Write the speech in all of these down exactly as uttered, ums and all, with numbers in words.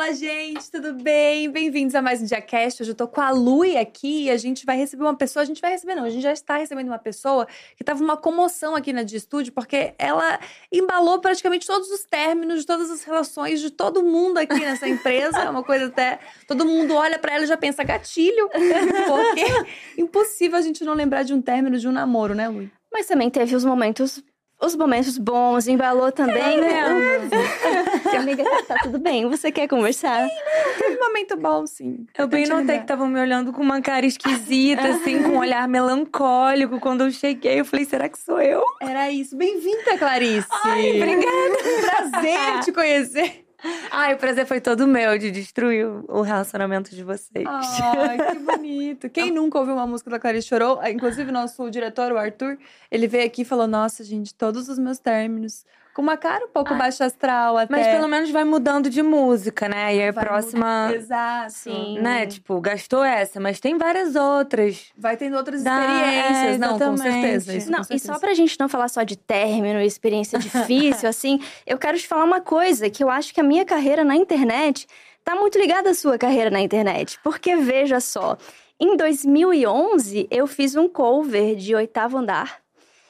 Fala, gente, tudo bem? Bem-vindos a mais um DiaCast. Hoje eu tô com a Lui aqui e a gente vai receber uma pessoa… A gente vai receber não, a gente já está recebendo uma pessoa que tava uma comoção aqui na de estúdio, porque ela embalou praticamente todos os términos de todas as relações de todo mundo aqui nessa empresa. É uma coisa até… Todo mundo olha pra ela e já pensa gatilho, porque é impossível a gente não lembrar de um término de um namoro, né, Lui? Mas também teve os momentos… Os momentos bons, embalou também, né? Amiga, tá tudo bem, você quer conversar? Sim, teve um momento bom, sim. Eu bem notei que estavam me olhando com uma cara esquisita, assim, com um olhar melancólico. Quando eu cheguei, eu falei, será que sou eu? Era isso. Bem-vinda, Clarice! Ai, obrigada! Prazer te conhecer! Ai, o prazer foi todo meu de destruir o relacionamento de vocês. Ai, que bonito. Quem nunca ouviu uma música da Clarice chorou? Inclusive, nosso diretor, o Arthur, ele veio aqui e falou, nossa, gente, todos os meus términos… Com uma cara um pouco Ai, baixo astral até. Mas pelo menos vai mudando de música, né? E aí a Vai próxima… mudar. Exato. Sim. Né? Tipo, gastou essa, mas tem várias outras. Vai tendo outras Dá, experiências. é, não, com exatamente. certeza. Isso, Não, com e certeza. só pra gente não falar só de término, experiência difícil, assim, eu quero te falar uma coisa, que eu acho que a minha carreira na internet tá muito ligada à sua carreira na internet. Porque, veja só, em dois mil e onze, eu fiz um cover de Oitavo Andar.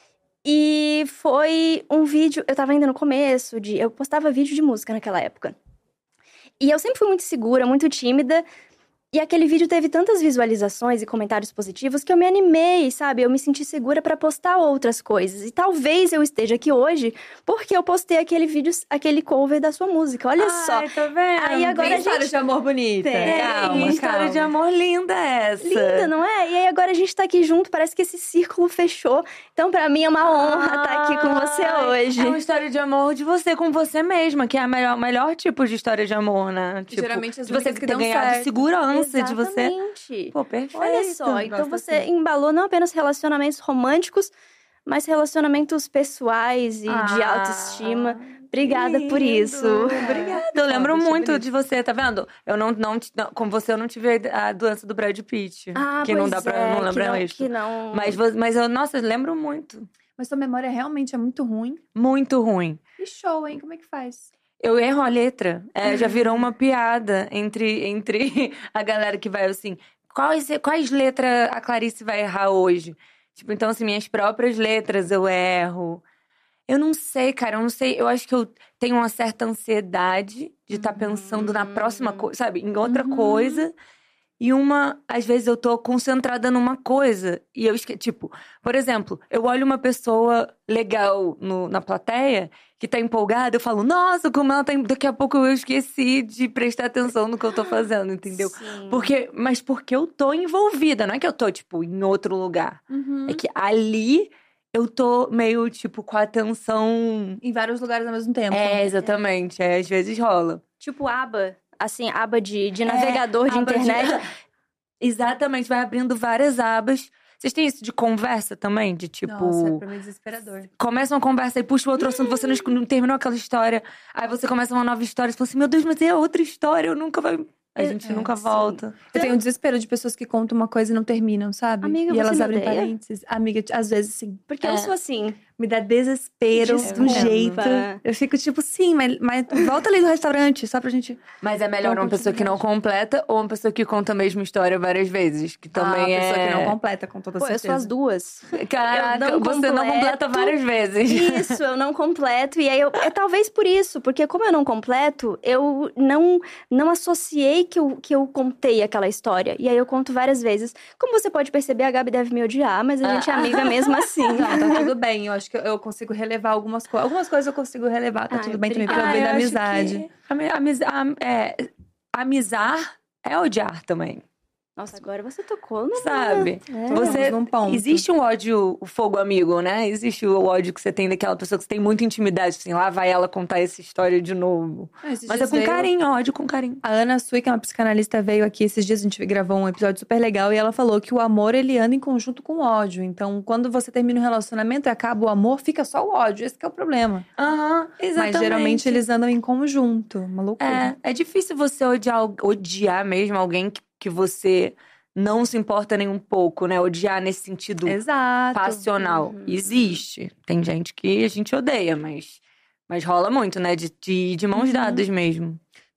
E foi um vídeo… Eu tava ainda no começo, de, eu postava vídeo de música naquela época. E eu sempre fui muito segura, muito tímida. E aquele vídeo teve tantas visualizações e comentários positivos que eu me animei, sabe? Eu me senti segura pra postar outras coisas. E talvez eu esteja aqui hoje porque eu postei aquele vídeo, aquele cover da sua música. Olha Ai, só. tô vendo. Aí agora Tem a história gente… de amor bonita. Tem. Calma, Que história calma. de amor linda essa. Linda, não é? E aí agora a gente tá aqui junto, parece que esse círculo fechou. Então pra mim é uma honra estar aqui com você Ai, hoje. É uma história de amor de você com você mesma, que é o melhor, melhor tipo de história de amor, né? Tipo, Geralmente as de você únicas que ter dão ganhado certo. segurança de você. Exatamente. Pô, perfeito. Olha só, então Gosto você assim. embalou não apenas relacionamentos românticos, mas relacionamentos pessoais e de Ah, autoestima. Obrigada lindo. por isso. Obrigada. Eu lembro Poxa, muito bonito. de você, tá vendo? Eu não, não, te- não- com você eu não tive a doença do Brad Pitt. Ah, que não pois dá pra, é, não lembrar que não, isso. que não… Mas, vo- mas eu, nossa, eu lembro muito. Mas sua memória realmente é muito ruim. Muito ruim. E show, hein? Como é que faz? Eu erro a letra. É, já virou uma piada entre, entre a galera que vai assim… Quais, quais letras a Clarice vai errar hoje? Tipo, então, assim, minhas próprias letras eu erro. Eu não sei, cara, eu não sei. Eu acho que eu tenho uma certa ansiedade de estar pensando na próxima coisa, sabe? Em outra Uhum. coisa. E uma, às vezes eu tô concentrada numa coisa e eu esqueço. Tipo, por exemplo, eu olho uma pessoa legal no, na plateia que tá empolgada, eu falo, nossa, como ela tá. em-" Daqui a pouco eu esqueci de prestar atenção no que eu tô fazendo, entendeu? Sim. Porque, mas porque eu tô envolvida, não é que eu tô, tipo, em outro lugar. Uhum. É que ali eu tô meio, tipo, com a atenção. Em vários lugares ao mesmo tempo. É, exatamente. É, às vezes rola. Tipo aba, assim, aba de, de navegador de aba de- internet. Exatamente, vai abrindo várias abas. Vocês têm isso de conversa também? De tipo. Nossa, é pra mim desesperador. Começa uma conversa e puxa o outro assunto, você não, escu- não terminou aquela história. Aí você começa uma nova história e você fala assim: meu Deus, mas é outra história, eu nunca vai. A gente É, nunca sim. volta. Eu tenho um desespero de pessoas que contam uma coisa e não terminam, sabe? Amiga, e você elas me abrem odeia? parênteses. Amiga, às vezes sim. Porque É. eu sou assim. Me dá desespero de um Desculpa. jeito. Eu fico tipo, sim, mas, mas volta ali do restaurante, só pra gente… Mas é melhor Dá um uma pessoa que não completa ou uma pessoa que conta a mesma história várias vezes. Que também ah, a pessoa é. que não completa, com toda Pô, eu certeza. sou as duas. Caraca, Eu não você não completo. completa várias vezes. Isso, eu não completo. E aí, eu, é talvez por isso. Porque como eu não completo, eu não, não associei que eu, que eu contei aquela história. E aí, eu conto várias vezes. Como você pode perceber, a Gabi deve me odiar. Mas a gente é amiga mesmo assim. Não, tá tudo bem. Eu acho que eu consigo relevar algumas coisas. Algumas coisas eu consigo relevar, tá Ai, tudo bem também, obrigada. pelo bem Ah, da eu acho amizade. que ami- amiz- am- é, amizar é odiar também. Nossa, agora você tocou no… Sabe? É. Você Tocamos num ponto. existe um ódio, o fogo amigo, né? Existe o ódio que você tem daquela pessoa que você tem muita intimidade, assim, lá vai ela contar essa história de novo. Ah, esses Mas é dias com veio- carinho, ódio com carinho. A Ana Sui, que é uma psicanalista, veio aqui esses dias, a gente gravou um episódio super legal, e ela falou que o amor, ele anda em conjunto com o ódio. Então, quando você termina um relacionamento e acaba o amor, fica só o ódio. Esse que é o problema. Aham, exatamente. Mas geralmente eles andam em conjunto. Uma loucura. É, é difícil você odiar, al- odiar mesmo alguém que, que você não se importa nem um pouco, né? Odiar nesse sentido Exato. passional. Uhum. Existe. Tem gente que a gente odeia, mas, mas rola muito, né? De, de, de mãos Uhum. dadas mesmo.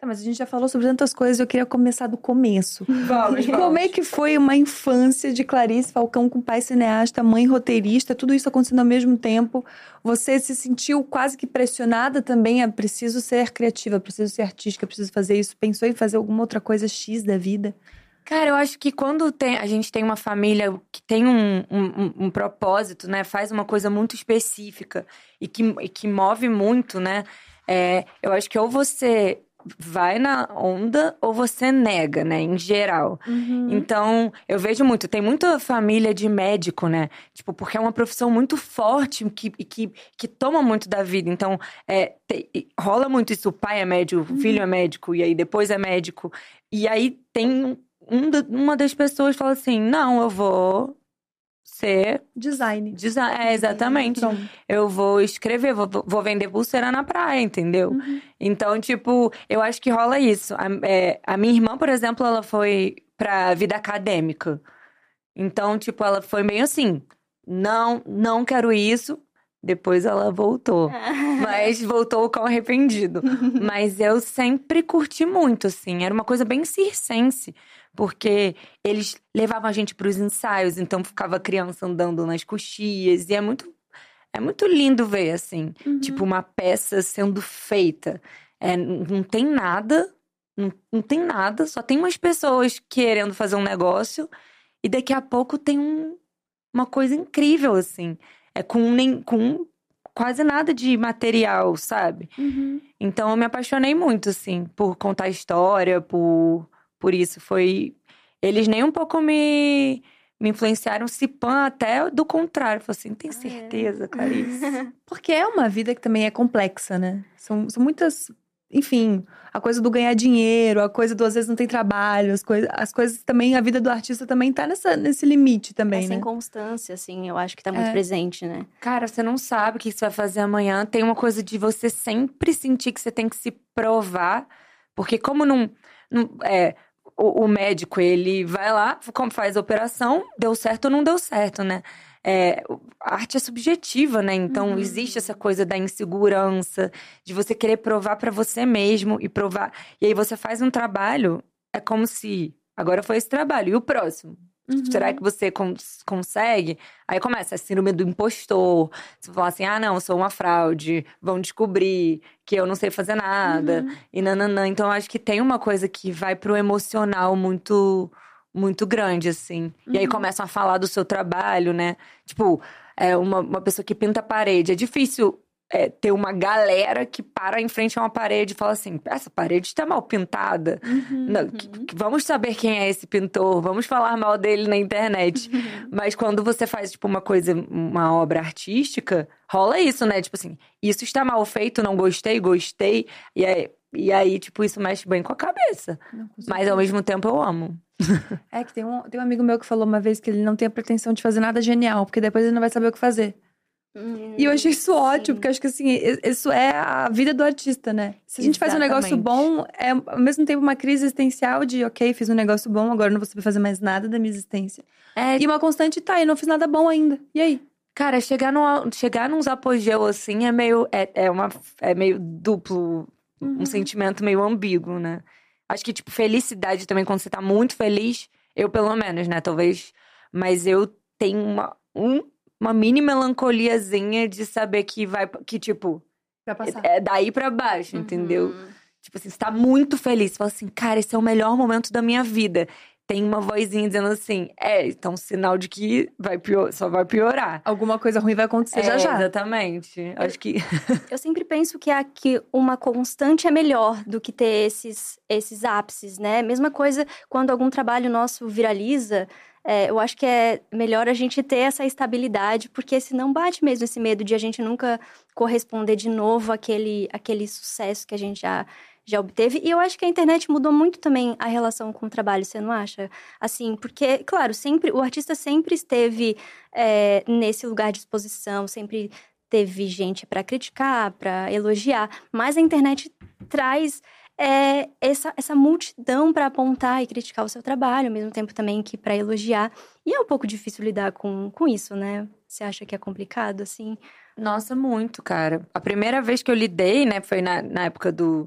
Tá, mas a gente já falou sobre tantas coisas, eu queria começar do começo. Vamos, Como é que foi uma infância de Clarice Falcão com pai cineasta, mãe roteirista, tudo isso acontecendo ao mesmo tempo? Você se sentiu quase que pressionada também a preciso ser criativa, preciso ser artística, preciso fazer isso? Pensou em fazer alguma outra coisa X da vida? Cara, eu acho que quando tem, a gente tem uma família que tem um, um, um propósito, né? Faz uma coisa muito específica e que, e que move muito, né? É, eu acho que ou você vai na onda ou você nega, né? Em geral. Uhum. Então, eu vejo muito. Tem muita família de médico, né? Tipo, porque é uma profissão muito forte que, que, que toma muito da vida. Então, é, te, rola muito isso. O pai é médico, o filho é médico, e aí depois é médico. E aí tem... Um da, uma das pessoas fala assim, não, eu vou ser... Design. Design. É, exatamente. Pronto. Eu vou escrever, vou, vou vender pulseira na praia, entendeu? Uhum. Então, tipo, eu acho que rola isso. A, é, a minha irmã, por exemplo, ela foi pra vida acadêmica. Então, tipo, ela foi meio assim, não, não quero isso. Depois ela voltou. Mas voltou com arrependido. Mas eu sempre curti muito, assim. Era uma coisa bem circense. Porque eles levavam a gente para os ensaios. Então ficava a criança andando nas coxias. E é muito, é muito lindo ver, assim. Uhum. Tipo, uma peça sendo feita. É, não tem nada. Não, não tem nada. Só tem umas pessoas querendo fazer um negócio. E daqui a pouco tem um, uma coisa incrível, assim. É com, nem, com quase nada de material, sabe? Uhum. Então, eu me apaixonei muito, assim, por contar história, por, por isso. Foi... Eles nem um pouco me, me influenciaram, se pã até do contrário. Falei assim, tem certeza, Clarice? Porque é uma vida que também é complexa, né? São, são muitas... Enfim, a coisa do ganhar dinheiro, a coisa do às vezes não tem trabalho, as, coi as coisas também, a vida do artista também tá nessa, nesse limite também, Essa né? inconstância, assim, eu acho que tá muito É. presente, né? Cara, você não sabe o que você vai fazer amanhã. Tem uma coisa de você sempre sentir que você tem que se provar. Porque como não... não é, o, o médico, ele vai lá, como faz a operação, deu certo ou não deu certo, né? É, a arte é subjetiva, né? Então, Uhum. existe essa coisa da insegurança, de você querer provar pra você mesmo e provar. E aí você faz um trabalho, é como se agora foi esse trabalho, e o próximo? Uhum. Será que você cons consegue? Aí começa a síndrome do impostor. Você fala assim, ah, não, eu sou uma fraude. Vão descobrir que eu não sei fazer nada. Uhum. E nananã. Então, eu acho que tem uma coisa que vai pro emocional muito, muito grande, assim. E aí Uhum. começam a falar do seu trabalho, né? Tipo, é uma, uma pessoa que pinta a parede. É difícil é, ter uma galera que para em frente a uma parede e fala assim, essa parede está mal pintada. Uhum. Não, que- que- vamos saber quem é esse pintor, vamos falar mal dele na internet. Mas quando você faz, tipo, uma coisa, uma obra artística, rola isso, né? Tipo assim, isso está mal feito, não gostei, gostei. E aí, e aí tipo, isso mexe bem com a cabeça. Não, com Mas certeza. ao mesmo tempo eu amo. É que tem um, tem um amigo meu que falou uma vez que ele não tem a pretensão de fazer nada genial, porque depois ele não vai saber o que fazer. Hum, E eu achei isso ótimo, sim. porque eu acho que assim, i- isso é a vida do artista, né? Se a gente faz um negócio Exatamente. bom, é ao mesmo tempo uma crise existencial de, ok, fiz um negócio bom, agora eu não vou saber fazer mais nada da minha existência. É, E uma constante, tá, eu não fiz nada bom ainda. E aí? cara, chegar, no, chegar nos apogeu assim é meio, é, é, uma, é meio duplo, Uhum. um sentimento meio ambíguo, né? Acho que, tipo, felicidade também, quando você tá muito feliz, eu pelo menos, né, talvez, mas eu tenho uma, um, uma mini melancoliazinha de saber que vai, que, tipo, Pra passar. é daí pra baixo, entendeu? Uhum. Tipo assim, você tá muito feliz, você fala assim, cara, esse é o melhor momento da minha vida. Tem uma vozinha dizendo assim, é, então sinal de que vai pior, só vai piorar. Alguma coisa ruim vai acontecer já É, já. exatamente. Acho que... Eu sempre penso que, a, que uma constante é melhor do que ter esses, esses ápices, né? Mesma coisa quando algum trabalho nosso viraliza, é, eu acho que é melhor a gente ter essa estabilidade, porque senão bate mesmo esse medo de a gente nunca corresponder de novo àquele, àquele sucesso que a gente já, já obteve. E eu acho que a internet mudou muito também a relação com o trabalho, você não acha? Assim, porque, claro, sempre o artista sempre esteve é, nesse lugar de exposição, sempre teve gente para criticar, para elogiar, mas a internet traz é, essa, essa multidão para apontar e criticar o seu trabalho, ao mesmo tempo também que para elogiar. E é um pouco difícil lidar com, com isso, né? Você acha que é complicado, assim? Nossa, muito, cara. A primeira vez que eu lidei, né, foi na, na época do,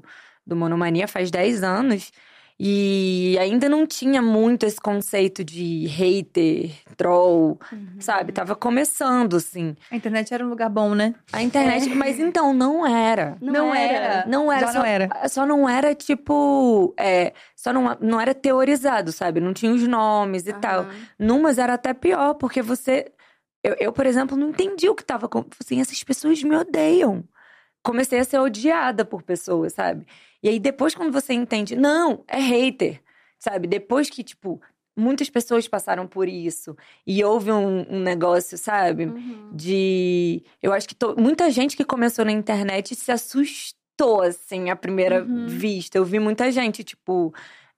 do Monomania faz dez anos. E ainda não tinha muito esse conceito de hater, troll, uhum. sabe? Tava começando, assim. A internet era um lugar bom, né? A internet, é. mas então, não era. Não, não era. era. Não era. Já só, não era. Só não era, tipo… É, só não, não era teorizado, sabe? Não tinha os nomes e uhum. tal. Numas era até pior, porque você… Eu, eu, por exemplo, não entendi o que tava… Assim, essas pessoas me odeiam. Comecei a ser odiada por pessoas, sabe? E aí, depois, quando você entende… Não, é hater, sabe? Depois que, tipo… Muitas pessoas passaram por isso. E houve um, um negócio, sabe? Uhum. De… Eu acho que… To, muita gente que começou na internet se assustou, assim, à primeira uhum. vista. Eu vi muita gente, tipo…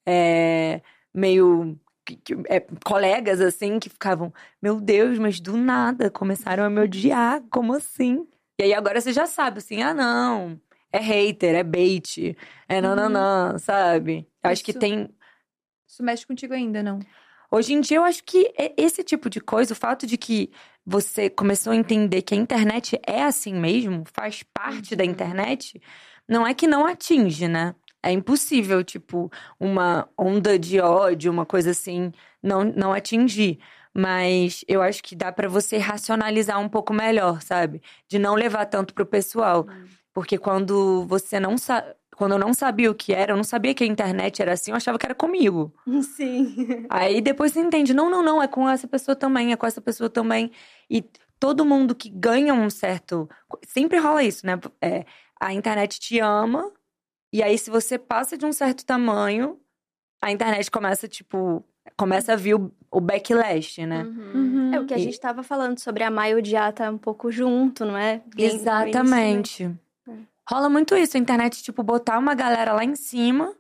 É, meio… É, colegas, assim, que ficavam… Meu Deus, mas do nada começaram a me odiar. Como assim? E aí, agora você já sabe, assim… Ah, não… É hater, é bait, é nananã, uhum. sabe? Eu acho que tem… Isso mexe contigo ainda, não? Hoje em dia, eu acho que esse tipo de coisa, o fato de que você começou a entender que a internet é assim mesmo, faz parte uhum. da internet, não é que não atinge, né? É impossível, tipo, uma onda de ódio, uma coisa assim, não, não atingir. Mas eu acho que dá pra você racionalizar um pouco melhor, sabe? De não levar tanto pro pessoal. Uhum. Porque quando você não sabe… Quando eu não sabia o que era, eu não sabia que a internet era assim, eu achava que era comigo. Sim. Aí depois você entende, não, não, não, é com essa pessoa também, é com essa pessoa também. E todo mundo que ganha um certo… Sempre rola isso, né? É, a internet te ama, e aí se você passa de um certo tamanho, a internet começa, tipo… Começa a vir o, o backlash, né? Uhum. Uhum. É o que a e... gente tava falando sobre amar e odiar tá um pouco junto, não é? Bem, exatamente. Bem isso, né? Rola muito isso, a internet, tipo, botar uma galera lá em cima.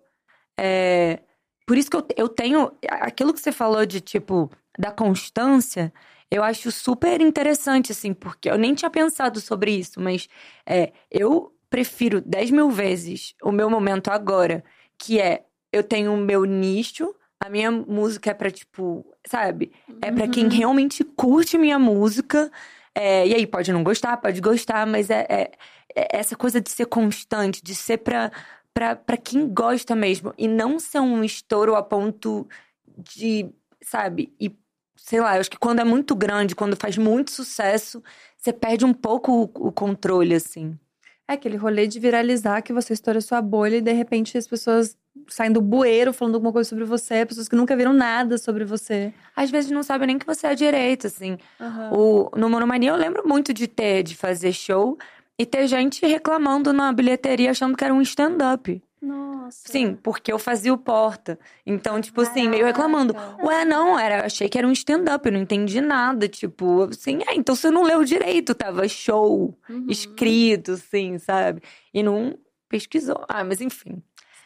É... Por isso que eu, eu tenho… Aquilo que você falou de, tipo, da constância, eu acho super interessante, assim, porque eu nem tinha pensado sobre isso, mas é, eu prefiro dez mil vezes o meu momento agora, que é, eu tenho o meu nicho, a minha música é pra, tipo, sabe? É pra quem realmente curte minha música. É, e aí, pode não gostar, pode gostar, mas é, é, é essa coisa de ser constante, de ser pra, pra, pra quem gosta mesmo. E não ser um estouro a ponto de, sabe? E, sei lá, eu acho que quando é muito grande, quando faz muito sucesso, você perde um pouco o, o controle, assim. É aquele rolê de viralizar, que você estoura sua bolha e, de repente, as pessoas saem do bueiro falando alguma coisa sobre você. Pessoas que nunca viram nada sobre você. Às vezes não sabem nem que você é direito, assim. Uhum. O, no Monomania eu lembro muito de ter, de fazer show e ter gente reclamando na bilheteria achando que era um stand-up. Nossa. Sim, porque eu fazia o porta. Então, tipo assim, meio reclamando. Ué, não, era, achei que era um stand-up, eu não entendi nada. Tipo, assim, é, então você não leu direito, tava show, uhum. escrito, assim, sabe? E não pesquisou. Ah, mas enfim.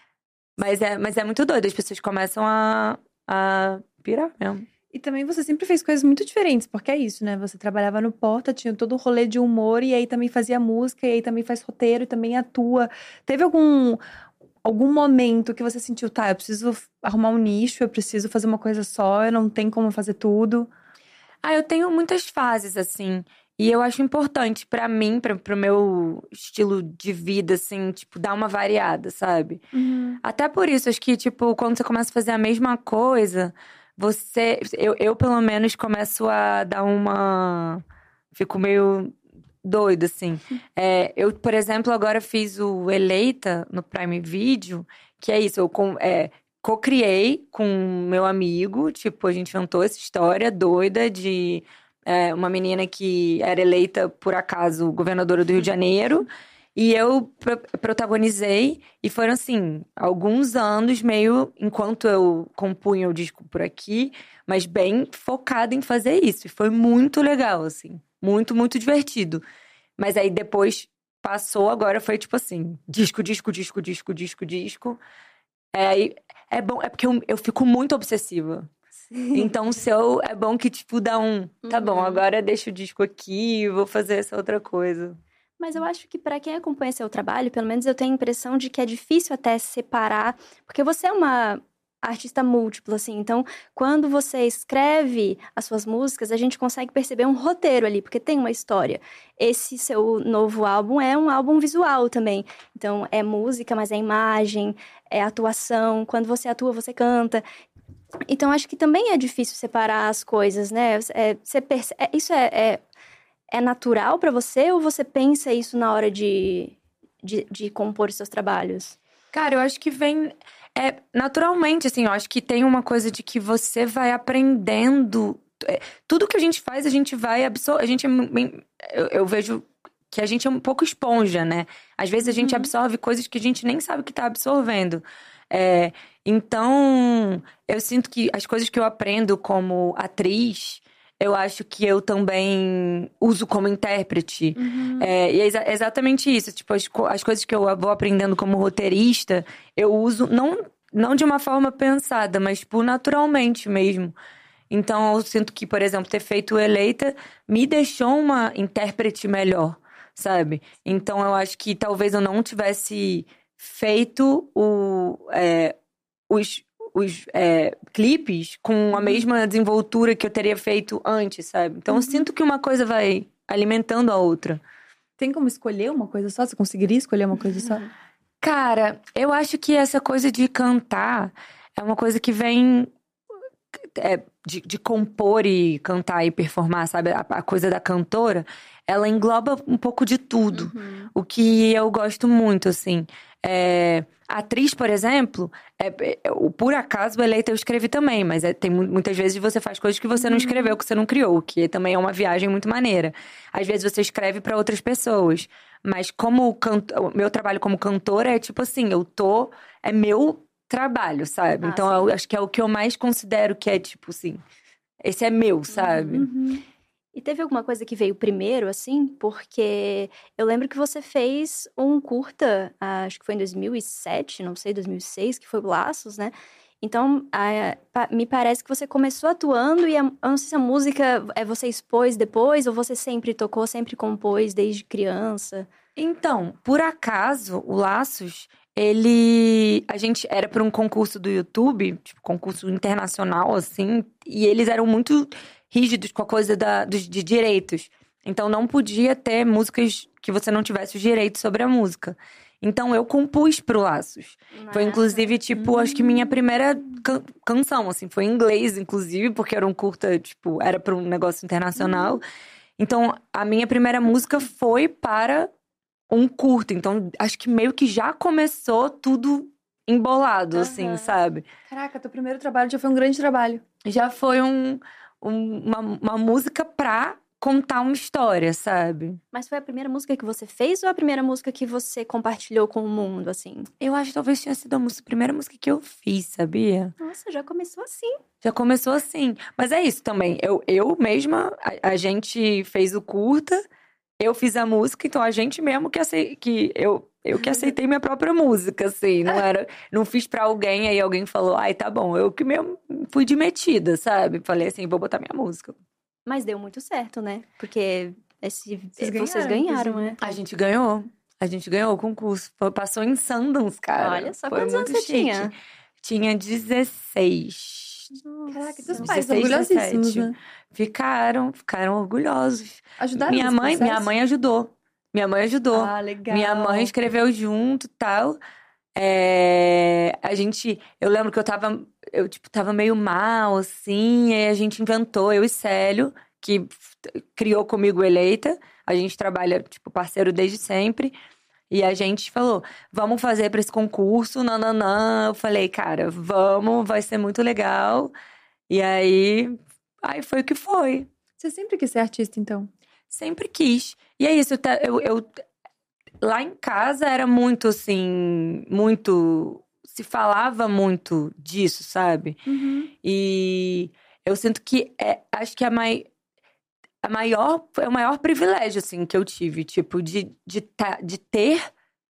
Mas é, mas é muito doido, as pessoas começam a, a pirar mesmo. E também você sempre fez coisas muito diferentes, porque é isso, né? Você trabalhava no Porta, tinha todo o rolê de humor, e aí também fazia música, e aí também faz roteiro, e também atua. Teve algum, algum momento que você sentiu, tá, eu preciso arrumar um nicho, eu preciso fazer uma coisa só, eu não tenho como fazer tudo? Ah, eu tenho muitas fases, assim. E eu acho importante pra mim, pra, pro meu estilo de vida, assim, tipo, dar uma variada, sabe? Uhum. Até por isso, acho que, tipo, quando você começa a fazer a mesma coisa, você… Eu, eu pelo menos, começo a dar uma… Fico meio doida, assim. É, eu, por exemplo, agora fiz o Eleita no Prime Video, que é isso, eu com, é, co-criei com meu amigo, tipo, a gente inventou essa história doida de… É, uma menina que era eleita, por acaso, governadora do Rio de Janeiro. E eu pro- protagonizei. E foram, assim, alguns anos meio… Enquanto eu compunha o disco por aqui. Mas bem focada em fazer isso. E foi muito legal, assim. Muito, muito divertido. Mas aí depois passou, agora foi tipo assim… Disco, disco, disco, disco, disco, disco. É, aí é bom, é porque eu, eu fico muito obsessiva. Então, o seu é bom que, tipo, dá um… Tá bom, Uhum. agora deixa o disco aqui, vou fazer essa outra coisa. Mas eu acho que pra quem acompanha seu trabalho, pelo menos eu tenho a impressão de que é difícil até separar, porque você é uma artista múltiplo, assim. Então, quando você escreve as suas músicas, a gente consegue perceber um roteiro ali, porque tem uma história. Esse seu novo álbum é um álbum visual também. Então, é música, mas é imagem, é atuação. Quando você atua, você canta. Então, acho que também é difícil separar as coisas, né? É, você perce... é, isso é, é, é natural pra você ou você pensa isso na hora de, de, de compor os seus trabalhos? Cara, eu acho que vem é, naturalmente, assim, eu acho que tem uma coisa de que você vai aprendendo. É, tudo que a gente faz, a gente vai absorver. A gente é, eu, eu vejo que a gente é um pouco esponja, né? Às vezes a gente Uhum. absorve coisas que a gente nem sabe que tá absorvendo. É, então, eu sinto que as coisas que eu aprendo como atriz, eu acho que eu também uso como intérprete. Uhum. É, e é exa- exatamente isso. Tipo, as, co- as coisas que eu vou aprendendo como roteirista, eu uso não, não de uma forma pensada, mas, tipo, naturalmente mesmo. Então, eu sinto que, por exemplo, ter feito Eleita me deixou uma intérprete melhor, sabe? Então, eu acho que talvez eu não tivesse feito o, é, os, os é, clipes com a mesma desenvoltura que eu teria feito antes, sabe? Então, eu sinto que uma coisa vai alimentando a outra. Tem como escolher uma coisa só? Você conseguiria escolher uma coisa só? Cara, eu acho que essa coisa de cantar é uma coisa que vem é, de, de compor e cantar e performar, sabe? A, a coisa da cantora, ela engloba um pouco de tudo. Uhum. O que eu gosto muito, assim. É, a atriz, por exemplo, é, é, o por acaso Eleita eu escrevi também, mas é, tem mu- muitas vezes você faz coisas que você não escreveu, que você não criou, que também é uma viagem muito maneira. Às vezes você escreve pra outras pessoas, mas como canto, o meu trabalho como cantora é tipo assim, eu tô, é meu trabalho, sabe? Ah, então sim. eu acho que é o que eu mais considero que é tipo assim, esse é meu, sabe? Uhum. E teve alguma coisa que veio primeiro, assim? Porque eu lembro que você fez um curta, ah, acho que foi em dois mil e sete, não sei, dois mil e seis, que foi o Laços, né? Então, ah, pa- me parece que você começou atuando e a, eu não sei se a música é você expôs depois ou você sempre tocou, sempre compôs desde criança. Então, por acaso, o Laços, ele. A gente era para um concurso do YouTube, tipo, concurso internacional, assim, e eles eram muito rígidos com a coisa da, dos, de direitos. Então, não podia ter músicas que você não tivesse os direitos sobre a música. Então, eu compus pro Laços. Foi, inclusive, tipo, acho que minha primeira can- canção, assim, foi em inglês, inclusive, porque era um curta, tipo, era para um negócio internacional. Então, a minha primeira música foi para um curto. Então, acho que meio que já começou tudo embolado, assim, Aham. sabe? Caraca, teu primeiro trabalho já foi um grande trabalho. Já foi um, um- uma, uma música pra contar uma história, sabe? Mas foi a primeira música que você fez ou a primeira música que você compartilhou com o mundo, assim? Eu acho que talvez tenha sido a música- a primeira música que eu fiz, sabia? Nossa, já começou assim. Já começou assim. Mas é isso também. Eu, eu mesma, a, a gente fez o curta, eu fiz a música, então a gente mesmo que, acei, que eu, eu que aceitei minha própria música, assim. Não era, não fiz pra alguém, aí alguém falou, ai, tá bom. Eu que mesmo fui de metida, sabe? Falei assim, vou botar minha música. Mas deu muito certo, né? Porque esse, Vocês vocês ganharam, ganharam, inclusive. né? A gente ganhou. A gente ganhou o concurso. Foi- Passou em Sundance, cara. Olha só, Foi quantos muito anos você chique. tinha? Tinha dezesseis. Caraca, e teus Nossa. pais dezesseis, orgulhosíssimos, dezessete. né? Ficaram, ficaram orgulhosos. Ajudaram Minha nesse mãe, minha processo? mãe ajudou. Minha mãe ajudou. Ah, legal. Minha mãe escreveu junto e tal. É, a gente. Eu lembro que eu tava. Eu, tipo, tava meio mal, assim. Aí a gente inventou, eu e Célio, que f- criou comigo o Eleita. A gente trabalha, tipo, parceiro desde sempre. E a gente falou, vamos fazer pra esse concurso, nananã. Eu falei, cara, vamos, vai ser muito legal. E aí. Aí foi o que foi. Você sempre quis ser artista, então? Sempre quis. E é isso, tá- eu, eu- lá em casa era muito assim, muito. Se falava muito disso, sabe? Uhum. E eu sinto que é, acho que a, mai, a maior, foi o maior privilégio, assim, que eu tive, tipo, de, de, tá, de ter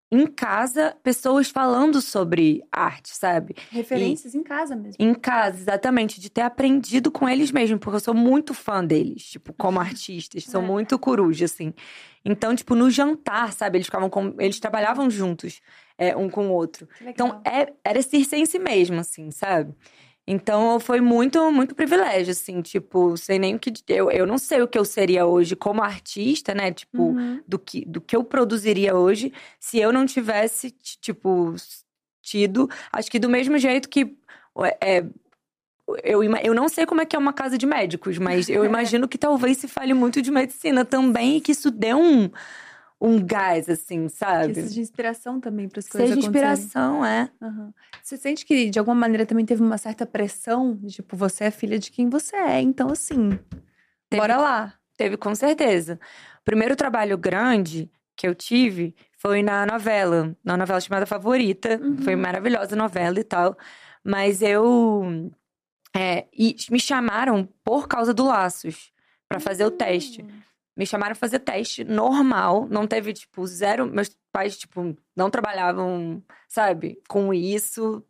em casa, pessoas falando sobre arte, sabe? Referências em casa mesmo. Em casa, exatamente. De ter aprendido com eles mesmo. Porque eu sou muito fã deles, tipo, como artistas. Sou É. muito coruja, assim. Então, tipo, no jantar, sabe? Eles ficavam com... Eles trabalhavam juntos, é, um com o outro. Que legal. Então, é, era circense mesmo, assim, sabe? Então, foi muito, muito privilégio, assim. Tipo, sei nem o que... Eu, eu não sei o que eu seria hoje como artista, né? Tipo, Uhum. do, que, do que eu produziria hoje se eu não tivesse, tipo, tido... Acho que do mesmo jeito que... É, eu, ima- eu não sei como é que é uma casa de médicos, mas eu imagino que talvez se fale muito de medicina também e que isso dê um, um gás, assim, Que sabe? seja inspiração também para as coisas Seja acontecerem. inspiração, é. Aham. Você sente que, de alguma maneira, também teve uma certa pressão? de, Tipo, você é filha de quem você é, então assim, Teve- bora lá. Teve, com certeza. O primeiro trabalho grande que eu tive foi na novela, na novela chamada Favorita. Uhum. Foi maravilhosa a novela e tal. Mas eu... é, e me chamaram por causa do Laços, pra fazer o teste. Me chamaram pra fazer teste normal, não teve, tipo, zero... Meus pais, tipo, não trabalhavam, sabe, com isso.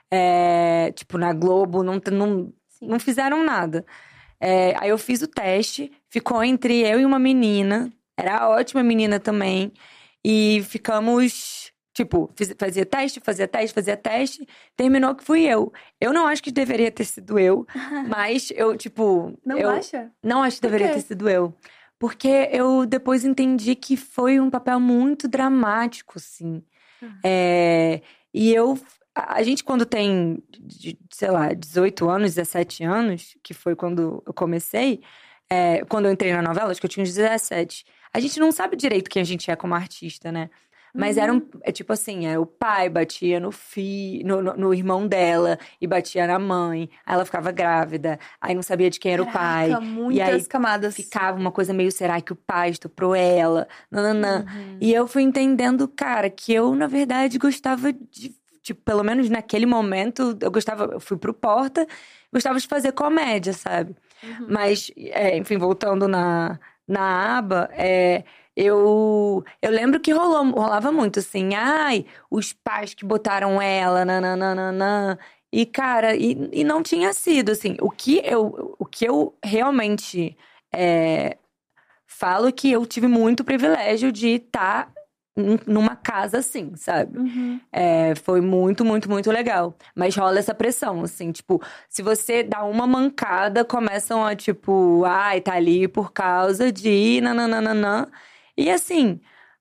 É, tipo, na Globo, não, não, Sim. não fizeram nada. É, aí eu fiz o teste, ficou entre eu e uma menina. Era ótima menina também. E ficamos, tipo, fiz- fazia teste, fazia teste, fazia teste. Terminou que fui eu. Eu não acho que deveria ter sido eu, mas eu, tipo... Não eu, acha? Não acho que Por deveria quê? ter sido eu. Porque eu depois entendi que foi um papel muito dramático, assim. Ah. É, e eu... A a gente, quando tem, de- sei lá, dezoito anos, dezessete anos, que foi quando eu comecei, é, quando eu entrei na novela, acho que eu tinha uns dezessete. A gente não sabe direito quem a gente é como artista, né? Mas era um, é tipo assim, é, o pai batia no, fi, no, no, no irmão dela e batia na mãe. Aí ela ficava grávida, aí não sabia de quem era o pai. Caraca, muitas aí camadas. Ficava uma coisa meio, será que o pai estuprou ela? Nananã. Uhum. E eu fui entendendo, cara, que eu, na verdade, gostava de... Tipo, pelo menos naquele momento, eu gostava... Eu fui pro Porta, gostava de fazer comédia, sabe? Uhum. Mas, é, enfim, voltando na, na aba, é, eu, eu lembro que rolou, rolava muito assim, ai, os pais que botaram ela, nananana. E, cara, e, e não tinha sido, assim. O que eu, o que eu realmente é, falo que eu tive muito privilégio de estar numa casa assim, sabe? Uhum. É, foi muito, muito, muito legal. Mas rola essa pressão, assim, tipo, se você dá uma mancada, começam a, tipo, ai, tá ali por causa de nananana. E assim,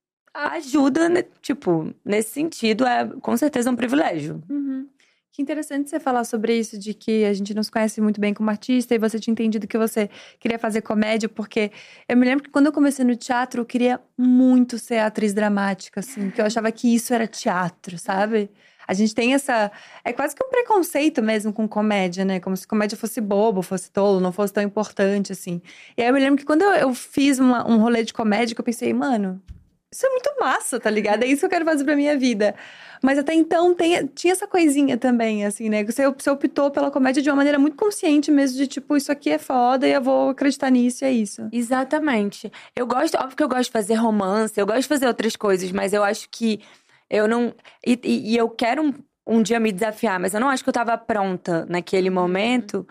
ajuda, né, tipo, nesse sentido, é com certeza um privilégio. Uhum. Que interessante você falar sobre isso, de que a gente não se conhece muito bem como artista e você tinha entendido que você queria fazer comédia, porque eu me lembro que quando eu comecei no teatro, eu queria muito ser atriz dramática, assim, porque eu achava que isso era teatro, sabe? A gente tem essa. É quase que um preconceito mesmo com comédia, né? Como se comédia fosse bobo, fosse tolo, não fosse tão importante, assim. E aí eu me lembro que quando eu, eu fiz uma- um rolê de comédia, que eu pensei, mano, isso é muito massa, tá ligado? É isso que eu quero fazer pra minha vida. Mas até então tem- tinha essa coisinha também, assim, né? Você, você optou pela comédia de uma maneira muito consciente mesmo, de tipo, isso aqui é foda e eu vou acreditar nisso e é isso. Exatamente. Eu gosto, óbvio que eu gosto de fazer romance, eu gosto de fazer outras coisas, mas eu acho que eu não. E, e- e eu quero um, um dia me desafiar, mas eu não acho que eu tava pronta naquele momento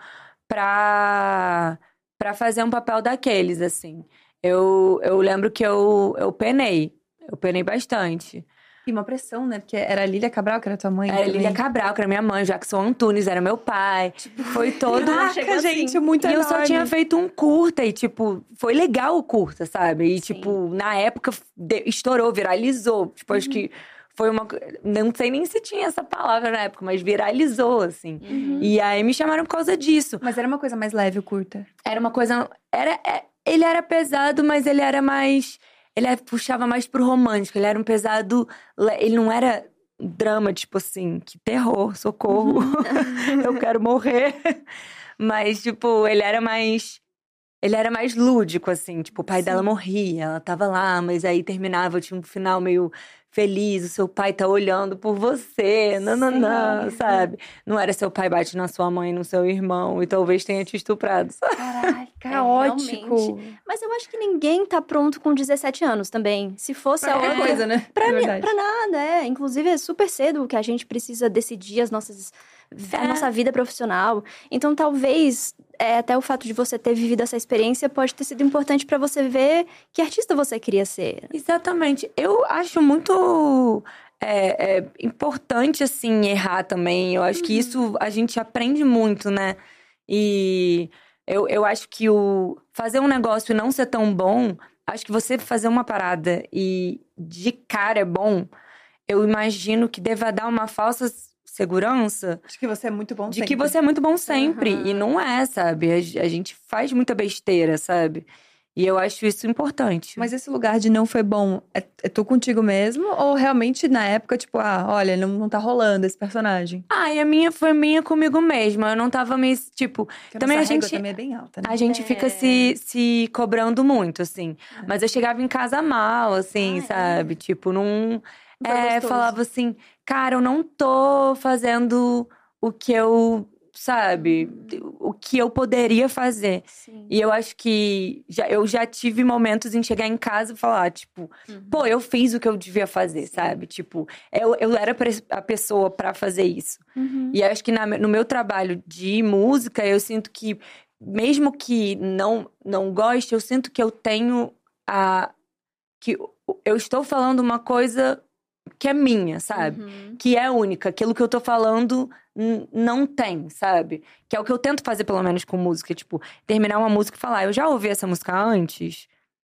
pra, pra fazer um papel daqueles, assim. Eu, eu lembro que eu, eu penei. Eu penei bastante. E uma pressão, né? Porque era a Lília Cabral, que era tua mãe Era também. Lília Cabral, que era minha mãe, Jackson Antunes era meu pai. Foi todo. Caraca, chegou assim. gente, muito E eu enorme. só tinha feito um curta e, tipo, foi legal o curta, sabe? E, Sim. tipo, na época de- estourou, viralizou. Tipo, acho que foi uma. co- Não sei nem se tinha essa palavra na época, mas viralizou, assim. Uhum. E aí me chamaram por causa disso. Mas era uma coisa mais leve, o curta. Era uma coisa. Era, é- ele era pesado, mas ele era mais. Ele era- puxava mais pro romântico. Ele era um pesado. le- Ele não era drama, tipo assim, que terror, socorro. Eu quero morrer. Mas, tipo, ele era mais. Ele era mais lúdico, assim. Tipo, o pai Sim. dela morria, ela tava lá, mas aí terminava, tinha um final meio feliz, o seu pai tá olhando por você, nananã, sabe? Não era seu pai bate na sua mãe, no seu irmão, e talvez tenha te estuprado. Caraca, Caótico. realmente. Mas eu acho que ninguém tá pronto com dezessete anos também. Se fosse a Qualquer outra... coisa, né? Pra, É mim- verdade. pra nada, é. Inclusive, é super cedo que a gente precisa decidir as nossas, a É. nossa vida profissional. Então, talvez, é, até o fato de você ter vivido essa experiência pode ter sido importante pra você ver que artista você queria ser. Exatamente. Eu acho muito é, é, importante, assim, errar também. Eu acho que isso a gente aprende muito, né? E eu, eu acho que o fazer um negócio e não ser tão bom, acho que você fazer uma parada e de cara é bom, eu imagino que deva dar uma falsa segurança Acho que você é muito bom de sempre. que você é muito bom sempre. Aham. E não é, sabe? A, a gente faz muita besteira, sabe? E eu acho isso importante. Mas esse lugar de não foi bom, é, é tu contigo mesmo? Ou realmente na época, tipo, ah, olha, não, não tá rolando esse personagem? Ah, e a minha foi minha comigo mesma. Eu não tava me, tipo… Porque Também nossa a régua gente- também é bem alta, né? A gente fica É. se, se cobrando muito, assim. Mas eu chegava em casa mal, assim, Ah, é? sabe? Tipo, não… Não foi É, gostoso. falava assim, cara, eu não tô fazendo o que eu… Sabe? O que eu poderia fazer. Sim. E eu acho que já, eu já tive momentos em chegar em casa e falar, tipo… Uhum. Pô, eu fiz o que eu devia fazer, sabe? Tipo, eu, eu era pre- a pessoa pra fazer isso. Uhum. E acho que na- no meu trabalho de música, eu sinto que, mesmo que não, não goste, eu sinto que eu tenho a… que eu estou falando uma coisa que é minha, sabe? Uhum. Que é única. Aquilo que eu tô falando n- não tem, sabe? Que é o que eu tento fazer, pelo menos, com música. Tipo, terminar uma música e falar, eu já ouvi essa música antes.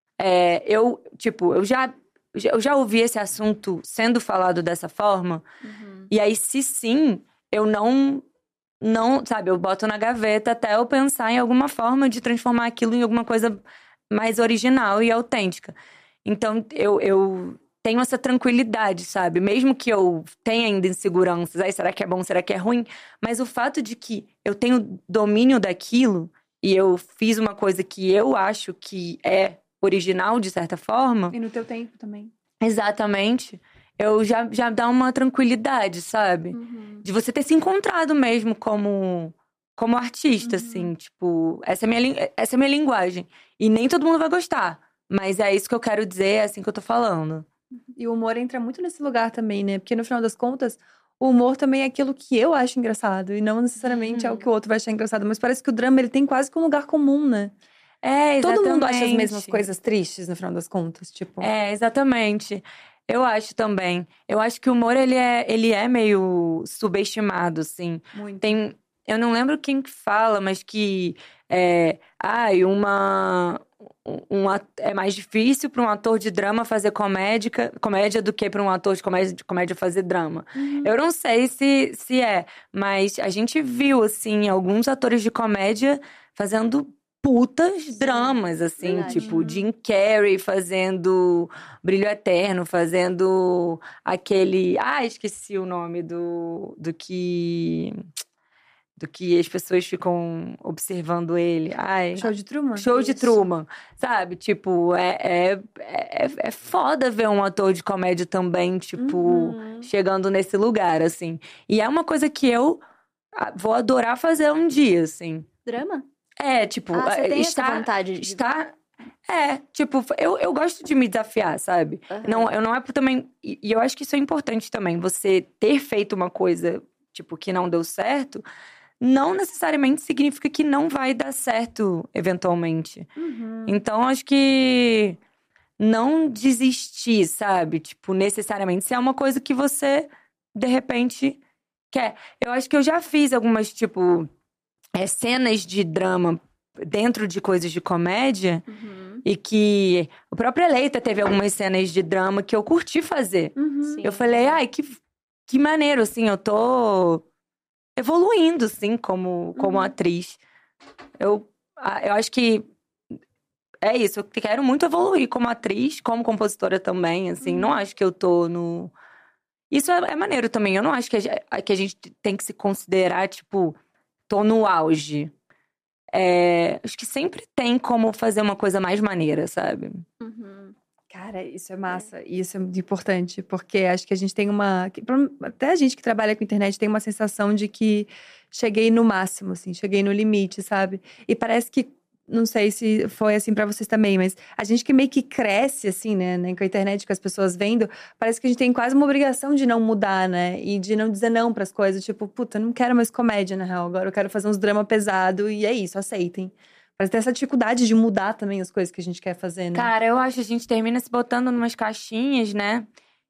É, eu, tipo, eu já, eu já ouvi esse assunto sendo falado dessa forma. Uhum. E aí, se sim, eu não, não, sabe, eu boto na gaveta até eu pensar em alguma forma de transformar aquilo em alguma coisa mais original e autêntica. Então, eu, eu tenho essa tranquilidade, sabe? Mesmo que eu tenha ainda inseguranças, aí será que é bom, será que é ruim? Mas o fato de que eu tenho domínio daquilo e eu fiz uma coisa que eu acho que é original, de certa forma, E no teu tempo também. exatamente, eu já, já dá uma tranquilidade, sabe? Uhum. De você ter se encontrado mesmo como, como artista, Uhum. assim. Tipo, essa é, a minha, lin- essa é a minha linguagem. E nem todo mundo vai gostar. Mas é isso que eu quero dizer, é assim que eu tô falando. E o humor entra muito nesse lugar também, né? Porque no final das contas, o humor também é aquilo que eu acho engraçado. E não necessariamente é o Uhum. que o outro vai achar engraçado. Mas parece que o drama, ele tem quase que um lugar comum, né? É, exatamente. Todo mundo acha as mesmas coisas tristes, no final das contas. Tipo, É, exatamente. Eu acho também. Eu acho que o humor, ele é, ele é meio subestimado, assim. muito. Tem, eu não lembro quem que fala, mas que é, ai, uma, um, at- é mais difícil para um ator de drama fazer comédia, comédia do que para um ator de comédia, de comédia fazer drama. Uhum. Eu não sei se, se é, mas a gente viu, assim, alguns atores de comédia fazendo putas dramas, assim, verdade. tipo Uhum. Jim Carrey fazendo Brilho Eterno, fazendo aquele… Ah, esqueci o nome do, do que… Do que as pessoas ficam observando ele. Ai, Show de Truman. Show de Isso. Truman, sabe? Tipo, é, é, é, é foda ver um ator de comédia também, tipo, Uhum. chegando nesse lugar, assim. E é uma coisa que eu ah, vou adorar fazer um dia, assim. Drama? É, tipo, Ah, você é, tem estar, essa vontade de… estar… É, tipo, eu, eu gosto de me desafiar, sabe? Aham. Não, eu não é por também… E e eu acho que isso é importante também. Você ter feito uma coisa, tipo, que não deu certo… Não necessariamente significa que não vai dar certo eventualmente. Uhum. Então, acho que não desistir, sabe? Tipo, necessariamente. Se é uma coisa que você, de repente, quer. Eu acho que eu já fiz algumas, tipo, é, cenas de drama dentro de coisas de comédia. Uhum. E que o próprio Eleita teve algumas cenas de drama que eu curti fazer. Uhum. Sim. Eu falei, ai, que, que maneiro, assim, eu tô evoluindo, assim, como, como Uhum. atriz. Eu, ah, eu acho que é isso, eu quero muito evoluir como atriz, como compositora também, assim. Uhum. Não acho que eu tô no… Isso é, é maneiro também, eu não acho que a, ge- que a gente tem que se considerar, tipo, tô no auge. É, acho que sempre tem como fazer uma coisa mais maneira, sabe? Uhum. Cara, isso é massa. E isso é muito importante. Porque acho que a gente tem uma… que, pra- Até a gente que trabalha com internet tem uma sensação de que cheguei no máximo, assim. Cheguei no limite, sabe? E parece que… Não sei se foi assim pra vocês também, mas a gente que meio que cresce, assim, né, né, com a internet, com as pessoas vendo, parece que a gente tem quase uma obrigação de não mudar, né? E de não dizer não pras coisas. Tipo, puta, eu não quero mais comédia, na real. Agora eu quero fazer uns drama pesado e é isso, aceitem. Parece ter essa dificuldade de mudar também as coisas que a gente quer fazer, né? Cara, eu acho que a gente termina se botando numas caixinhas, né?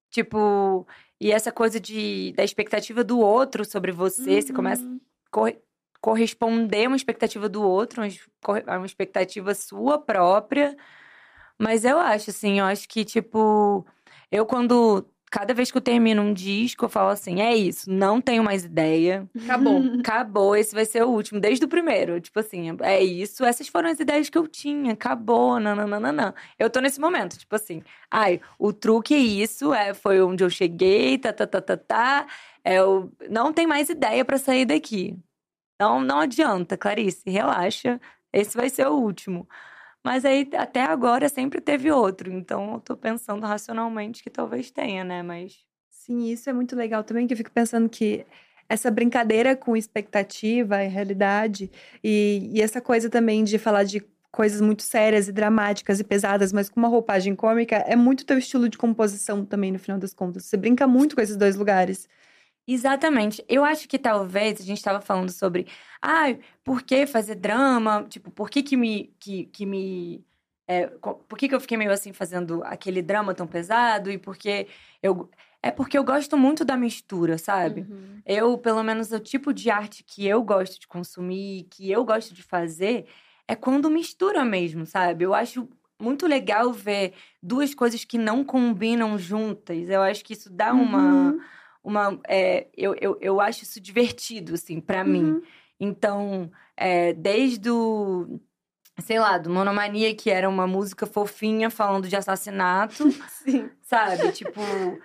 Tipo, e essa coisa de, da expectativa do outro sobre você, você começa Uhum. a corre- corresponder a uma expectativa do outro, mas corre- a uma expectativa sua própria. Mas eu acho, assim, eu acho que, tipo, eu quando. Cada vez que eu termino um disco, eu falo assim: é isso, não tenho mais ideia. Acabou. Acabou, esse vai ser o último, desde o primeiro. Tipo assim, é isso, essas foram as ideias que eu tinha, acabou, nananana. Eu tô nesse momento, tipo assim, ai, o truque é isso, é, foi onde eu cheguei, tá, tá, tá, tá, tá. É, eu, não tem mais ideia pra sair daqui. Não, não adianta, Clarice, relaxa, esse vai ser o último. Mas aí, até agora, sempre teve outro, então eu tô pensando racionalmente que talvez tenha, né, mas… Sim, isso é muito legal também, que eu fico pensando que essa brincadeira com expectativa e realidade, e, e essa coisa também de falar de coisas muito sérias e dramáticas e pesadas, mas com uma roupagem cômica, é muito teu estilo de composição também, no final das contas. Você brinca muito com esses dois lugares. Exatamente. Eu acho que talvez a gente estava falando sobre, ah, por que fazer drama? Tipo, por que que me que, que me é, co- por que que eu fiquei meio assim fazendo aquele drama tão pesado e porque eu é porque eu gosto muito da mistura, sabe? Uhum. Eu, pelo menos o tipo de arte que eu gosto de consumir, que eu gosto de fazer, é quando mistura mesmo, sabe? Eu acho muito legal ver duas coisas que não combinam juntas. Eu acho que isso dá uma Uhum, uma é, eu, eu, eu acho isso divertido, assim, pra mim. uhum. Então, é, desde o, sei lá, do Monomania, que era uma música fofinha falando de assassinato, Sim. sabe? Tipo,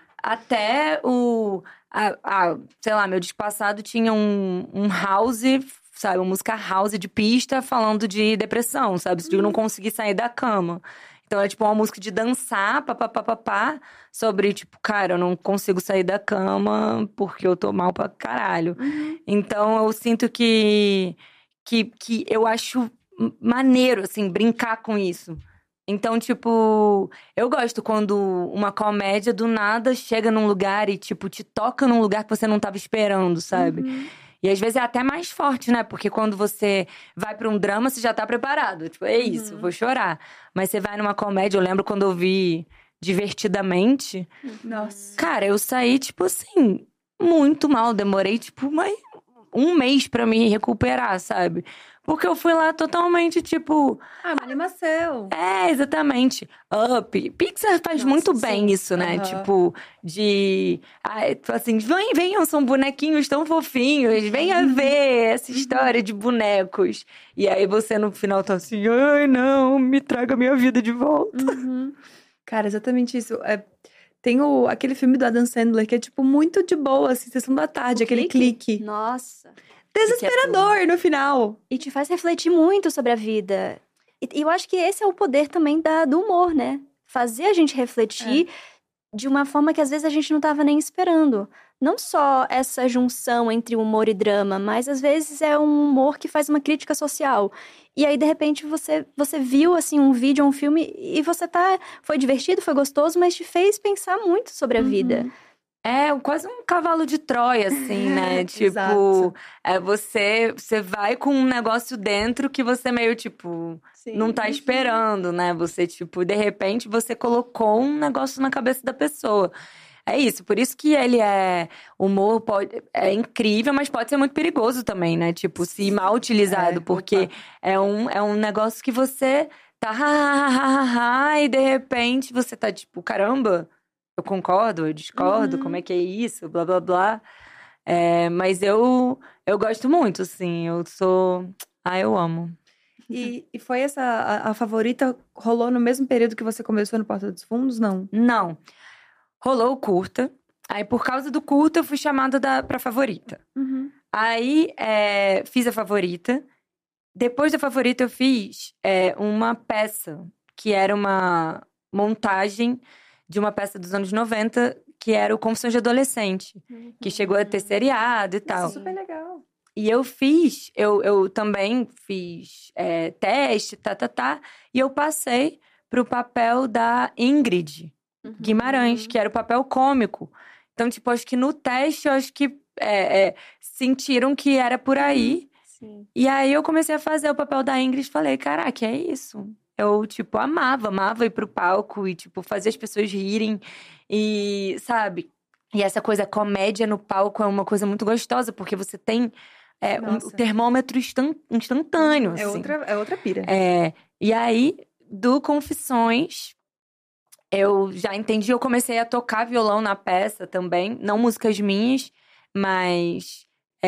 até o, a, a- sei lá, meu disco passado tinha um, um house, sabe? Uma música house de pista falando de depressão, sabe? De eu não conseguir sair da cama. Então é tipo uma música de dançar, papapá, sobre, tipo, cara, eu não consigo sair da cama porque eu tô mal pra caralho. Uhum. Então eu sinto que, que, que eu acho maneiro, assim, brincar com isso. Então, tipo, eu gosto quando uma comédia do nada chega num lugar e, tipo, te toca num lugar que você não tava esperando, sabe? Uhum. E às vezes é até mais forte, né? Porque quando você vai pra um drama, você já tá preparado. Tipo, é isso, Uhum. vou chorar. Mas você vai numa comédia, eu lembro quando eu vi Divertidamente. Nossa. Cara, eu saí, tipo assim, muito mal. Demorei, tipo, mais um mês pra me recuperar, sabe? Porque eu fui lá totalmente, tipo. Ah, uma animação. É, exatamente. Up. Pixar faz Nossa, muito bem sim. isso, né? Aham. Tipo, de. Ai, tipo assim, vem, venham, são bonequinhos tão fofinhos. Venha ver essa história de bonecos. E aí você no final tá assim, ai, não, me traga minha vida de volta. Uhum. Cara, exatamente isso. É, tem o, aquele filme do Adam Sandler que é, tipo, muito de boa, assim, sessão da tarde, O aquele clique. Nossa. Desesperador no final. E te faz refletir muito sobre a vida. E e eu acho que esse é o poder também da, do humor, né? Fazer a gente refletir de uma forma que às vezes a gente não estava nem esperando. Não só essa junção entre humor e drama, mas às vezes é um humor que faz uma crítica social. E aí, de repente, você, você viu, assim, um vídeo, um filme, e você tá… Foi divertido, foi gostoso, mas te fez pensar muito sobre a vida. Uhum. É quase um cavalo de Troia, assim, né? Tipo, Exato. é, você, você vai com um negócio dentro que você meio, tipo, Sim. não tá esperando, né? Você, tipo, de repente, você colocou um negócio na cabeça da pessoa. É isso, por isso que ele é… O humor pode, é incrível, mas pode ser muito perigoso também, né? Tipo, se mal utilizado, É, porque opa. é um, é um negócio que você tá… ha, ha, ha, ha, ha, e de repente você tá, tipo, caramba… Eu concordo, eu discordo, como é Uhum. que é isso, blá, blá, blá. É, mas eu, eu gosto muito, assim, eu sou… Ah, eu amo. E, e foi essa, a, a favorita, rolou no mesmo período que você começou no Porta dos Fundos, não? Não, rolou o curta, aí por causa do curta eu fui chamada da, pra favorita. Uhum. Aí é, fiz a favorita, depois da favorita eu fiz é, uma peça, que era uma… montagem de uma peça dos anos noventa, que era o Confissões de Adolescente. Uhum. Que chegou a ter seriado e tal. Isso é super legal. E eu fiz, eu, eu também fiz é, teste, tá, tá, tá. E eu passei pro papel da Ingrid Uhum. Guimarães, que era o papel cômico. Então, tipo, acho que no teste, eu acho que é, é, sentiram que era por aí. Sim. E aí, eu comecei a fazer o papel da Ingrid e falei, caraca, é isso. Eu, tipo, amava, amava ir pro palco e, tipo, fazer as pessoas rirem. E, sabe? E essa coisa, comédia no palco é uma coisa muito gostosa, porque você tem é, um, o termômetro instan- instantâneo, É assim. outra, é outra pira. É, e aí, do Confissões, eu já entendi, eu comecei a tocar violão na peça também. Não músicas minhas, mas,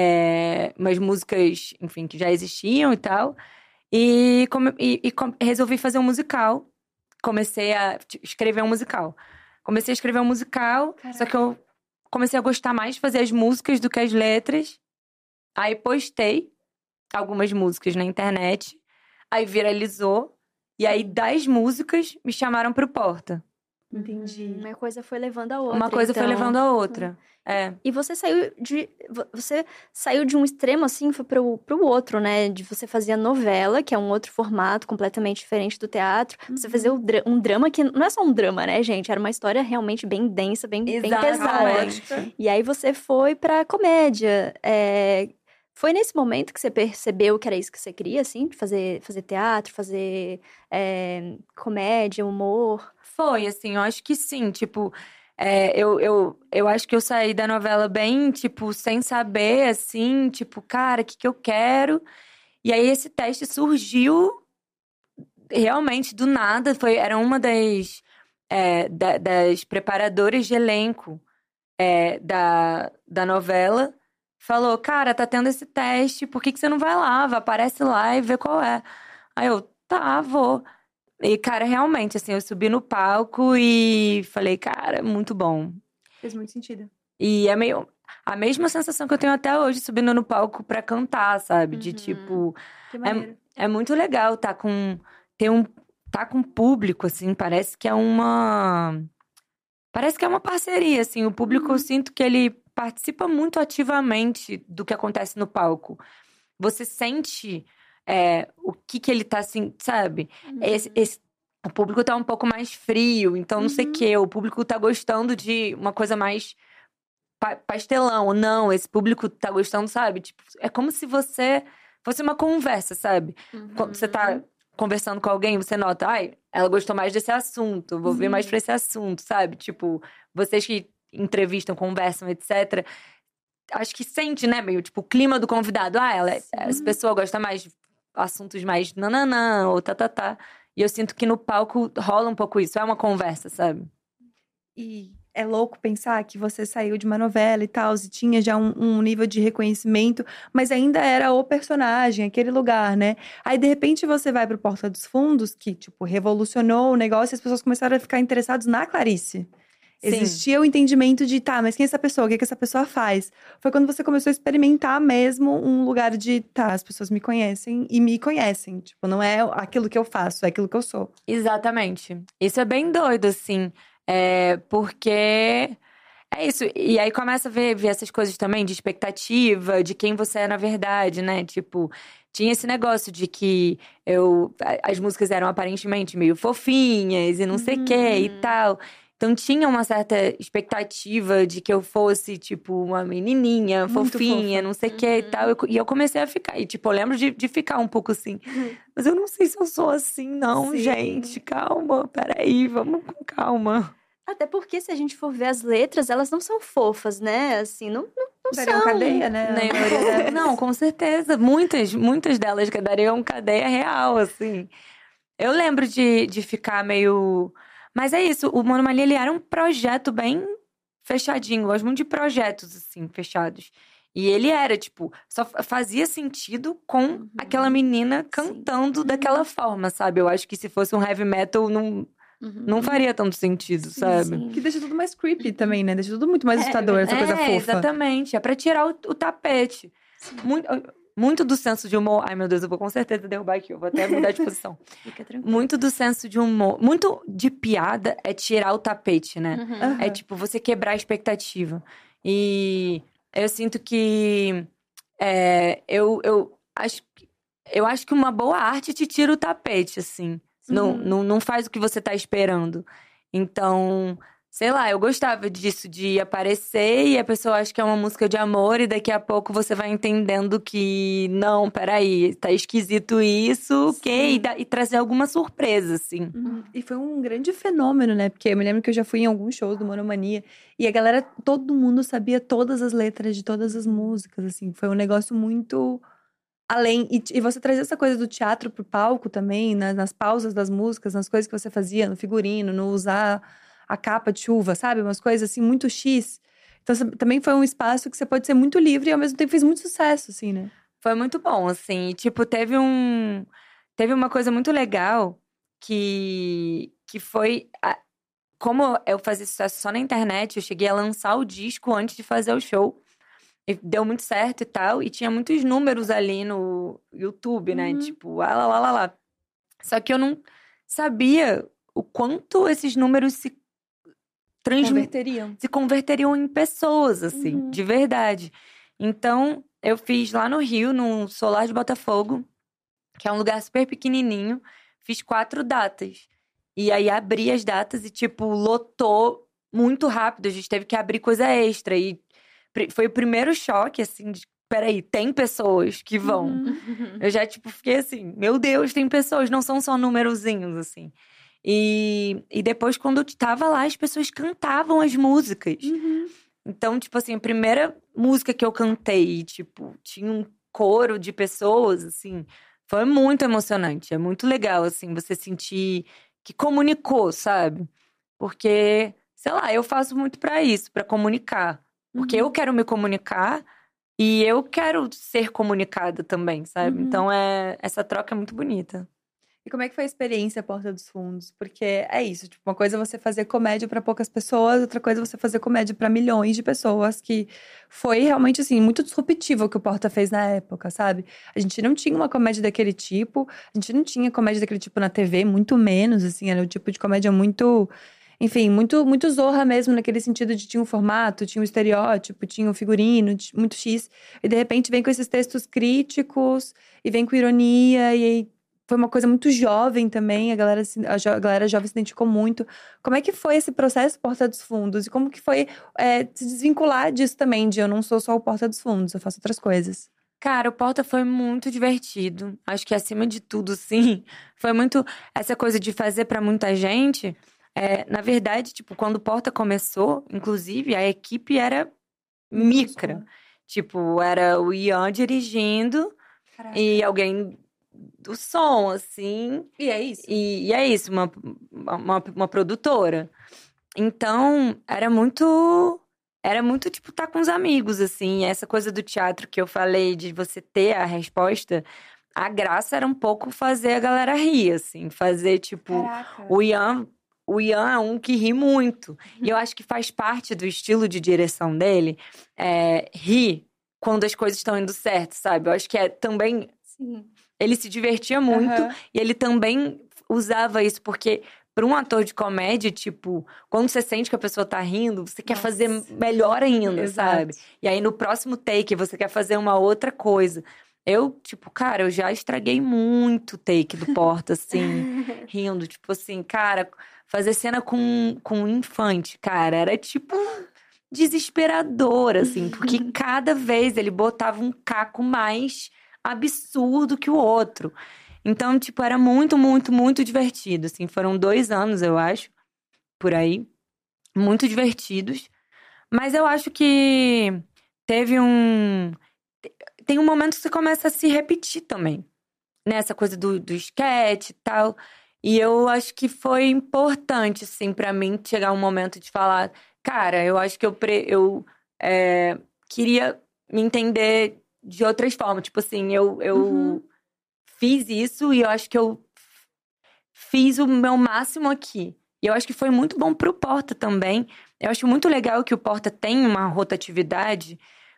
é, mas músicas, enfim, que já existiam e tal. E, come, e, e com, resolvi fazer um musical. Comecei a tipo, escrever um musical. Comecei a escrever um musical, Caraca. só que eu comecei a gostar mais de fazer as músicas do que as letras. Aí postei algumas músicas na internet. Aí viralizou. E aí, das músicas, me chamaram pro Porta. Entendi. Uma coisa foi levando a outra. Uma coisa então. foi levando a outra. É. E você saiu de. Você saiu de um extremo, assim, foi pro, pro outro, né? De você fazer a novela, que é um outro formato completamente diferente do teatro. Uhum. Você fazer o dra- um drama que não é só um drama, né, gente? Era uma história realmente bem densa, bem, bem pesada. Exatamente. E aí você foi pra comédia. É, Foi nesse momento que você percebeu que era isso que você queria, assim? De fazer, fazer teatro, fazer é, comédia, humor? Foi, assim, eu acho que sim. Tipo, é, eu, eu, eu acho que eu saí da novela bem, tipo, sem saber, assim, tipo, cara, o que, que eu quero? E aí esse teste surgiu realmente do nada. Foi, era uma das, é, da- das preparadoras de elenco é, da, da novela. Falou, cara, tá tendo esse teste, por que, que você não vai lá? Vai, aparece lá e vê qual é. Aí eu, tá, vou. E, cara, realmente, assim, eu subi no palco e falei, cara, muito bom. Fez muito sentido. E é meio a mesma sensação que eu tenho até hoje subindo no palco pra cantar, sabe? De Uhum. tipo, Que maneiro. é muito legal tá com ter um tá com público assim, parece que é uma parece que é uma parceria assim, o público eu sinto que ele participa muito ativamente do que acontece no palco. Você sente é, o que que ele tá assim, sabe? Esse, esse- o público tá um pouco mais frio, então não sei o Uhum. quê. O público tá gostando de uma coisa mais pa- pastelão. Não, esse público tá gostando, sabe? Tipo, é como se você fosse uma conversa, sabe? Quando você tá conversando com alguém, você nota, ai, ela gostou mais desse assunto, vou ver mais pra esse assunto, sabe? Tipo, vocês que entrevistam, conversam, etcétera. Acho que sente, né, meio tipo, o clima do convidado. Ah, ela, essa pessoa gosta mais de assuntos mais nananã ou tá, tá, tá. E eu sinto que no palco rola um pouco isso. É uma conversa, sabe? E é louco pensar que você saiu de uma novela e tal, e tinha já um, um nível de reconhecimento, mas ainda era o personagem, aquele lugar, né? Aí, de repente, você vai pro Porta dos Fundos, que, tipo, revolucionou o negócio e as pessoas começaram a ficar interessadas na Clarice. Sim. Existia o entendimento de, tá, mas quem é essa pessoa? O que, é que essa pessoa faz? Foi quando você começou a experimentar mesmo um lugar de, tá, as pessoas me conhecem e me conhecem. Tipo, não é aquilo que eu faço, é aquilo que eu sou. Exatamente. Isso é bem doido, assim. É, porque é isso. E aí começa a ver, ver essas coisas também de expectativa, de quem você é na verdade, né? Tipo, tinha esse negócio de que eu, a- as músicas eram aparentemente meio fofinhas e não sei o quê e tal. Então tinha uma certa expectativa de que eu fosse, tipo, uma menininha, Muito fofinha, fofa. não sei o quê e tal. Eu co- E eu comecei a ficar. E, tipo, eu lembro de, de ficar um pouco assim. Mas eu não sei se eu sou assim, não, Sim. gente. Calma, peraí, vamos com calma. Até porque, se a gente for ver as letras, elas não são fofas, né? Assim, não, não, não Dariam são. cadeia, né? Nem a maioria delas. Não, com certeza. Muitas, muitas delas que dariam cadeia real, assim. Eu lembro de, de ficar meio. Mas é isso, o Mano Mali, ele era um projeto bem fechadinho. Eu gosto muito de projetos, assim, fechados. E ele era, tipo, só fazia sentido com aquela menina cantando daquela forma, sabe? Eu acho que se fosse um heavy metal, não, Uhum. não faria tanto sentido, Sim, sabe? sim. Que deixa tudo mais creepy também, né? Deixa tudo muito mais É, assustador, essa coisa É, fofa. exatamente. É pra tirar o, o tapete. Muito, muito do senso de humor. Ai, meu Deus, eu vou com certeza derrubar aqui, eu vou até mudar de posição. Fica tranquilo. Muito do senso de humor, muito de piada é tirar o tapete, né? Uhum. É tipo, você quebrar a expectativa. E eu sinto que é, eu, eu, acho, eu acho que uma boa arte te tira o tapete, assim. Não, Uhum. não, não faz o que você tá esperando. Então, sei lá, eu gostava disso, de aparecer e a pessoa acha que é uma música de amor e daqui a pouco você vai entendendo que, não, peraí, tá esquisito isso, ok? E, dá- e trazer alguma surpresa, assim. Uhum. E foi um grande fenômeno, né? Porque eu me lembro que eu já fui em alguns shows do Monomania e a galera, todo mundo sabia todas as letras de todas as músicas, assim. Foi um negócio muito além. E, e você trazer essa coisa do teatro pro palco também, na- nas pausas das músicas, nas coisas que você fazia, no figurino, no usar a capa de chuva, sabe? Umas coisas assim, muito X. Então você- também foi um espaço que você pode ser muito livre e ao mesmo tempo fez muito sucesso, assim, né? Foi muito bom, assim. E, tipo, teve um. Teve uma coisa muito legal que, que foi. a- Como eu fazia sucesso só na internet, eu cheguei a lançar o disco antes de fazer o show. E deu muito certo e tal. E tinha muitos números ali no YouTube, né? Uhum. Tipo, ah, lá, lá, lá, lá. Só que eu não sabia o quanto esses números se, trans... Converteriam. se converteriam em pessoas, assim, Uhum. de verdade. Então, eu fiz lá no Rio, no Solar de Botafogo, que é um lugar super pequenininho. Fiz quatro datas. E aí abri as datas e, tipo, lotou muito rápido. A gente teve que abrir coisa extra. E pri- foi o primeiro choque, assim, de peraí, tem pessoas que vão. Uhum. Eu já, tipo, fiquei assim, meu Deus, tem pessoas, não são só númerozinhos, assim. E, e depois, quando eu tava lá, as pessoas cantavam as músicas. Uhum. Então, tipo assim, a primeira música que eu cantei, tipo, tinha um coro de pessoas, assim, foi muito emocionante. É muito legal, assim, você sentir que comunicou, sabe? Porque, sei lá, eu faço muito pra isso, pra comunicar. Porque Uhum. eu quero me comunicar e eu quero ser comunicada também, sabe? Uhum. Então, é, essa troca é muito bonita. E como é que foi a experiência Porta dos Fundos? Porque é isso, tipo, uma coisa é você fazer comédia pra poucas pessoas, outra coisa é você fazer comédia pra milhões de pessoas, que foi realmente, assim, muito disruptivo o que o Porta fez na época, sabe? A gente não tinha uma comédia daquele tipo, a gente não tinha comédia daquele tipo na T V, muito menos, assim, era o tipo de comédia muito, enfim, muito, muito zorra mesmo, naquele sentido de tinha um formato, tinha um estereótipo, tinha um figurino, t- muito X, e de repente vem com esses textos críticos, e vem com ironia, e aí foi uma coisa muito jovem também, a galera, se- a, jo- a galera jovem se identificou muito. Como é que foi esse processo Porta dos Fundos? E como que foi é, se desvincular disso também, de eu não sou só o Porta dos Fundos, eu faço outras coisas. Cara, o Porta foi muito divertido. Acho que acima de tudo, sim, foi muito essa coisa de fazer pra muita gente. É, na verdade, tipo, quando o Porta começou, inclusive, a equipe era micra. Tipo, era o Ian dirigindo Caraca. e alguém do som, assim. E é isso? E, e é isso, uma, uma, uma produtora. Então, era muito. Era muito, tipo, estar com os amigos, assim. Essa coisa do teatro que eu falei, de você ter a resposta. A graça era um pouco fazer a galera rir, assim. Fazer, tipo, Caraca. o Ian. O Ian é um que ri muito. E eu acho que faz parte do estilo de direção dele é, rir quando as coisas estão indo certo, sabe? Eu acho que é também. Sim. Ele se divertia muito Aham. e ele também usava isso, porque para um ator de comédia, tipo, quando você sente que a pessoa tá rindo, você quer Nossa. fazer melhor ainda, Exato. sabe? E aí no próximo take você quer fazer uma outra coisa. Eu, tipo, cara, eu já estraguei muito take do Porta, assim, rindo. Tipo assim, cara, fazer cena com, com um infante, cara, era tipo desesperador, assim, porque cada vez ele botava um caco mais absurdo que o outro. Então, tipo, era muito, muito, muito divertido, assim. Foram dois anos, eu acho, por aí. Muito divertidos. Mas eu acho que teve um... Tem um momento que você começa a se repetir também. Nessa coisa do, do sketch e tal. E eu acho que foi importante, assim, pra mim, chegar um momento de falar... Cara, eu acho que eu, pre... eu é, queria me entender de outras formas. Tipo assim, eu... eu Uhum. fiz isso e eu acho que eu fiz o meu máximo aqui. E eu acho que foi muito bom pro Porta também. Eu acho muito legal que o Porta tem uma rotatividade,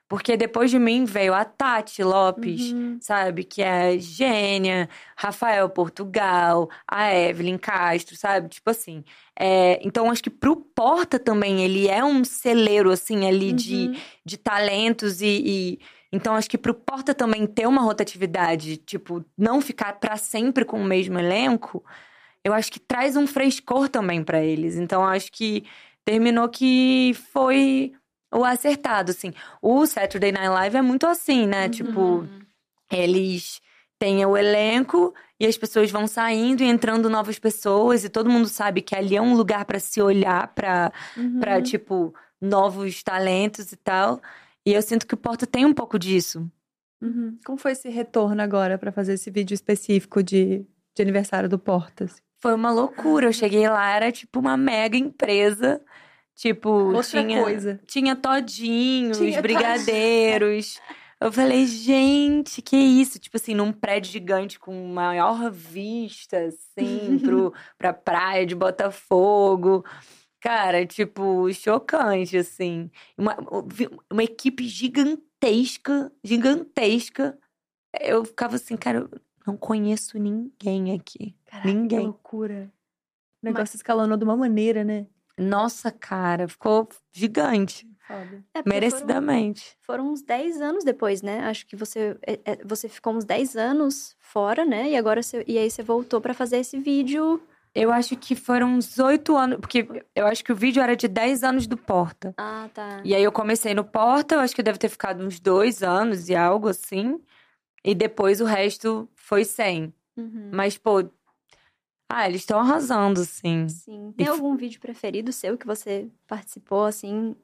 Porque depois de mim veio a Tati Lopes, Uhum. sabe? Que é gênia, Rafael Portugal, a Evelyn Castro, sabe? Tipo assim. É, então, acho que pro Porta também, ele é um celeiro, assim, ali de, Uhum. de talentos e, e... Então, acho que pro Porta também ter uma rotatividade, tipo, não ficar pra sempre com o mesmo elenco, eu acho que traz um frescor também pra eles. Então, acho que terminou que foi o acertado, assim. O Saturday Night Live é muito assim, né? Uhum. Tipo, eles têm o elenco e as pessoas vão saindo e entrando novas pessoas e todo mundo sabe que ali é um lugar pra se olhar pra, pra, Uhum. tipo, novos talentos e tal. E eu sinto que o Porta tem um pouco disso. Uhum. Como foi esse retorno agora pra fazer esse vídeo específico de, de aniversário do Portas? Foi uma loucura. Eu cheguei lá, era tipo uma mega empresa. Tipo, Outra tinha, coisa. tinha todinhos, Tinha brigadeiros. Eu falei, gente, que isso? Tipo assim, num prédio gigante com maior vista, assim, pro, pra praia de Botafogo. Cara, tipo, chocante, assim. Uma, uma equipe gigantesca, gigantesca. Eu ficava assim, cara, eu não conheço ninguém aqui. Caraca, que Ninguém. loucura. O negócio escalonou de uma maneira, né? Nossa, cara, ficou gigante. Foda. É, porque foram, Merecidamente. foram uns dez anos depois, né? Acho que você, é, é, você ficou uns dez anos fora, né? E agora você, e aí você voltou pra fazer esse vídeo. Eu acho que foram uns oito anos, porque eu acho que o vídeo era de dez anos do Porta. Ah, tá. E aí eu comecei no Porta, eu acho que deve ter ficado uns dois anos e algo assim. E depois o resto foi sem. Uhum. Mas, pô, ah, eles estão arrasando, assim. Sim. Tem E f- algum vídeo preferido seu que você participou, assim?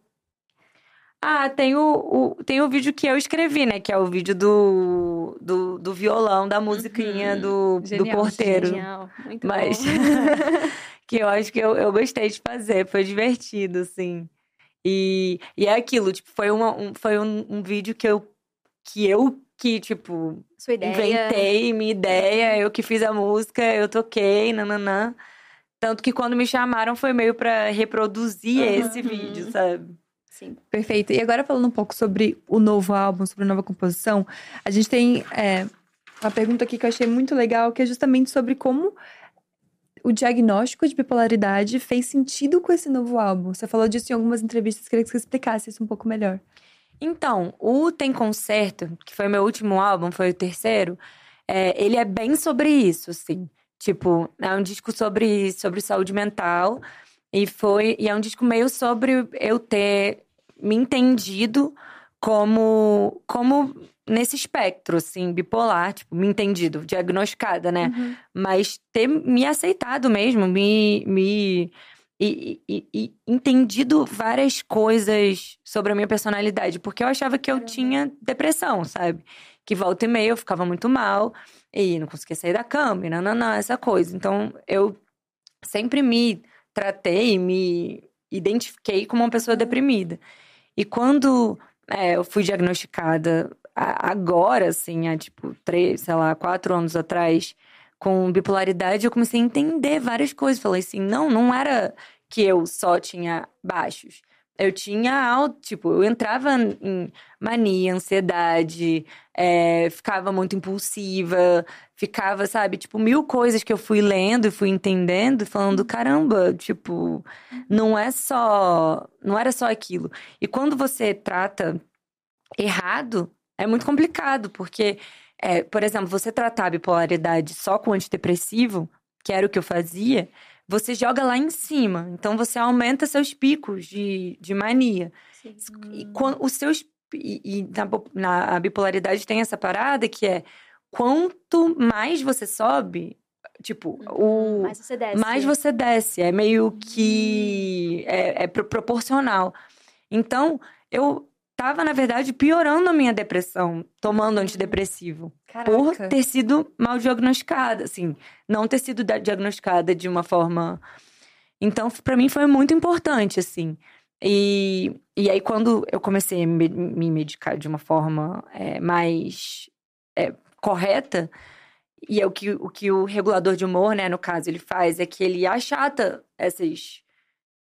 Ah, tem o, o- tem o vídeo que eu escrevi, né? Que é o vídeo do, do, do violão, da musiquinha Uhum. do, do Genial, porteiro. Genial. Muito Mas bom. que eu acho que eu, eu gostei de fazer, foi divertido, assim. E, e é aquilo, tipo, foi, uma, um, foi um, um vídeo que eu, que eu que, tipo, Sua ideia. inventei, minha ideia, eu que fiz a música, eu toquei, nananã. Tanto que quando me chamaram foi meio pra reproduzir Uhum. esse vídeo, sabe? Sim. Perfeito. E agora falando um pouco sobre o novo álbum, sobre a nova composição, a gente tem é, uma pergunta aqui que eu achei muito legal, que é justamente sobre como o diagnóstico de bipolaridade fez sentido com esse novo álbum. Você falou disso em algumas entrevistas, queria que você explicasse isso um pouco melhor. Então, o Tem Concerto, que foi meu último álbum, foi o terceiro, é, ele é bem sobre isso, assim. Tipo, é um disco sobre, sobre saúde mental e foi e é um disco meio sobre eu ter me entendido como como nesse espectro, assim, bipolar, tipo, me entendido, diagnosticada, né? Uhum. Mas ter me aceitado mesmo, me, me e, e- e entendido várias coisas sobre a minha personalidade, porque eu achava que eu Caramba. tinha depressão, sabe? Que volta e meia eu ficava muito mal e não conseguia sair da cama, e nananã, essa coisa. Então eu sempre me tratei, me identifiquei como uma pessoa Uhum. deprimida. E quando é, eu fui diagnosticada a- agora, assim, há tipo três, sei lá, quatro anos atrás, com bipolaridade, eu comecei a entender várias coisas. Falei assim, não, não era que eu só tinha baixos. Eu tinha alto, tipo, eu entrava em mania, ansiedade, é, ficava muito impulsiva, ficava, sabe, tipo, mil coisas que eu fui lendo e fui entendendo, falando, caramba, tipo, não é só, não era só aquilo. E quando você trata errado, é muito complicado, porque, é, por exemplo, você tratar a bipolaridade só com antidepressivo, que era o que eu fazia, você joga lá em cima. Então você aumenta seus picos de, de mania. Sim. E quan- os seus. E, e na, bo- na a bipolaridade tem essa parada que é quanto mais você sobe, tipo, Uhum. o Mais você desce. mais você desce. É meio que. É, é pro- proporcional. Então, eu tava, na verdade, piorando a minha depressão, tomando Uhum. antidepressivo. Por Caraca. ter sido mal diagnosticada, assim. Não ter sido da- diagnosticada de uma forma. Então, pra mim, foi muito importante, assim. E, e aí, quando eu comecei a me, me medicar de uma forma é, mais é, correta, e é o que, o que o regulador de humor, né, no caso, ele faz, é que ele achata essas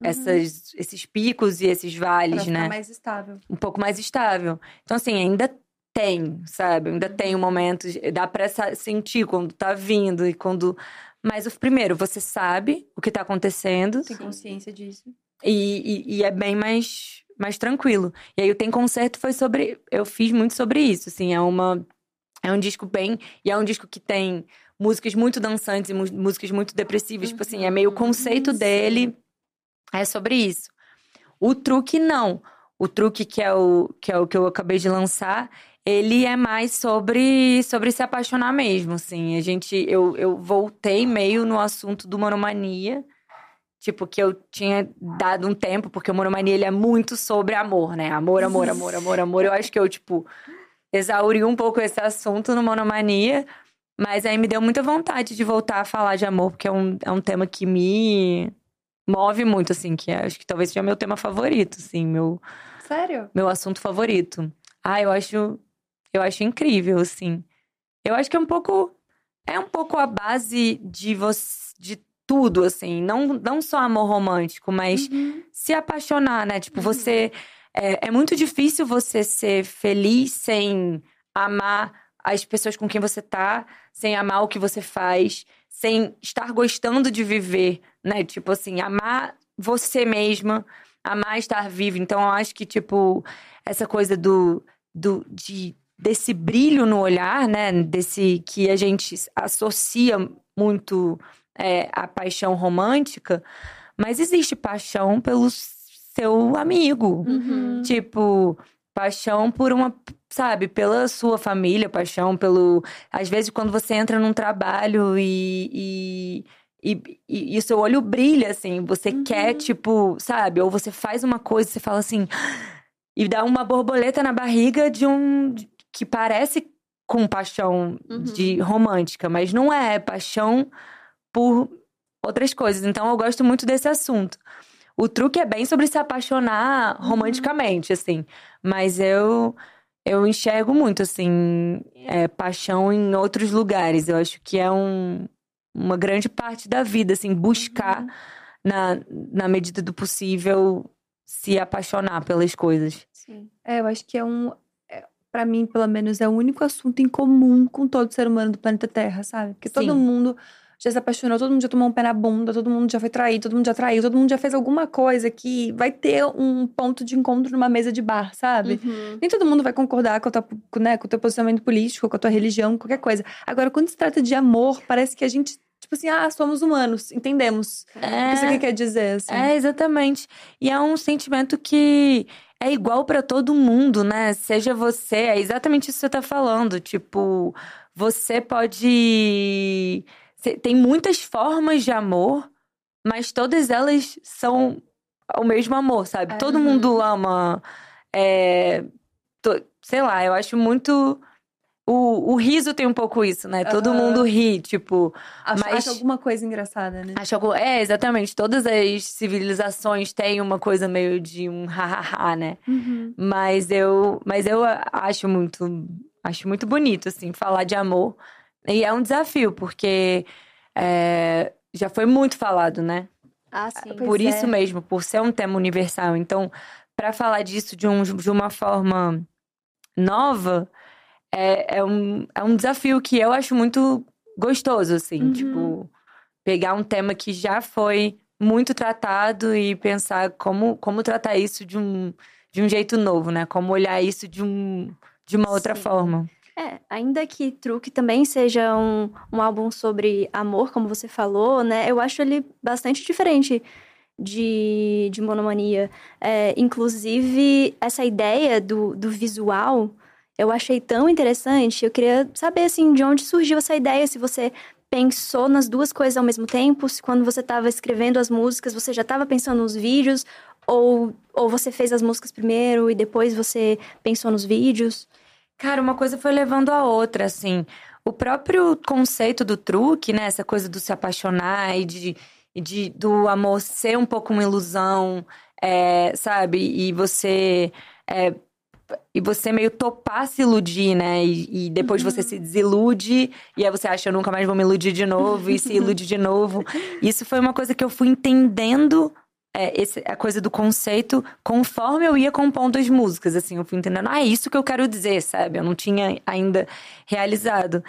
essas, esses picos e esses vales, pra né? ficar mais estável. Um pouco mais estável. Então, assim, ainda tem, sabe? Ainda tem momentos, dá pra sa- sentir quando tá vindo e quando... Mas, o primeiro, você sabe o que tá acontecendo Tem consciência disso. e, e, e é bem mais, mais tranquilo. E aí, o Tem Concerto foi sobre... Eu fiz muito sobre isso, assim. É uma... É um disco bem... E é um disco que tem músicas muito dançantes e mu- músicas muito depressivas. Tipo assim, é meio o conceito dele... É sobre isso. O Truque, não. O Truque, que é o que, é o que eu acabei de lançar, ele é mais sobre, sobre se apaixonar mesmo, assim. A gente... Eu, eu voltei meio no assunto do Monomania. Tipo, que eu tinha dado um tempo, porque o Monomania, ele é muito sobre amor, né? Amor, amor, amor, amor, amor. Eu acho que eu, tipo, exauri um pouco esse assunto no Monomania. Mas aí me deu muita vontade de voltar a falar de amor, porque é um, é um tema que me move muito, assim. Que é- acho que talvez seja meu tema favorito, assim. Meu, Sério? meu assunto favorito. Ah, eu acho... Eu acho incrível, assim. Eu acho que é um pouco... É um pouco a base de você... De tudo, assim. Não, não só amor romântico, mas Uhum. se apaixonar, né? Tipo, você... É, é muito difícil você ser feliz sem amar as pessoas com quem você tá, sem amar o que você faz, sem estar gostando de viver, né? Tipo assim, amar você mesma, amar estar vivo. Então, eu acho que, tipo, essa coisa do... do de, desse brilho no olhar, né? Desse que a gente associa muito é, à paixão romântica, mas existe paixão pelo seu amigo. Uhum. Tipo, paixão por uma, sabe, pela sua família, paixão pelo. Às vezes, quando você entra num trabalho e. e, e, e, e o seu olho brilha, assim, você Uhum. quer, tipo, sabe? Ou você faz uma coisa e você fala assim. E dá uma borboleta na barriga de um. Que parece com paixão de romântica, mas não é, é paixão por outras coisas. Então eu gosto muito desse assunto. O Truque é bem sobre se apaixonar romanticamente, assim. Mas eu eu enxergo muito, assim, é, paixão em outros lugares. Eu acho que é um, uma grande parte da vida, assim, buscar, na, na medida do possível, se apaixonar pelas coisas. Sim. É, eu acho que é um. É, pra mim, pelo menos, é o único assunto em comum com todo ser humano do planeta Terra, sabe? Porque todo Sim. mundo já se apaixonou, todo mundo já tomou um pé na bunda, todo mundo já foi traído, todo mundo já traiu, todo mundo já fez alguma coisa que vai ter um ponto de encontro numa mesa de bar, sabe? Uhum. Nem todo mundo vai concordar com, a tua, com, né, com o teu posicionamento político, com a tua religião, qualquer coisa. Agora, quando se trata de amor, parece que a gente, tipo assim, ah, somos humanos, entendemos. O que isso aqui quer dizer, assim. É, exatamente. E é um sentimento que é igual pra todo mundo, né? Seja você, é exatamente isso que você tá falando. Tipo, você pode. cê- Tem muitas formas de amor, mas todas elas são o mesmo amor, sabe? É. Todo mundo ama. é, to- Sei lá, eu acho muito. O, o riso tem um pouco isso, né? Todo Aham. mundo ri, tipo. Acho, mas- acho alguma coisa engraçada, né? Acho algo... É, exatamente. Todas as civilizações têm uma coisa meio de um ha-ha-ha, né? Uhum. Mas eu, mas eu acho muito, acho muito bonito, assim, falar de amor. E é um desafio, porque é, já foi muito falado, né? Ah, sim. Pois Por é. isso mesmo, por ser um tema universal. Então, para falar disso de, um, de uma forma nova, é, é, um, é um desafio que eu acho muito gostoso, assim. Uhum. Tipo, pegar um tema que já foi muito tratado e pensar como, como tratar isso de um, de um jeito novo, né? Como olhar isso de, um, de uma outra Sim. forma. É, ainda que Truque também seja um, um álbum sobre amor, como você falou, né? Eu acho ele bastante diferente de, de Monomania. É, inclusive, essa ideia do, do visual, eu achei tão interessante. Eu queria saber, assim, de onde surgiu essa ideia, se você pensou nas duas coisas ao mesmo tempo, se quando você estava escrevendo as músicas, você já estava pensando nos vídeos, ou, ou você fez as músicas primeiro e depois você pensou nos vídeos. Cara, uma coisa foi levando a outra, assim. O próprio conceito do truque, né? Essa coisa do se apaixonar e de, e de do amor ser um pouco uma ilusão, é, sabe? E você... É, e você meio topar se iludir, né? E, e depois você se desilude. E aí você acha, eu nunca mais vou me iludir de novo. E se ilude de novo. Isso foi uma coisa que eu fui entendendo é, esse, a coisa do conceito conforme eu ia compondo as músicas, assim. Eu fui entendendo, ah, é isso que eu quero dizer, sabe? Eu não tinha ainda realizado.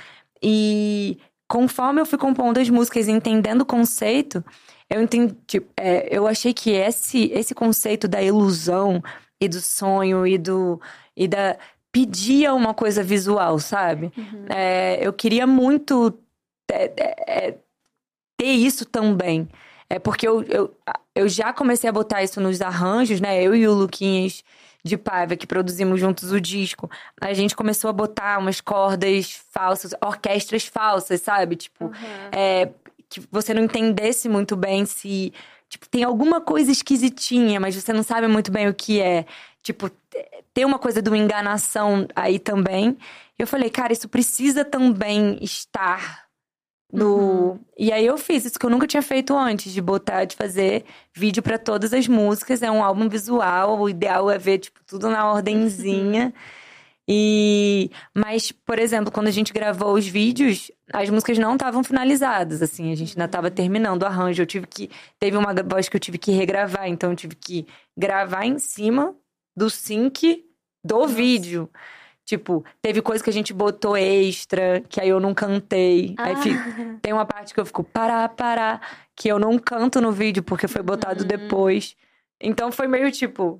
E conforme eu fui compondo as músicas e entendendo o conceito, eu entendi, tipo, é, eu achei que esse, esse conceito da ilusão e do sonho e do... E da, pedia uma coisa visual, sabe? Uhum. É, eu queria muito é, é, ter isso também. É porque eu, eu, eu já comecei a botar isso nos arranjos, né? Eu e o Luquinhas de Paiva, que produzimos juntos o disco. A gente começou a botar umas cordas falsas, orquestras falsas, sabe? Tipo, Uhum. é, que você não entendesse muito bem se... Tipo, tem alguma coisa esquisitinha, mas você não sabe muito bem o que é. Tipo, tem uma coisa de uma enganação aí também. Eu falei, cara, isso precisa também estar no... Uhum. E aí eu fiz isso que eu nunca tinha feito antes, de botar, de fazer vídeo pra todas as músicas. É um álbum visual, o ideal é ver, tipo, tudo na ordenzinha. E... Mas, por exemplo, quando a gente gravou os vídeos, as músicas não estavam finalizadas, assim. A gente ainda estava terminando o arranjo. Eu tive que... Teve uma voz que eu tive que regravar, então eu tive que gravar em cima do sync do Nossa. vídeo. Tipo, teve coisa que a gente botou extra, que aí eu não cantei. Ah. Aí fica, tem uma parte que eu fico, pará, pará, que eu não canto no vídeo, porque foi botado Uhum. depois. Então foi meio tipo...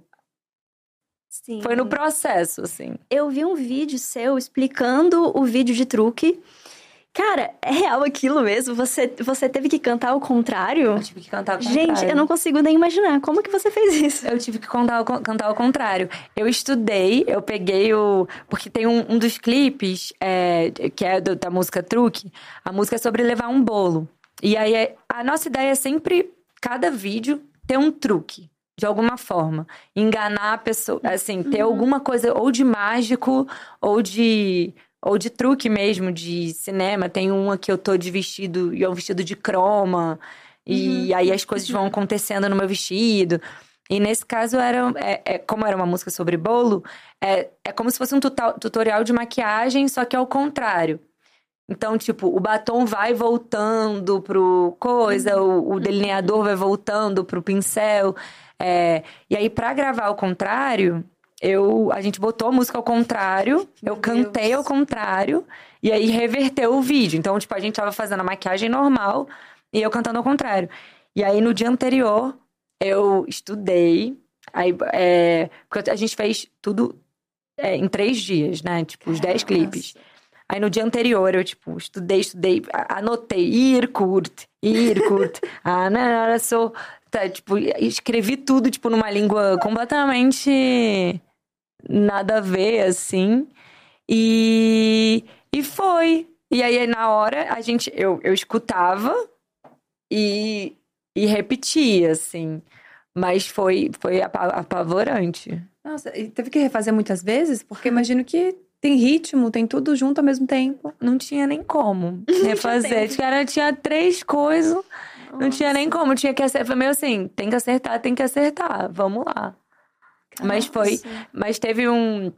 Sim. Foi no processo, assim. Eu vi um vídeo seu explicando o vídeo de truque. Cara, é real aquilo mesmo? Você, você teve que cantar ao contrário? Eu tive que cantar ao contrário. Gente, eu não consigo nem imaginar. Como que você fez isso? Eu tive que cantar ao, cantar ao contrário. Eu estudei, eu peguei o... Porque tem um, um dos clipes, é, que é do, da música Truque. A música é sobre levar um bolo. E aí, a nossa ideia é sempre, cada vídeo, ter um truque. De alguma forma. Enganar a pessoa. Assim, ter Uhum. alguma coisa ou de mágico, ou de... Ou de truque mesmo, de cinema. Tem uma que eu tô de vestido, e é um vestido de croma. E Uhum. aí as coisas vão acontecendo no meu vestido. E nesse caso, era, é, é, como era uma música sobre bolo, é, é como se fosse um tuta- tutorial de maquiagem, só que ao contrário. Então, tipo, o batom vai voltando pro coisa, o, o delineador vai voltando pro pincel. É, e aí, pra gravar ao contrário... Eu, a gente botou a música ao contrário, Meu eu cantei Deus. ao contrário, e aí reverteu o vídeo. Então, tipo, a gente tava fazendo a maquiagem normal e eu cantando ao contrário. E aí, no dia anterior, eu estudei. Aí, é, porque a gente fez tudo é, em três dias, né? Tipo, os dez clipes. Aí, no dia anterior, eu, tipo, estudei, estudei, a- anotei. Irkut, Irkut, ah, não, sou... Tá, tipo, escrevi tudo, tipo, numa língua completamente... nada a ver, assim. E, e foi. E aí, na hora, a gente... Eu, eu escutava e, e repetia, assim. Mas foi, foi apa- apavorante. Nossa, e teve que refazer muitas vezes? Porque imagino que tem ritmo, tem tudo junto ao mesmo tempo. Não tinha nem como refazer. tempo. Cara, tinha três coisas. Não tinha nem como. Tinha que acertar. Foi meio assim, tem que acertar, tem que acertar. Vamos lá. Mas foi... Nossa. Mas teve um...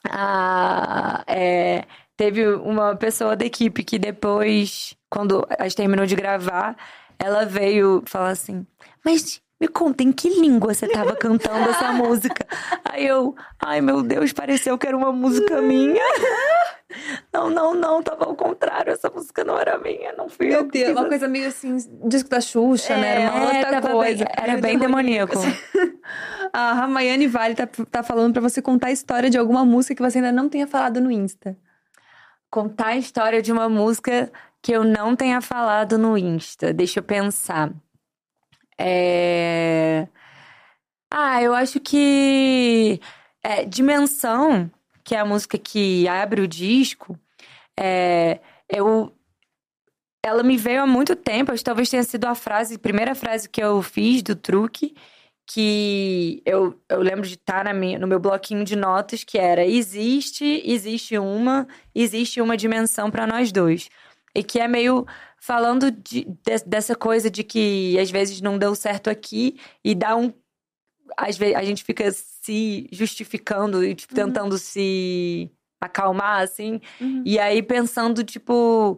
Ah, é, teve uma pessoa da equipe que depois, quando a gente terminou de gravar, ela veio falar assim, mas me conta, em que língua você tava cantando essa música? Aí eu, ai meu Deus, pareceu que era uma música minha. Não, não, não, tava ao contrário, essa música não era minha, não fui eu Meu que Deus, fiz uma essa- coisa meio assim, disco da Xuxa, né? Era uma É, outra tava bem- coisa. era Meio bem demoníaco. A Ramayane Vale tá, tá falando pra você contar a história de alguma música que você ainda não tenha falado no Insta. Contar a história de uma música que eu não tenha falado no Insta. Deixa eu pensar. É... Ah, eu acho que é, Dimensão, que é a música que abre o disco, é, eu... ela me veio há muito tempo. Acho que talvez tenha sido a frase, a primeira frase que eu fiz do truque, que eu, eu lembro de estar na minha, no meu bloquinho de notas, que era: existe, existe uma, existe uma dimensão para nós dois. E que é meio falando de, de- dessa coisa de que às vezes não deu certo aqui e dá um... Às vezes a gente fica se justificando e tipo, tentando se acalmar, assim. Uhum. E aí pensando, tipo,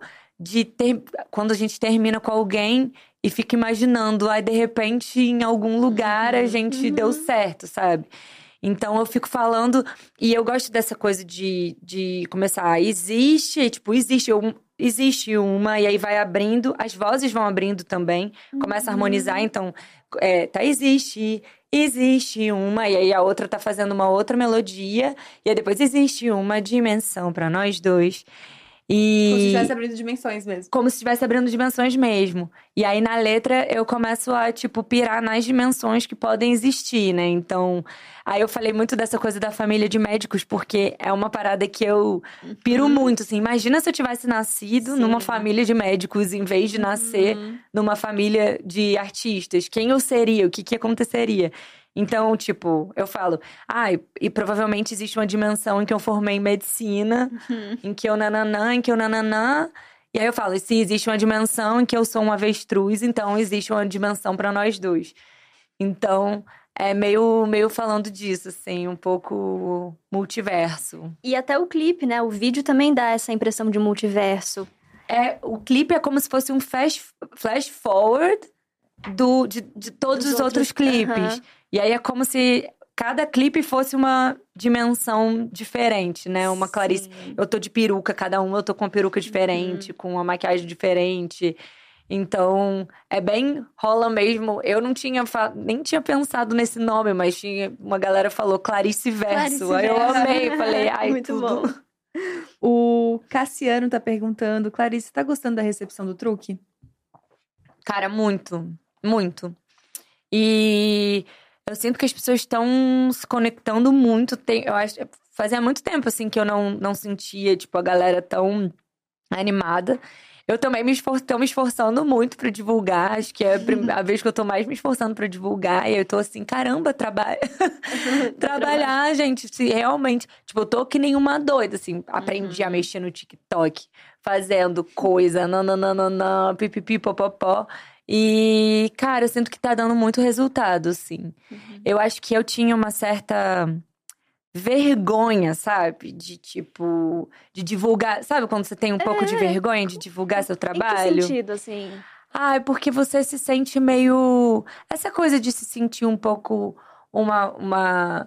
de ter, quando a gente termina com alguém e fica imaginando, aí de repente em algum lugar a gente Uhum. deu certo, sabe? Então eu fico falando, e eu gosto dessa coisa de, de começar, existe, tipo, existe, um, existe uma, e aí vai abrindo, as vozes vão abrindo também, começa a harmonizar, então, é, tá, existe, existe uma, e aí a outra tá fazendo uma outra melodia, e aí depois existe uma dimensão pra nós dois. E... Como se estivesse abrindo dimensões mesmo. Como se estivesse abrindo dimensões mesmo. E aí, na letra, eu começo a, tipo, pirar nas dimensões que podem existir, né? Então, aí eu falei muito dessa coisa da família de médicos, porque é uma parada que eu piro muito, assim. Imagina se eu tivesse nascido Sim. numa família de médicos, em vez de nascer numa família de artistas. Quem eu seria? O que que aconteceria? Então, tipo, eu falo, ah, e, e provavelmente existe uma dimensão em que eu formei medicina, em que eu nananã, em que eu nananã. E aí eu falo, se existe uma dimensão em que eu sou um avestruz, então existe uma dimensão pra nós dois. Então, é meio, meio falando disso, assim, um pouco multiverso. E até o clipe, né? O vídeo também dá essa impressão de multiverso. É, o clipe é como se fosse um flash, flash forward do, de, de todos Dos os outros, outros- clipes. Aham. E aí é como se cada clipe fosse uma dimensão diferente, né? Uma Clarice. Sim. Eu tô de peruca, cada um eu tô com uma peruca diferente, Uhum. com uma maquiagem diferente. Então, é bem rola mesmo. Eu não tinha fa- nem tinha pensado nesse nome, mas tinha uma galera falou Clarice Verso. Clarice Aí eu Verso. amei, falei, ai, Muito tudo. bom. O Cassiano tá perguntando, Clarice, tá gostando da recepção do truque? Cara, muito, muito. E eu sinto que as pessoas estão se conectando muito. Tem, eu acho, fazia muito tempo assim que eu não, não sentia, tipo, a galera tão animada. Eu também me esfor tô me esforçando muito pra divulgar. Acho que é a, prim- a vez que eu tô mais me esforçando pra divulgar. E eu tô assim, caramba, trabalha. Trabalhar, gente, se realmente. Tipo, eu tô que nem uma doida, assim. Aprendi a mexer no TikTok, fazendo coisa, nananana, pipipi, popopó. E, cara, eu sinto que tá dando muito resultado, assim. Eu acho que eu tinha uma certa vergonha, sabe? De, tipo, de divulgar. Sabe quando você tem um pouco de vergonha de divulgar seu Em que trabalho? sentido, assim? Ah, é porque você se sente meio. Essa coisa de se sentir um pouco uma, uma,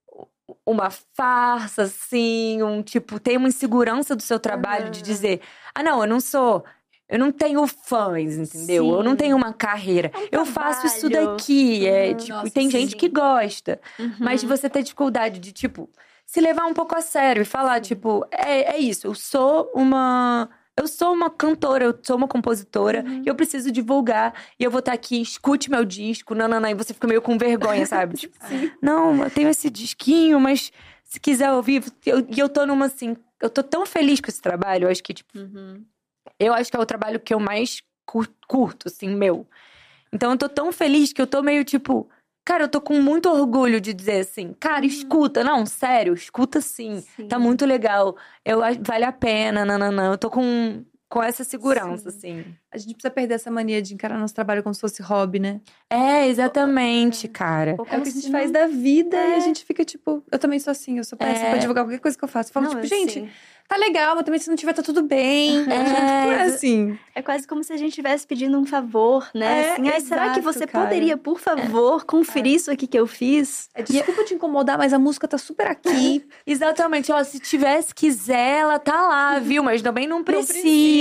uma farsa, assim, um tipo, tem uma insegurança do seu trabalho de Aham. dizer: ah, não, eu não sou. Eu não tenho fãs, entendeu? Eu não Sim. tenho uma carreira. É um Eu faço isso trabalho. daqui. É, Uhum. tipo, Nossa, e tem sim. gente que gosta. Uhum. Mas de você ter dificuldade de, tipo, se levar um pouco a sério e falar, tipo, é, é isso, eu sou uma. Eu sou uma cantora, eu sou uma compositora, Uhum. e eu preciso divulgar. E eu vou estar aqui, escute meu disco, nananã, e você fica meio com vergonha, sabe? Tipo, não, eu tenho esse disquinho, mas se quiser ouvir. eu- E eu, tô numa assim. Eu tô tão feliz com esse trabalho, eu acho que, tipo, Uhum. eu acho que é o trabalho que eu mais cur- curto, assim, meu. Então eu tô tão feliz que eu tô meio tipo. Cara, eu tô com muito orgulho de dizer assim, cara, escuta. Não, sério, escuta sim. Sim. Tá muito legal. Eu, acho- vale a pena, nananã. Eu tô com, com essa segurança, assim. A gente precisa perder essa mania de encarar nosso trabalho como se fosse hobby, né? É, exatamente, cara. Ou É como o que a gente se faz não- da vida e É. a gente fica tipo, eu também sou assim, eu sou péssima É. pra divulgar qualquer coisa que eu faço. Eu falo, Não, tipo, eu gente, sei. tá legal, mas também se não tiver, tá tudo bem. É, Não é exa- assim. É quase como se a gente estivesse pedindo um favor, né? É, assim, ai, será que exato, você cara. poderia, por favor, conferir isso aqui que eu fiz? É, desculpa te incomodar, mas a música tá super aqui. Exatamente, ó, se tivesse, quiser, ela tá lá, viu? Mas também não precisa.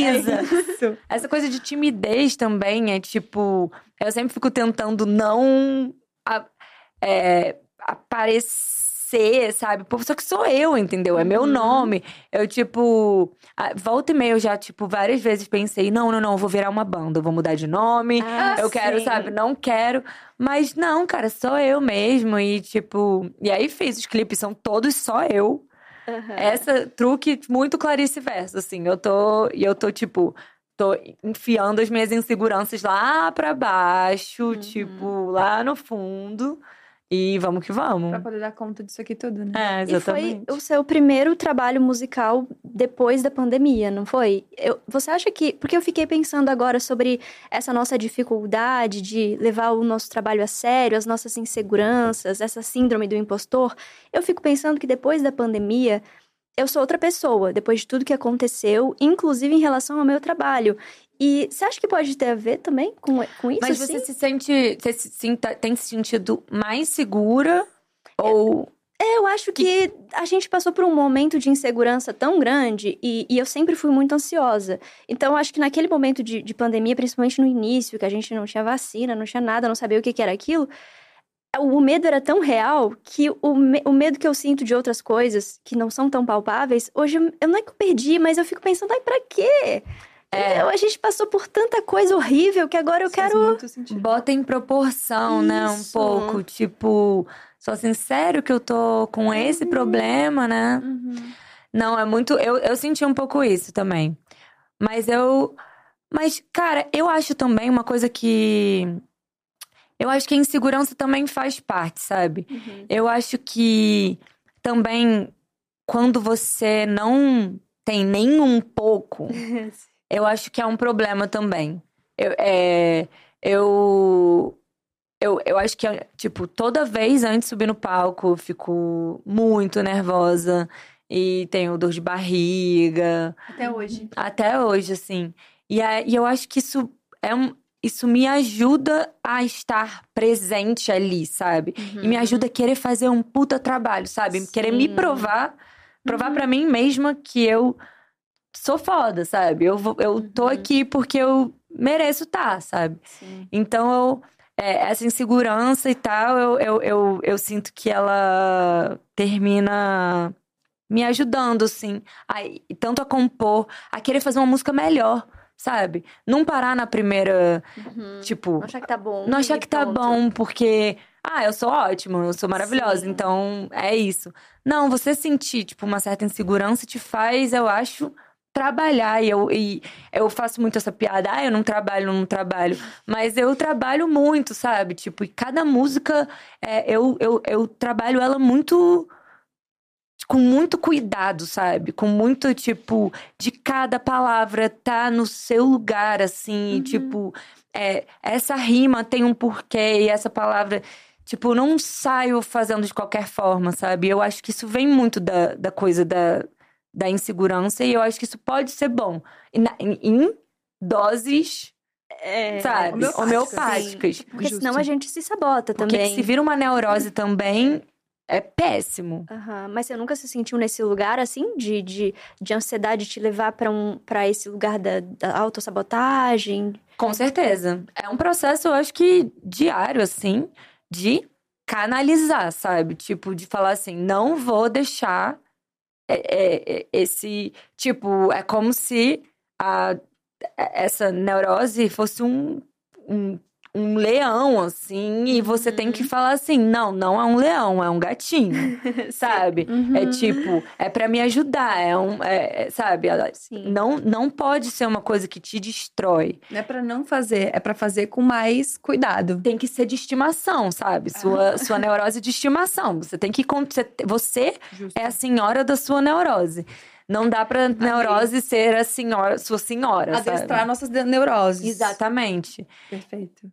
Isso. Essa coisa de timidez também é tipo. Eu sempre fico tentando não a- é, aparecer, sabe? Pô, só que sou eu, entendeu? É meu Uhum. nome. Eu, tipo. a- Volta e meia, eu já, tipo, várias vezes pensei: não, não, não, eu vou virar uma banda, eu vou mudar de nome. Ah, eu quero, sim. sabe? Não quero. Mas não, cara, sou eu mesmo. E, tipo. E aí fiz. Os clipes são todos só eu. Aham. Essa truque muito Clarice Verso, assim. Eu tô. E eu tô, tipo. Tô enfiando as minhas inseguranças lá pra baixo, Uhum. tipo, lá no fundo. E vamos que vamos. Pra poder dar conta disso aqui tudo, né? É, E foi exatamente. o seu primeiro trabalho musical depois da pandemia, não foi? Eu- você acha que. Porque eu fiquei pensando agora sobre essa nossa dificuldade de levar o nosso trabalho a sério, as nossas inseguranças, essa síndrome do impostor. Eu fico pensando que depois da pandemia, eu sou outra pessoa, depois de tudo que aconteceu, inclusive em relação ao meu trabalho. E você acha que pode ter a ver também com, com isso? Mas você assim? se sente. Você se, sinta- tem se sentido mais segura? Ou. É, eu acho que a gente passou por um momento de insegurança tão grande e, e eu sempre fui muito ansiosa. Então, eu acho que naquele momento de, de pandemia, principalmente no início, que a gente não tinha vacina, não tinha nada, não sabia o que, que era aquilo, o medo era tão real que o, me- o medo que eu sinto de outras coisas que não são tão palpáveis, hoje eu, eu não é que eu perdi, mas eu fico pensando, ai, pra quê? É. Entendeu? A gente passou por tanta coisa horrível que agora eu Isso faz quero. muito sentido. Bota em proporção, né? Um Isso. pouco. Tipo, só assim, sério que eu tô com esse problema, né? Uhum. Não, é muito. Eu, eu senti um pouco isso também. Mas eu. Mas, cara, eu acho também uma coisa que. Eu acho que a insegurança também faz parte, sabe? Uhum. Eu acho que também, quando você não tem nem um pouco, eu acho que é um problema também. Eu, é, eu, eu, eu acho que, tipo, toda vez antes de subir no palco, eu fico muito nervosa e tenho dor de barriga. Até hoje. Até hoje, assim. E, aí, e eu acho que isso é um. Isso me ajuda a estar presente ali, sabe? E me ajuda a querer fazer um puta trabalho, sabe? Querer me Sim. provar, provar pra mim mesma que eu sou foda, sabe? Eu, vou- eu tô Uhum. aqui porque eu mereço estar, sabe? Sim. Então, eu, é, essa insegurança e tal, eu, eu, eu, eu sinto que ela termina me ajudando, assim. A, tanto a compor, a querer fazer uma música melhor, sabe? Não parar na primeira, Uhum. tipo... Não achar que tá bom. Não achar e que tá pronto. bom, porque... Ah, eu sou ótima, eu sou maravilhosa, Sim. então é isso. Não, você sentir, tipo, uma certa insegurança te faz, eu acho, trabalhar. E eu, e eu faço muito essa piada, ah, eu não trabalho, não trabalho. Mas eu trabalho muito, sabe? Tipo, e cada música, é, eu, eu, eu trabalho ela muito... Com muito cuidado, sabe? Com muito, tipo, de cada palavra tá no seu lugar, assim. Uhum. Tipo, é, essa rima tem um porquê e essa palavra... Tipo, não saio fazendo de qualquer forma, sabe? Eu acho que isso vem muito da, da coisa da, da insegurança e eu acho que isso pode ser bom. E na- Em, em doses, É, sabe? homeopáticas. Homeopáticas. sim. Porque Justo. senão a gente se sabota Porque também. se vira uma neurose também, é péssimo. Aham. Mas você nunca se sentiu nesse lugar, assim, de, de, de ansiedade te levar pra um, pra esse lugar da, da autossabotagem? Com certeza. É um processo, eu acho que diário, assim, de canalizar, sabe? Tipo, de falar assim, não vou deixar é, é, é, esse. Tipo, é como se a, essa neurose fosse um, um, um leão, assim, e você tem que falar assim: não, não é um leão, é um gatinho, sabe? Uhum. É tipo, é pra me ajudar, é um. É, é, sabe? Sim. Não, não pode ser uma coisa que te destrói. Não é pra não fazer, é pra fazer com mais cuidado. Tem que ser de estimação, sabe? Sua, sua neurose de estimação. Você tem que. con- Você, você Justo. é a senhora da sua neurose. Não dá pra neurose ser a senhora, sua senhora, Adestrar sabe? nossas de- neuroses. Exatamente. Perfeito.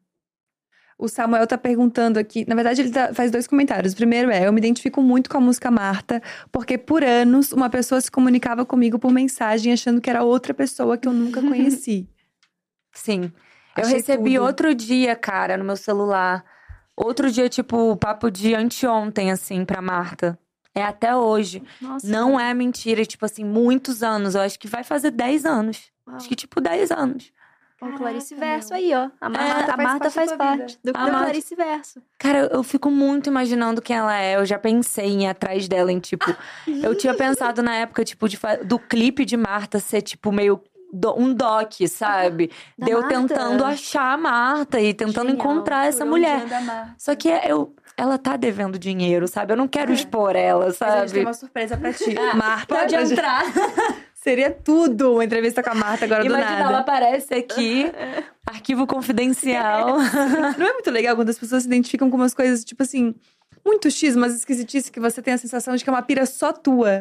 O Samuel tá perguntando aqui, na verdade ele tá- faz dois comentários. O primeiro é, eu me identifico muito com a música Marta, porque por anos uma pessoa se comunicava comigo por mensagem achando que era outra pessoa que eu nunca conheci. Sim. Eu Achei recebi tudo. outro dia, cara, no meu celular. Outro dia, tipo, papo de anteontem, assim, pra Marta. É até hoje. Nossa. Não é mentira, tipo assim, muitos anos. Eu acho que vai fazer dez anos. Uau. Acho que, tipo, dez anos. Ó, Clarice Caraca, Verso meu. aí, ó. A Marta, É, a Marta faz faz parte da tua parte vida. do, A do Marta- Clarice Verso. Cara, eu, eu fico muito imaginando quem ela é. Eu já pensei em ir atrás dela, em tipo. Eu tinha pensado na época, tipo, de, fa- do clipe de Marta ser, tipo, meio do- um doc, sabe? Da De eu Marta? tentando achar a Marta e tentando Genial. encontrar essa Por onde mulher. anda a Marta? Só que eu, ela tá devendo dinheiro, sabe? Eu não quero É. expor ela, Mas a gente tem sabe? uma surpresa pra ti. Marta, Pode a gente- entrar. Seria tudo uma entrevista com a Marta agora do Imagina, ela nada. aparece aqui, arquivo confidencial. Não é muito legal quando as pessoas se identificam com umas coisas, tipo assim, muito X, umas esquisitices que você tem a sensação de que é uma pira só tua.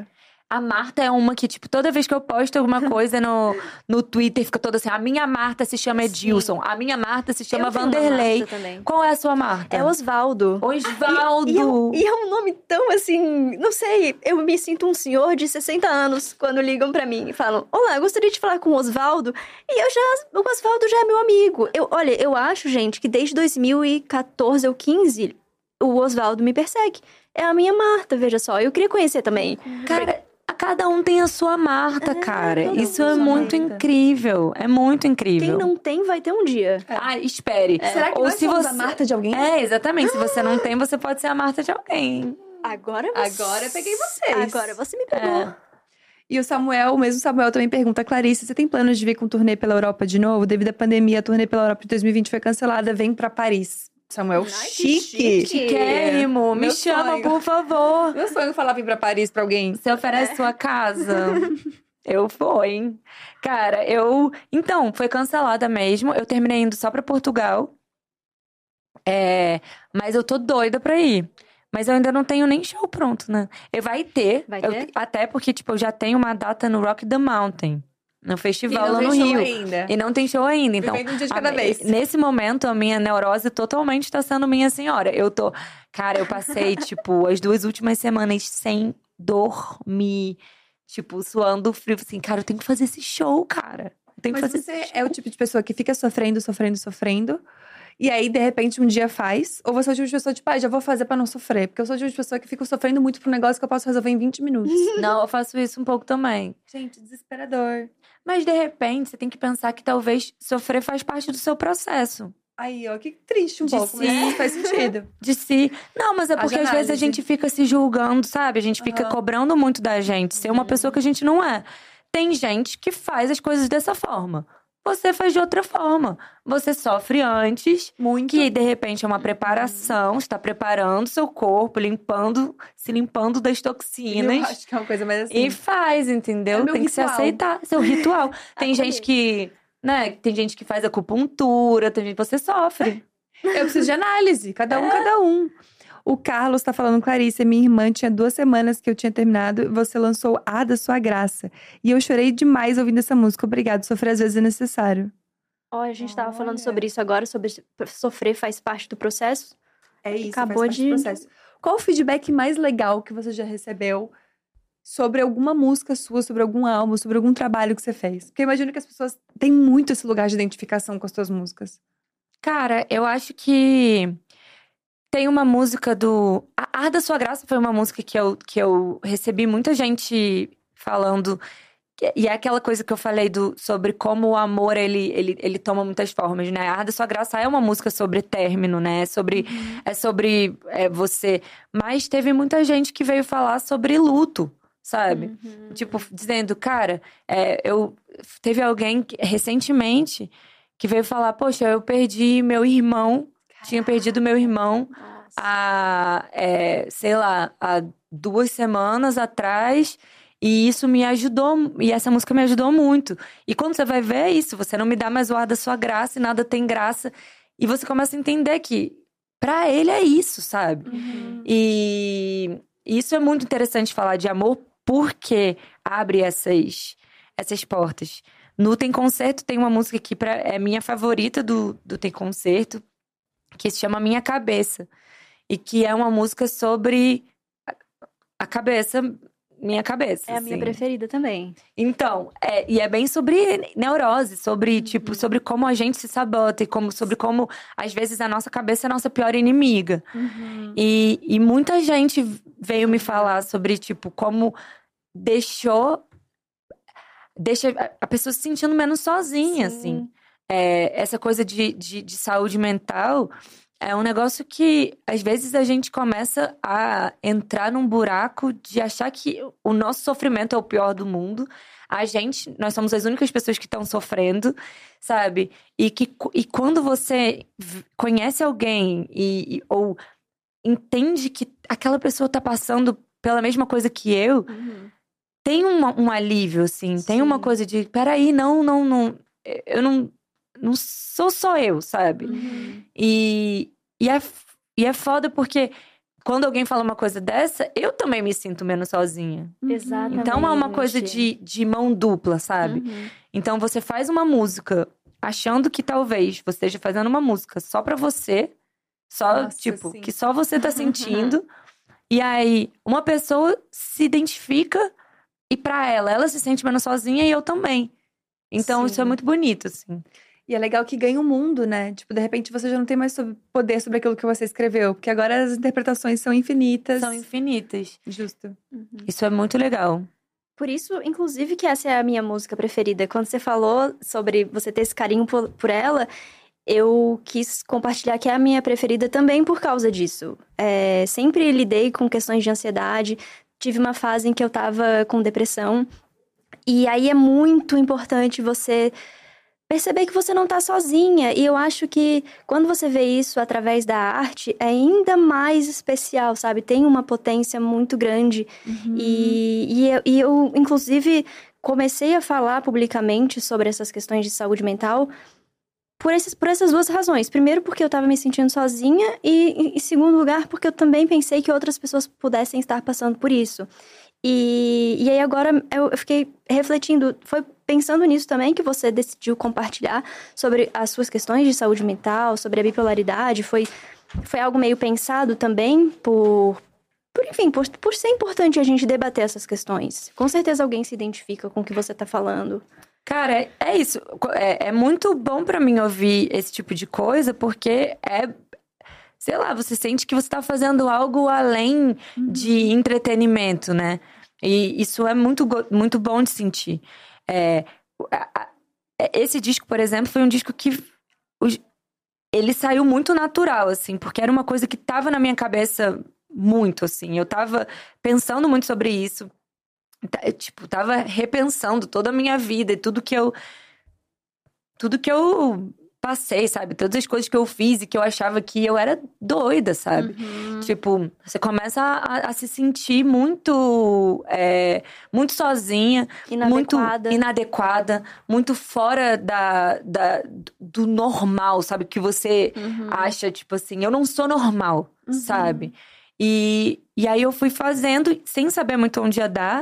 A Marta é uma que, tipo, toda vez que eu posto alguma coisa no, no Twitter, fica toda assim, a minha Marta se chama Edilson, Sim. a minha Marta se chama eu tenho Vanderlei. Uma Marta também. Qual é a sua Marta? É Osvaldo. Osvaldo! E, e, é, e é um nome tão assim, não sei, eu me sinto um senhor de sessenta anos quando ligam pra mim e falam, olá, eu gostaria de falar com o Osvaldo. E eu já, o Osvaldo já é meu amigo. Eu, olha, eu acho, gente, que desde dois mil e quatorze ou quinze, o Osvaldo me persegue. É a minha Marta, veja só. Eu queria conhecer também. Cara, cada um tem a sua Marta, É, cara. todo Isso mundo é tem muito Marta. incrível. É muito incrível. Quem não tem, vai ter um dia. Ah, espere. Será que Ou nós se somos você... a Marta de alguém? É, exatamente. Se você não tem, você pode ser a Marta de alguém. Agora você... Agora eu peguei vocês. Agora você me pegou. É. E o Samuel, o mesmo Samuel também pergunta, Clarice, você tem planos de vir com turnê pela Europa de novo? Devido à pandemia, a turnê pela Europa de dois mil e vinte foi cancelada, vem pra Paris. Samuel, Ai, que chique. chique. Quérrimo, me Meu chama, sonho. por favor. Meu sonho é falar vir pra Paris pra alguém. Você oferece sua casa? Eu vou, hein? Cara, eu... Então, foi cancelada mesmo. Eu terminei indo só pra Portugal. É... Mas eu tô doida pra ir. Mas eu ainda não tenho nem show pronto, né? Eu vai ter. Vai Eu- ter? até porque, tipo, eu já tenho uma data no Rock the Mountain. No festival E não lá tem no show Rio. ainda. E não tem show ainda, então... Vivendo um dia de a cada mi- vez. Nesse momento, a minha neurose totalmente tá sendo minha senhora. Eu tô... Cara, eu passei, tipo, as duas últimas semanas sem dormir. Tipo, suando frio. Assim, cara, eu tenho que fazer esse show, cara. Eu tenho que Mas fazer você esse é o tipo de pessoa que fica sofrendo, sofrendo, sofrendo. E aí, de repente, um dia faz. Ou você é o tipo de pessoa, tipo, ah, já vou fazer pra não sofrer. Porque eu sou o tipo de pessoa que fica sofrendo muito pro negócio que eu posso resolver em vinte minutos. Não, eu faço isso um pouco também. Gente, desesperador. Mas, de repente, você tem que pensar que talvez sofrer faz parte do seu processo. Aí, ó, que triste um De pouco, si. mas faz sentido. De si. Não, mas é porque Haja às vezes a análise. gente fica se julgando, sabe? A gente fica Aham. cobrando muito da gente, ser uma pessoa que a gente não é. Tem gente que faz as coisas dessa forma. Você faz de outra forma. Você sofre antes, Muito. que de repente é uma preparação, está preparando seu corpo, limpando, se limpando das Eu toxinas. acho que é uma coisa mais assim. E faz, entendeu? É meu Tem que se ritual. aceitar. Seu ritual. Tem gente que, né? Tem gente que faz acupuntura, tem gente que você sofre. Eu preciso de análise. Cada um, cada um. O Carlos tá falando, Clarice, minha irmã tinha duas semanas que eu tinha terminado e você lançou A da Sua Graça. E eu chorei demais ouvindo essa música. Obrigado, sofrer às vezes é necessário. Ó, a gente tava falando Olha. sobre isso agora, sobre sofrer faz parte do processo. É isso, Acabou faz parte de- do processo. Qual o feedback mais legal que você já recebeu sobre alguma música sua, sobre algum álbum, sobre algum trabalho que você fez? Porque eu imagino que as pessoas têm muito esse lugar de identificação com as suas músicas. Cara, eu acho que tem uma música do. A Ar da Sua Graça foi uma música que eu, que eu recebi muita gente falando. que- E é aquela coisa que eu falei do, sobre como o amor ele, ele, ele toma muitas formas, né? A Ar da Sua Graça é uma música sobre término, né? É sobre, é sobre é, você. Mas teve muita gente que veio falar sobre luto, sabe? Uhum. Tipo, dizendo, cara, é, eu teve alguém que- recentemente que veio falar, poxa, eu perdi meu irmão, tinha perdido meu irmão Nossa. há, é, sei lá, há duas semanas atrás. E isso me ajudou, e essa música me ajudou muito. E quando você vai ver é isso, você não me dá mais o ar da sua graça e nada tem graça. E você começa a entender que pra ele é isso, sabe? Uhum. E isso é muito interessante falar de amor, porque abre essas, essas portas. No Tem Concerto tem uma música que pra, é minha favorita do, do Tem Concerto, que se chama Minha Cabeça. E que é uma música sobre a, a cabeça, minha cabeça. É a minha assim. preferida também. Então, é, e é bem sobre neurose, sobre, tipo, sobre como a gente se sabota e como, sobre como, às vezes, a nossa cabeça é a nossa pior inimiga. Uhum. E, e muita gente veio me falar sobre, tipo, como deixou. Deixa a- a pessoa se sentindo menos sozinha, Sim. assim. É, essa coisa de, de, de saúde mental é um negócio que, às vezes, a gente começa a entrar num buraco de achar que o nosso sofrimento é o pior do mundo. A gente, nós somos as únicas pessoas que estão sofrendo, sabe? E que e quando você v- conhece alguém e, e- ou entende que aquela pessoa tá passando pela mesma coisa que eu, Uhum. tem uma- um alívio, assim. Tem uma Sim. coisa de, peraí, não, não, não. Eu não, não sou só eu, sabe? Uhum. E, e, é, f- e é foda porque quando alguém fala uma coisa dessa, eu também me sinto menos sozinha. Exatamente. Então é uma coisa de, de mão dupla, sabe? Uhum. Então você faz uma música achando que talvez você esteja fazendo uma música só pra você, só, Nossa, tipo, sim. que só você tá sentindo. E aí, uma pessoa se identifica e pra ela, ela se sente menos sozinha e eu também. Então Sim. isso é muito bonito, assim. E é legal que ganha o mundo, né? Tipo, de repente você já não tem mais sob- poder sobre aquilo que você escreveu. Porque agora as interpretações são infinitas. São infinitas. Justo. Isso é muito legal. Por isso, inclusive, que essa é a minha música preferida. Quando você falou sobre você ter esse carinho por, por ela, eu quis compartilhar que é a minha preferida também por causa disso. É, sempre lidei com questões de ansiedade. Tive uma fase em que eu tava com depressão. E aí é muito importante você perceber que você não tá sozinha. E eu acho que quando você vê isso através da arte, é ainda mais especial, sabe? Tem uma potência muito grande. E, e, eu, e eu, inclusive, comecei a falar publicamente sobre essas questões de saúde mental por, esses, por essas duas razões. Primeiro, porque eu tava me sentindo sozinha. E, em segundo lugar, porque eu também pensei que outras pessoas pudessem estar passando por isso. E, e aí agora eu, eu fiquei refletindo, foi pensando nisso também que você decidiu compartilhar sobre as suas questões de saúde mental, sobre a bipolaridade. Foi, foi algo meio pensado também por, por enfim, por, por ser importante a gente debater essas questões. Com certeza alguém se identifica com o que você tá falando. Cara, é, é isso. É, é muito bom pra mim ouvir esse tipo de coisa, porque é... Sei lá, você sente que você tá fazendo algo além de entretenimento, né? E isso é muito, go- muito bom de sentir. É, a- a- esse disco, por exemplo, foi um disco que... os- ele saiu muito natural, assim. Porque era uma coisa que tava na minha cabeça muito, assim. Eu tava pensando muito sobre isso. Tá- Tipo, tava repensando toda a minha vida e tudo que eu... Tudo que eu passei, sabe? Todas as coisas que eu fiz e que eu achava que eu era doida, sabe? Tipo, você começa a, a se sentir muito, é, muito sozinha, Inadequada. muito inadequada, muito fora da, da, do normal, sabe? Que você acha, tipo assim, eu não sou normal, sabe? E, e aí eu fui fazendo sem saber muito onde ia dar.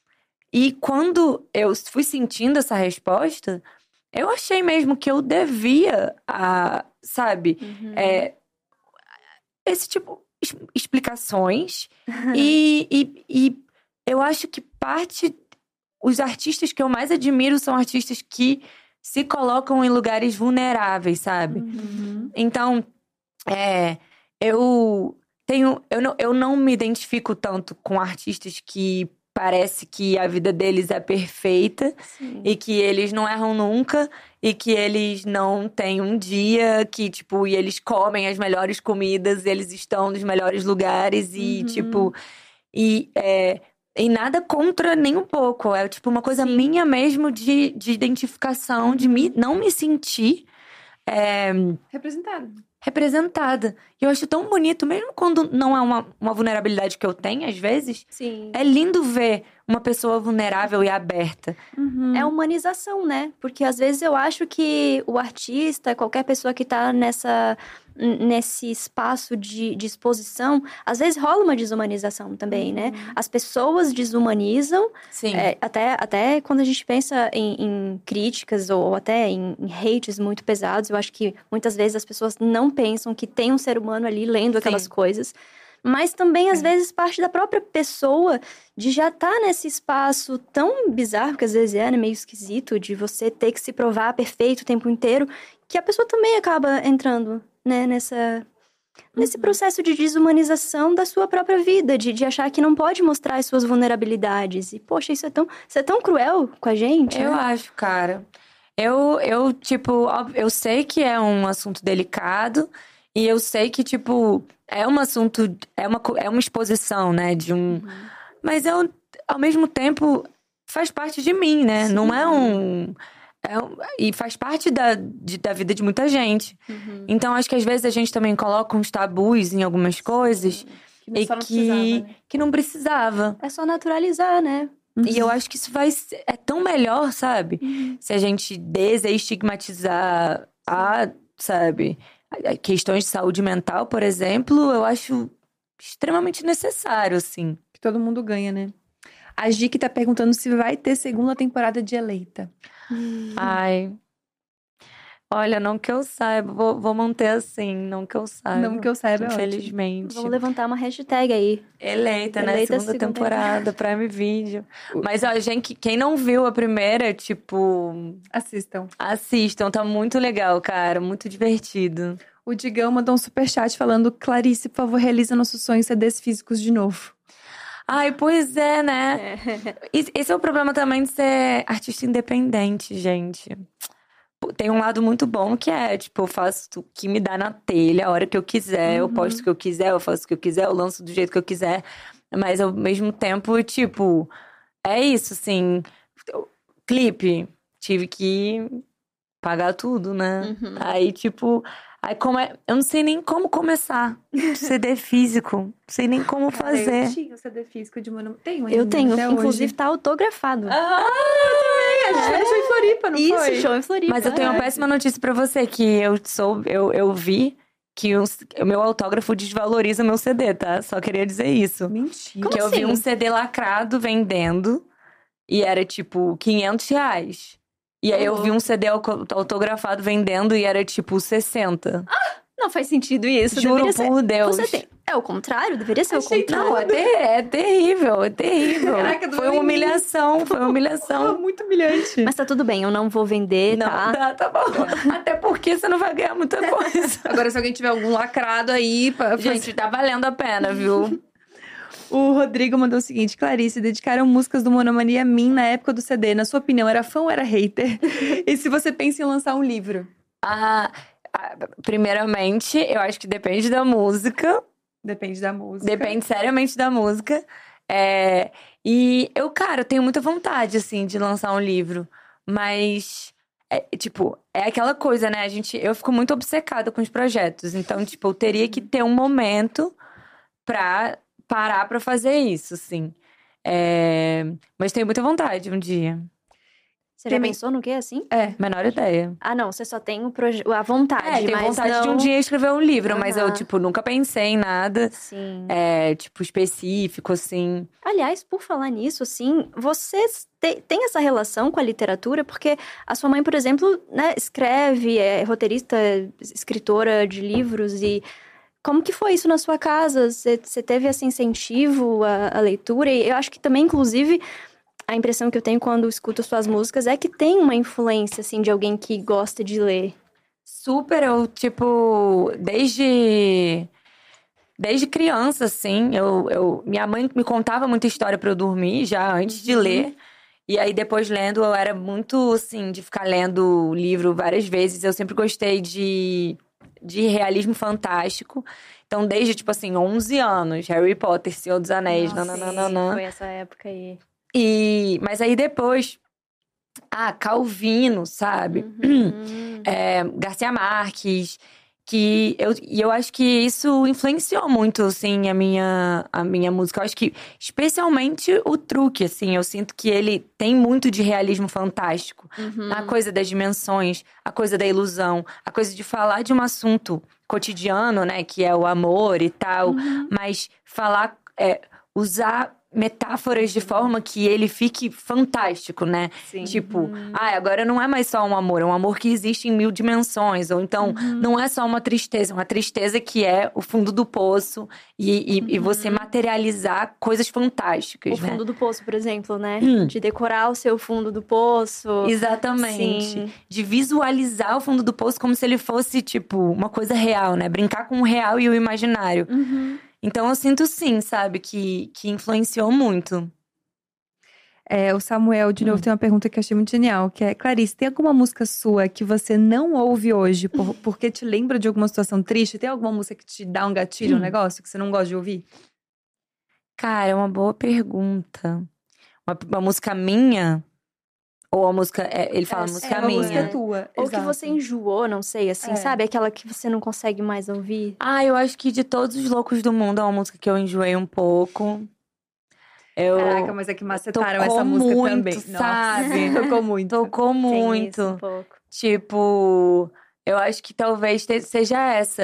E quando eu fui sentindo essa resposta, eu achei mesmo que eu devia, a, sabe, é, esse tipo de explicações. e, e, e eu acho que parte... Os artistas que eu mais admiro são artistas que se colocam em lugares vulneráveis, sabe? Então, é, eu tenho... Eu não, eu não me identifico tanto com artistas que parece que a vida deles é perfeita. Sim. E que eles não erram nunca. E que eles não têm um dia que, tipo... E eles comem as melhores comidas. Eles estão nos melhores lugares. E, tipo... E, é, e nada contra nem um pouco. É, tipo, uma coisa Sim. minha mesmo de, de identificação. De me, não me sentir... é, Representado. representada. E eu acho tão bonito, mesmo quando não é uma, uma vulnerabilidade que eu tenho, às vezes. Sim. É lindo ver uma pessoa vulnerável e aberta. É humanização, né? Porque às vezes eu acho que o artista, qualquer pessoa que tá nessa, n- nesse espaço de, de exposição, às vezes rola uma desumanização também, né? As pessoas desumanizam, Sim. é, até, até quando a gente pensa em, em críticas ou, ou até em, em hates muito pesados, eu acho que muitas vezes as pessoas não pensam que tem um ser humano ali lendo aquelas Sim. coisas. Mas também, às É. vezes, parte da própria pessoa de já estar nesse espaço tão bizarro, que às vezes é, né, meio esquisito, de você ter que se provar perfeito o tempo inteiro, que a pessoa também acaba entrando, né, nessa... Nesse processo de desumanização da sua própria vida, de, de achar que não pode mostrar as suas vulnerabilidades. E, poxa, isso é tão, isso é tão cruel com a gente, Eu né? acho, cara. Eu, eu, tipo, ó, eu sei que é um assunto delicado. E eu sei que, tipo, é um assunto... É uma, co- é uma exposição, né? De um... Mas eu, ao mesmo tempo, faz parte de mim, né? Não é um... é um- e faz parte da, de- da vida de muita gente. Então, acho que às vezes a gente também coloca uns tabus em algumas coisas. Que E só não que, precisava, né? que não precisava. É só naturalizar, né? E eu acho que isso vai ser- é tão melhor, sabe? Se a gente desestigmatizar a, sabe, a- a questões de saúde mental, por exemplo, eu acho extremamente necessário, assim. Que todo mundo ganha, né? A Gi que tá perguntando se vai ter segunda temporada de Eleita. Ai. Olha, não que eu saiba, vou, vou manter assim, não que eu saiba. Não que eu saiba, é ótimo. Infelizmente. Vamos levantar uma hashtag aí. Eleita, né? Eleita Segunda, segunda temporada, Prime Video. Mas, ó, gente, quem não viu a primeira, tipo, Assistam. assistam. Tá muito legal, cara. Muito divertido. O Digão mandou um superchat falando: Clarice, por favor, realiza nossos sonhos C Ds físicos de novo. Ai, pois é, né? Esse esse é o problema também de ser artista independente, gente. Tem um lado muito bom que é, tipo, eu faço o que me dá na telha, a hora que eu quiser, eu posto o que eu quiser, eu faço o que eu quiser, eu lanço do jeito que eu quiser. Mas ao mesmo tempo, tipo, é isso, assim. Clipe, tive que pagar tudo, né? Uhum. Aí, tipo, aí como é. Eu não sei nem como começar. C D físico. Não sei nem como Cara, fazer. eu tinha o C D físico de Mano. Tenho Eu ainda, tenho, até inclusive hoje. tá autografado. Ah, A gente fez show em Floripa, não Isso, foi? show em Floripa. Mas eu tenho uma Verdade. péssima notícia pra você, que eu sou, eu, eu vi que o, o meu autógrafo desvaloriza o meu C D, tá? Só queria dizer isso. Mentira. Como que eu vi assim? um C D lacrado vendendo e era tipo quinhentos reais. E aí eu vi um C D auto- autografado vendendo e era tipo sessenta. Não faz sentido isso. Juro deveria ser... por Deus. Você tem... É o contrário? Deveria ser Achei o contrário. Não, é, ter- é terrível, é terrível. Caraca, doeu foi em uma mim. humilhação, foi uma Ah, humilhação. muito humilhante. Mas tá tudo bem, eu não vou vender, Não, tá? tá, tá bom. Até porque você não vai ganhar muita coisa. Agora, se alguém tiver algum lacrado aí... Pra... Gente, tá valendo a pena, viu? O Rodrigo mandou o seguinte: Clarice, dedicaram músicas do Monomania a mim na época do C D. Na sua opinião, era fã ou era hater? E se você pensa em lançar um livro? Ah, ah, primeiramente, eu acho que depende da música. Depende da música. Depende seriamente da música. É, e eu, cara, eu tenho muita vontade, assim, de lançar um livro. Mas, é, tipo, é aquela coisa, né? A gente, eu fico muito obcecada com os projetos. Então, tipo, eu teria que ter um momento pra parar pra fazer isso, assim. É, mas tenho muita vontade um dia. Você já Tem- pensou no quê, assim? É. Menor ideia. Ah, não, você só tem o proje... a vontade, É, tenho mas vontade não... de um dia escrever um livro, mas eu, Aham. tipo, nunca pensei em nada, Sim. é, tipo, específico, assim. Aliás, por falar nisso, assim, vocês te- têm essa relação com a literatura? Porque a sua mãe, por exemplo, né, escreve, é roteirista, escritora de livros e... Como que foi isso na sua casa? Você você teve esse incentivo à, à leitura? E eu acho que também, inclusive, a impressão que eu tenho quando escuto suas músicas é que tem uma influência, assim, de alguém que gosta de ler. Super, eu, tipo, desde. Desde criança, assim, eu, eu, minha mãe me contava muita história pra eu dormir, já antes de ler. E aí, depois lendo, eu era muito, assim, de ficar lendo o livro várias vezes. Eu sempre gostei de, de realismo fantástico. Então, desde, tipo assim, onze anos, Harry Potter, Senhor dos Anéis, Nossa, nananana. foi essa época aí. E, mas aí depois, ah, Calvino, sabe? Uhum. É, Garcia Marques, que eu, e eu acho que isso influenciou muito, assim, a minha, a minha música. Eu acho que, especialmente o truque, assim, eu sinto que ele tem muito de realismo fantástico. Uhum. A coisa das dimensões, a coisa da ilusão, a coisa de falar de um assunto cotidiano, né, que é o amor e tal, Uhum. mas falar, é, usar metáforas de forma que ele fique fantástico, né? Sim. Tipo, ah, agora não é mais só um amor, é um amor que existe em mil dimensões. Ou então, não é só uma tristeza, é uma tristeza que é o fundo do poço e, e, e você materializar coisas fantásticas, O né? fundo do poço, por exemplo, né? De decorar o seu fundo do poço. Exatamente. Sim. De visualizar o fundo do poço como se ele fosse, tipo, uma coisa real, né? Brincar com o real e o imaginário. Uhum. Então, eu sinto sim, sabe? Que, que influenciou muito. É, o Samuel, de novo, tem uma pergunta que eu achei muito genial, que é: Clarice, tem alguma música sua que você não ouve hoje por- porque te lembra de alguma situação triste? Tem alguma música que te dá um gatilho, um negócio que você não gosta de ouvir? Cara, é uma boa pergunta. Uma, uma música minha? Ou a música. é, ele fala É, música é uma minha. música tua. Ou que exato. você enjoou, não sei, assim, É. sabe? Aquela que você não consegue mais ouvir. Ah, eu acho que de todos os loucos do mundo é uma música que eu enjoei um pouco. Eu... Caraca, mas é que macetaram Tocou essa música muito, também. sabe? Nossa, tocou muito. Tocou Tem muito. isso um pouco. Tipo, eu acho que talvez te- seja essa.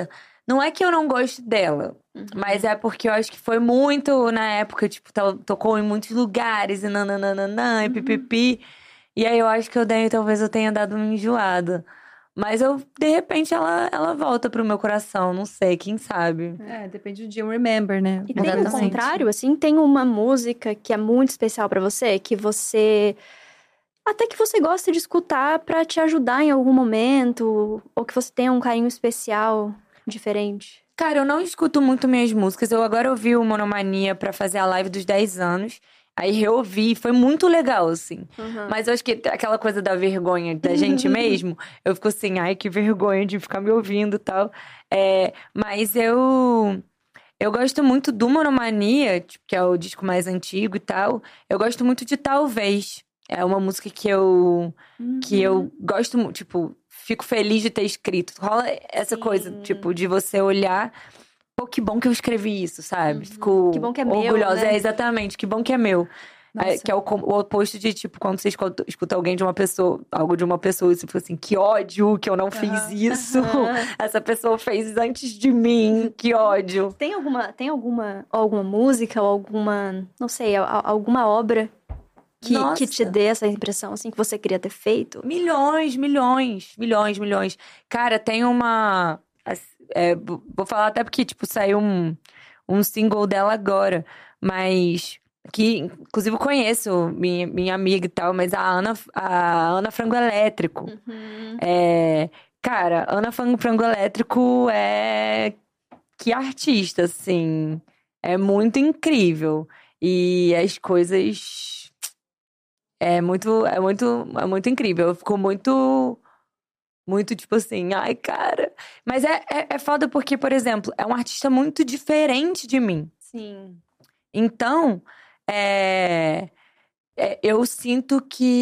Não é que eu não gosto dela, Uhum. mas é porque eu acho que foi muito na época, tipo, to- tocou em muitos lugares e nananana, e Uhum. pipipi. E aí eu acho que eu dei, talvez eu tenha dado uma enjoada. Mas eu, de repente, ela, ela volta pro meu coração, não sei, quem sabe. É, depende do dia, eu remember, né? E tem o Exatamente. contrário, assim, tem uma música que é muito especial pra você, que você até que você gosta de escutar pra te ajudar em algum momento, ou que você tenha um carinho especial, diferente. Cara, eu não escuto muito minhas músicas. Eu agora ouvi o Monomania pra fazer a live dos dez anos. Aí reouvi, foi muito legal, assim. Uhum. Mas eu acho que aquela coisa da vergonha da gente mesmo, eu fico assim, ai, que vergonha de ficar me ouvindo e tal. É, mas eu. Eu gosto muito do Monomania, tipo, que é o disco mais antigo e tal. Eu gosto muito de Talvez. É uma música que eu. Que eu gosto muito, tipo, fico feliz de ter escrito. Rola essa Sim. coisa, tipo, de você olhar. Pô, que bom que eu escrevi isso, sabe? Fico Que bom que é meu, orgulhosa. né? É, exatamente, que bom que é meu. É, Nossa. que é o, com- o oposto de, tipo, quando você escuta, escuta alguém de uma pessoa, algo de uma pessoa, e você fica assim, que ódio que eu não fiz Aham. isso. Aham. Essa pessoa fez antes de mim, que ódio. Tem alguma, tem alguma, alguma música ou alguma, não sei, a- a- alguma obra que, Nossa. que te dê essa impressão, assim, que você queria ter feito? Milhões, milhões, milhões, milhões. Cara, tem uma. as- é, v- vou falar até porque, tipo, saiu um, um single dela agora, mas. Que, inclusive, eu conheço minha, minha amiga e tal, mas a Ana, a Ana Frango Elétrico. Uhum. É, cara, Ana Fran- Frango Elétrico é. Que artista, assim. É muito incrível. E as coisas. É muito, é muito, é muito incrível. Ficou muito, muito tipo assim, ai, cara. Mas é, é, é foda porque, por exemplo, é um artista muito diferente de mim. Sim. Então, é, é, eu sinto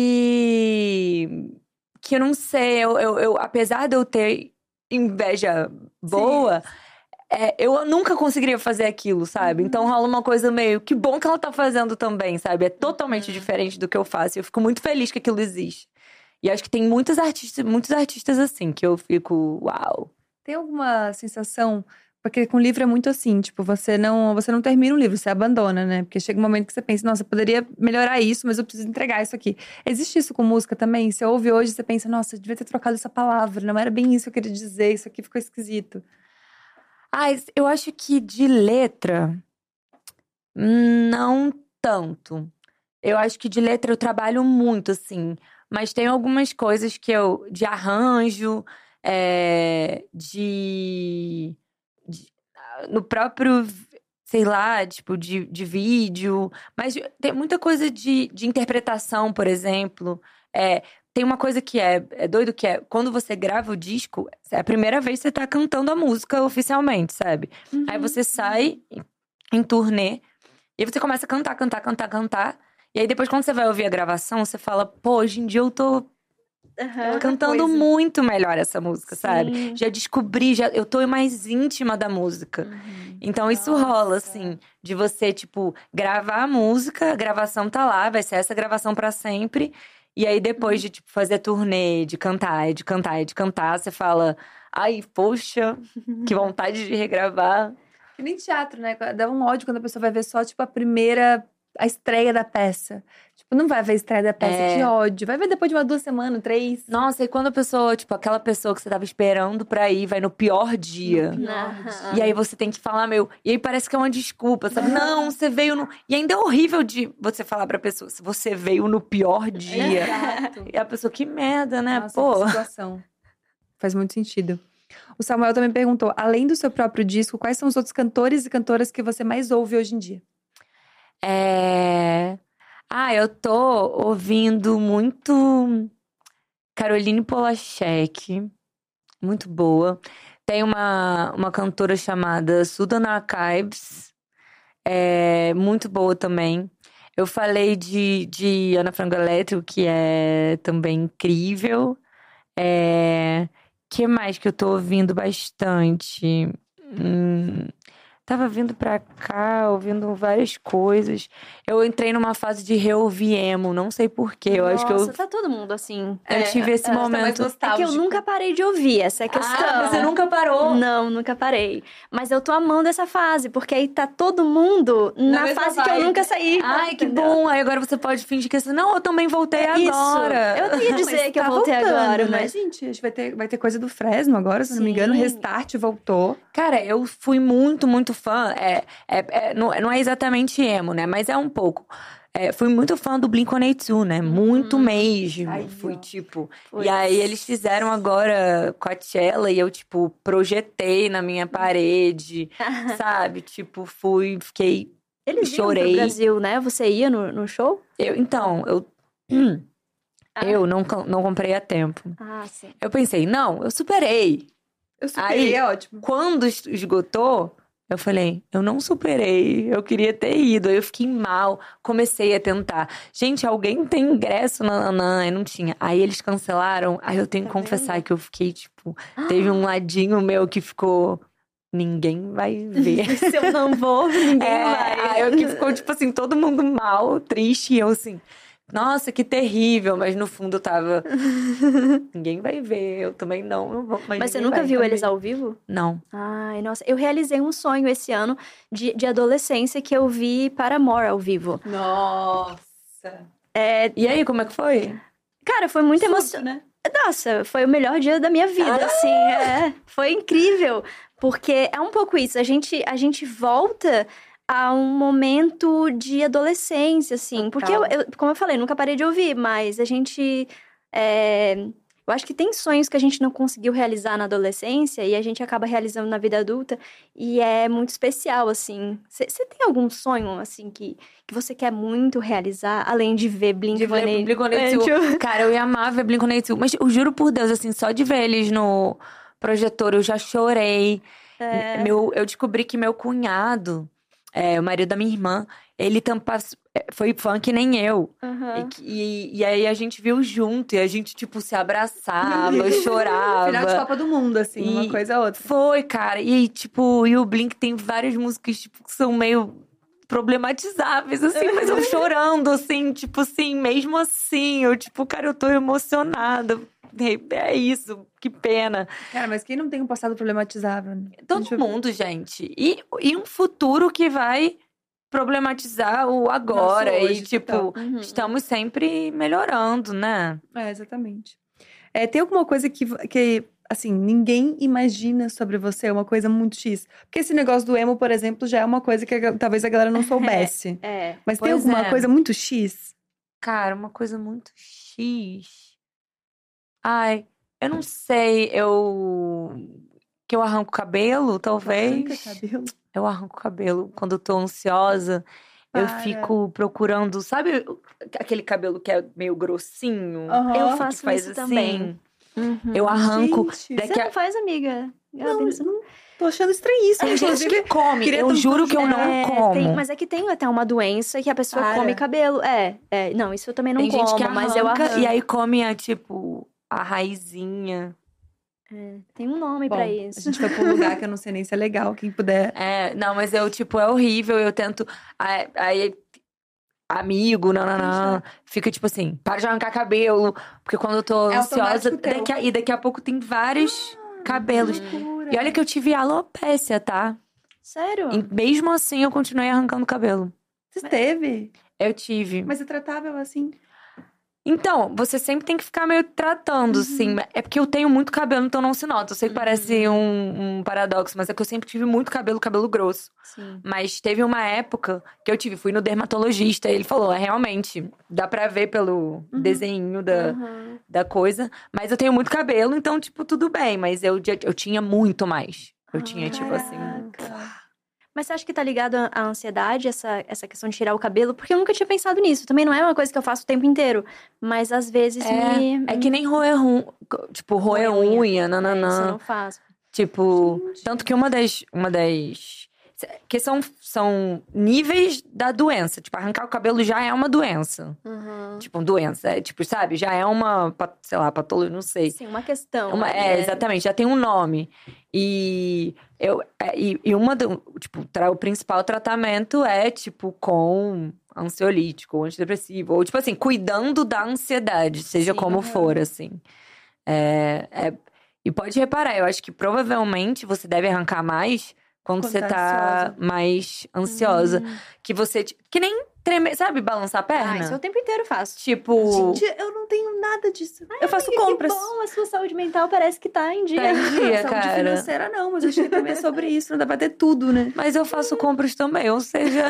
que. Que eu não sei, eu, eu, eu- apesar de eu ter inveja boa. É, eu nunca conseguiria fazer aquilo, sabe? Então rola uma coisa meio, que bom que ela tá fazendo também, sabe? É totalmente diferente do que eu faço. E eu fico muito feliz que aquilo existe. E acho que tem muitos artistas, muitos artistas assim, que eu fico, uau. Tem alguma sensação, porque com livro é muito assim, tipo, você não, você não termina um livro, você abandona, né? Porque chega um momento que você pensa, nossa, eu poderia melhorar isso, mas eu preciso entregar isso aqui. Existe isso com música também? Você ouve hoje e você pensa, nossa, eu devia ter trocado essa palavra, não era bem isso que eu queria dizer, isso aqui ficou esquisito. Ah, eu acho que de letra, não tanto. Eu acho que de letra eu trabalho muito, assim. Mas tem algumas coisas que eu. De arranjo, é, de, de- no próprio, sei lá, tipo, de, de vídeo. Mas tem muita coisa de, de interpretação, por exemplo. É, tem uma coisa que é, é doido, que é quando você grava o disco, é a primeira vez que você tá cantando a música oficialmente, sabe? Aí você sai em, em turnê. E aí você começa a cantar, cantar, cantar, cantar. E aí depois, quando você vai ouvir a gravação, você fala, pô, hoje em dia eu tô Aham. cantando coisa. muito melhor essa música, sabe? Sim. Já descobri, já, eu tô mais íntima da música. Uhum. Então isso Nossa. rola, assim, de você, tipo, gravar a música, a gravação tá lá, vai ser essa gravação pra sempre. E aí depois de, tipo, fazer turnê, de cantar, e de cantar, e de cantar, você fala, ai, poxa, que vontade de regravar. Que nem teatro, né? Dá um ódio quando a pessoa vai ver só, tipo, a primeira, a estreia da peça. Tipo, não vai ver a estreia da peça, É. que ódio. Vai ver depois de uma duas semanas, três. Nossa, e quando a pessoa, tipo, aquela pessoa que você tava esperando pra ir, vai no pior dia. No pior Aham. E aí você tem que falar, meu. E aí parece que é uma desculpa, sabe? Não, você veio no. E ainda é horrível de você falar pra pessoa, se você veio no pior dia. Exato. E a pessoa, que merda, né? Nossa, Pô. que situação. Faz muito sentido. O Samuel também perguntou, além do seu próprio disco, quais são os outros cantores e cantoras que você mais ouve hoje em dia? É. Ah, eu tô ouvindo muito Caroline Polachek, muito boa. Tem uma, uma cantora chamada Sudan Archives, é muito boa também. Eu falei de, de Ana Frango Elétrico, que é também incrível. É... que mais que eu tô ouvindo bastante? Hum, tava vindo pra cá, ouvindo várias coisas. Eu entrei numa fase de reouvir emo, não sei porquê. Eu acho que eu, Nossa, tá todo mundo assim. eu tive esse tá mais momento. É que eu nunca parei de ouvir, essa é a questão. Ah, você nunca parou? Não, nunca parei. Mas eu tô amando essa fase, porque aí tá todo mundo na, mesma fase que eu vibe. nunca saí. Ai, que entendeu? bom. Aí agora você pode fingir que assim, não, eu também voltei Isso. agora. Eu não ia dizer Mas que eu tá voltei voltando, agora, né, mas... gente? Acho que vai ter, vai ter coisa do Fresno agora, se não me engano. Sim. Restart voltou. Cara, eu fui muito, muito fã. É, é, é- não, não é exatamente emo, né? Mas é um pouco. É, fui muito fã do blink one eighty-two, né? Muito mesmo. Aí, fui, ó. tipo... Pois. E aí, eles fizeram agora Coachella e eu, tipo, projetei na minha parede, sabe? Tipo, fui, fiquei... Eles vinham Chorei. pro Brasil, né? Você ia no, no show? Eu, então, eu... Ah. Eu não, com- não comprei a tempo. Ah, sim. Eu pensei, não, eu superei. Eu superei, Aí- é ótimo. Quando es- esgotou, eu falei, eu não superei, eu queria ter ido. Aí eu fiquei mal, comecei a tentar. Gente, alguém tem ingresso? Não, não, eu não tinha. Aí eles cancelaram, aí eu tenho que Tá confessar vendo? que eu fiquei, tipo... Teve um ladinho meu que ficou... Ninguém vai ver. Se eu não vou, ninguém É, vai. aí eu que ficou, tipo assim, todo mundo mal, triste. E eu assim, nossa, que terrível. Mas no fundo eu tava... Ninguém vai ver, eu também não, não vou. Mas, Mas você ninguém nunca vai viu também. eles ao vivo? Não. Ai, nossa. Eu realizei um sonho esse ano de, de adolescência que eu vi Paramore ao vivo. Nossa. É, E aí, como é que foi? cara, foi muito Surto, emocionante. né? Nossa, foi o melhor dia da minha vida, Ah! assim, é. Foi incrível, porque é um pouco isso, a gente, a gente volta a um momento de adolescência, assim, porque eu, Total. eu- como eu falei, nunca parei de ouvir, mas a gente, é, eu acho que tem sonhos que a gente não conseguiu realizar na adolescência e a gente acaba realizando na vida adulta e é muito especial, assim. Você tem algum sonho, assim, que, que você quer muito realizar, além de ver Blink De ver Blink one eighty-two. one eighty-two? Cara, eu ia amar ver Blink one eighty-two. Mas eu juro por Deus, assim, só de ver eles no projetor, eu já chorei. É. Meu, eu descobri que meu cunhado, é, o marido da minha irmã, ele tampa, foi fã que nem eu. Aham. E, que- e, e aí a gente viu junto, e a gente, tipo, se abraçava, chorava. Final de Copa do Mundo, assim, E- uma coisa ou outra. Foi, cara. E, tipo, e o Blink tem várias músicas, tipo, que são meio problematizáveis, assim, mas eu chorando, assim, tipo assim, mesmo assim, eu, tipo, cara, eu tô emocionada. É isso, que pena. Cara, mas quem não tem um passado problematizável? Né? Todo Deixa eu- mundo, gente. E, e um futuro que vai problematizar o agora. Nossa, e, hoje, tipo, total. Uhum. estamos sempre melhorando, né? É, exatamente. É, tem alguma coisa que, que, assim, ninguém imagina sobre você, uma coisa muito X. Porque esse negócio do emo, por exemplo, já é uma coisa que a- talvez a galera não soubesse. É. Mas tem Pois alguma é. coisa muito X? Cara, uma coisa muito X. Ai, eu não sei, eu. Que eu arranco o cabelo, talvez. Arranca cabelo. Eu arranco o cabelo quando eu tô ansiosa. Eu Para. fico procurando, sabe aquele cabelo que é meio grossinho? Aham. Eu Que faço faz isso assim. também. Uhum. Eu arranco. Gente, daqui Você a- não faz, amiga? Não, Gabi, você eu não tô achando estranhíssimo. Tem gente Inclusive, que come. queria Eu tanto juro que eu não É, como. tem- mas é que tem até uma doença que a pessoa Para. come cabelo. É, é, não, isso eu também não Tem como, gente que mas eu arranca arranco. e aí come a, tipo, a raizinha. É, tem um nome bom, pra a isso. gente foi pra um lugar que eu não sei nem se é legal. Quem puder. É, não, mas eu, tipo, é horrível. Eu tento. Aí, aí, amigo, não, não, não. Fica tipo assim, para de arrancar cabelo. Porque quando eu tô É ansiosa. automático teu. Daqui a, e daqui a pouco tem vários cabelos. Loucura. E olha que eu tive alopécia, tá? Sério? E mesmo assim eu continuei arrancando cabelo. Você teve? Eu tive. Mas é tratável assim? Então, você sempre tem que ficar meio tratando, assim. É porque eu tenho muito cabelo, então não se nota. Eu sei que parece um, um paradoxo, mas é que eu sempre tive muito cabelo, cabelo grosso. Sim. Mas teve uma época que eu tive, fui no dermatologista, e ele falou: é realmente, dá pra ver pelo desenho da, Uhum. da coisa. Mas eu tenho muito cabelo, então, tipo, tudo bem. Mas eu, já- eu tinha muito mais. Eu tinha, tipo assim. Caraca. Mas você acha que tá ligado à à ansiedade, essa, essa questão de tirar o cabelo? Porque eu nunca tinha pensado nisso. Também não é uma coisa que eu faço o tempo inteiro. Mas às vezes me. É, é que nem roer rum, tipo, roer Roer unha. unha, É, isso eu nananã. não faço. Tipo, Gente. tanto que uma das, uma das que são, são níveis da doença. Tipo, arrancar o cabelo já é uma doença. Uhum. Tipo, doença. É, tipo, sabe? Já é uma, pa- sei lá, patologia, não sei. Sim, uma questão. Uma- ali, é, né? exatamente, já tem um nome. E, eu, é, e, e uma do, tipo, tra- o principal tratamento é, tipo, com ansiolítico, ou antidepressivo. Ou, tipo assim, cuidando da ansiedade, seja Sim, como aham. for, assim. É, é- e pode reparar, eu acho que provavelmente você deve arrancar mais quando, Quando você tá tá ansiosa. mais ansiosa. Hum. Que você, tipo, que nem tremer, sabe, balançar a perna? Ah, isso eu o tempo inteiro faço. Tipo, Gente, eu não tenho nada disso. eu faço Amiga, compras. Que bom, a sua saúde mental parece que tá em dia. tá em dia, Saúde cara. financeira não, mas eu achei que também é sobre isso. Não dá pra ter tudo, né? Mas eu faço compras também, ou seja,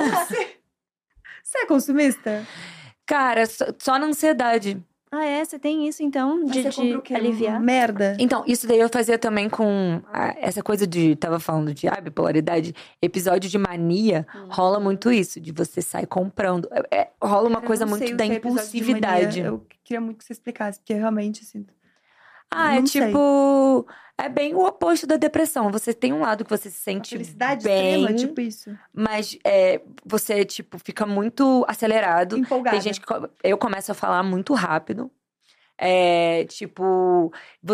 Você é consumista? cara, só, só na ansiedade. Ah, é? Você tem isso, então, Mas de, você compra o de quê? aliviar? Merda? Então, isso daí eu fazia também com a- essa coisa de. Tava falando de ah, bipolaridade. Episódio de mania, Hum. rola muito isso, de você sair comprando. É- é- rola uma Cara, eu coisa não sei muito o da que é episódio de mania. impulsividade. Eu queria muito que você explicasse, porque eu realmente sinto. Ah, é não sei. tipo. É bem o oposto da depressão. Você tem um lado que você se A sente felicidade bem, extrema, tipo isso. mas é, você, tipo, fica muito acelerado. Empolgada. Tem gente que. co- Eu começo a falar muito rápido. É, tipo,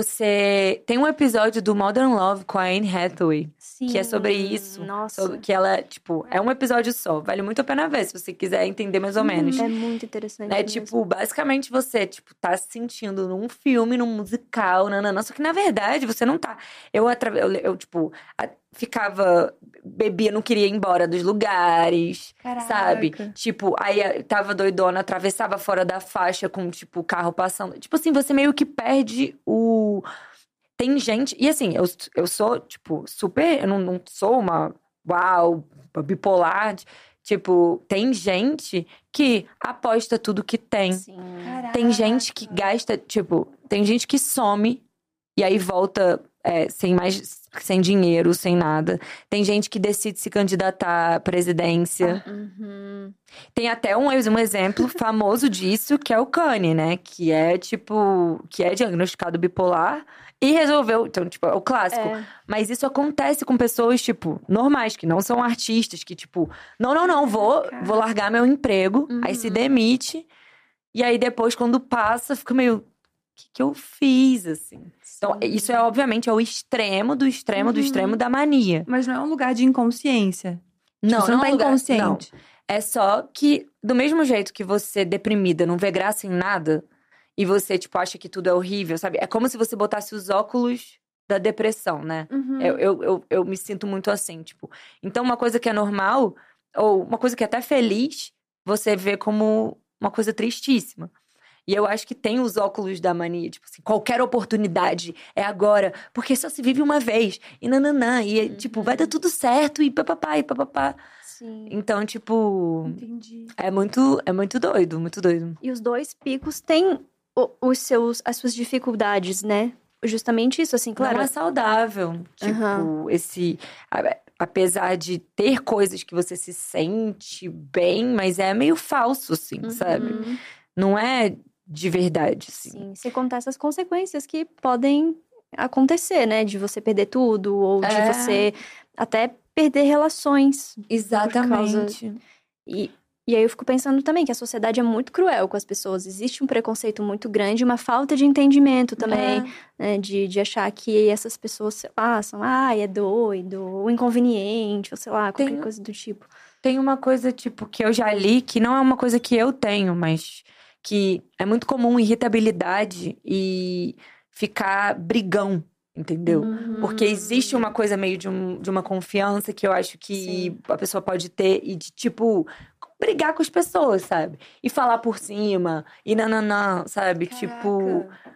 você. Tem um episódio do Modern Love com a Anne Hathaway, Sim. que é sobre isso. Nossa. Sobre, que ela, tipo, é um episódio só. Vale muito a pena ver, se você quiser entender mais ou Uhum. menos. É muito interessante É mesmo. tipo, basicamente você, tipo, tá se sentindo num filme, num musical, nananã. Só que na verdade você não tá. Eu, atra... eu, eu tipo, a- ficava, bebia, não queria ir embora dos lugares, Caraca. sabe? Tipo, aí eh, tava doidona, atravessava fora da faixa com, tipo, o carro passando. Tipo assim, você meio que perde o. Tem gente. E assim, eu, eu sou, tipo, super. Eu não, não sou uma. Uau, bipolar. Tipo, tem gente que aposta tudo que tem. Sim. Tem gente que gasta, tipo, tem gente que some e aí volta é, sem mais, sem dinheiro, sem nada. Tem gente que decide se candidatar à presidência. Uhum. Tem até um, um exemplo famoso disso, que é o Kanye, né? Que é, tipo, que é diagnosticado bipolar e resolveu, então, tipo, é o clássico. É. Mas isso acontece com pessoas, tipo, normais, que não são artistas, que, tipo, não, não, não, vou, Caraca. vou largar meu emprego, aí se Uhum. demite. E aí depois, quando passa, fica meio. O que, que eu fiz, assim? Então, Sim. isso é, obviamente, é o extremo do extremo do Uhum. extremo da mania. Mas não é um lugar de inconsciência. Não, Tipo, você não é tá um lugar- inconsciente. não. É só que, do mesmo jeito que você, deprimida, não vê graça em nada, e você, tipo, acha que tudo é horrível, sabe? É como se você botasse os óculos da depressão, né? Uhum. Eu, eu, eu, eu me sinto muito assim, tipo. Então, uma coisa que é normal, ou uma coisa que é até feliz, você vê como uma coisa tristíssima. E eu acho que tem os óculos da mania, tipo assim, qualquer oportunidade é agora, porque só se vive uma vez, e nananã, e tipo, vai dar tudo certo, e papapá, e papapá. Sim. Então, tipo, Entendi. é muito, é muito doido, muito doido. E os dois picos têm o- os seus, as suas dificuldades, né? Justamente isso, assim, claro. Não é saudável, tipo, Aham. esse... a- Apesar de ter coisas que você se sente bem, mas é meio falso, assim, sabe? Uhum. Não é de verdade, assim. Sim, sem contar essas consequências que podem acontecer, né? De você perder tudo, ou de É. você até perder relações. Exatamente. E, e aí eu fico pensando também que a sociedade é muito cruel com as pessoas. Existe um preconceito muito grande, uma falta de entendimento também, É. né? De, de achar que essas pessoas, sei lá, são, ah, é doido, ou inconveniente, ou sei lá, qualquer Tem- coisa do tipo. Tem uma coisa, tipo, que eu já li, que não é uma coisa que eu tenho, mas que é muito comum irritabilidade e ficar brigão, entendeu? Uhum. Porque existe uma coisa meio de, um- de uma confiança que eu acho que Sim. a pessoa pode ter e de, tipo, brigar com as pessoas, sabe? E falar por cima, e nananã, sabe? Tipo, Caraca.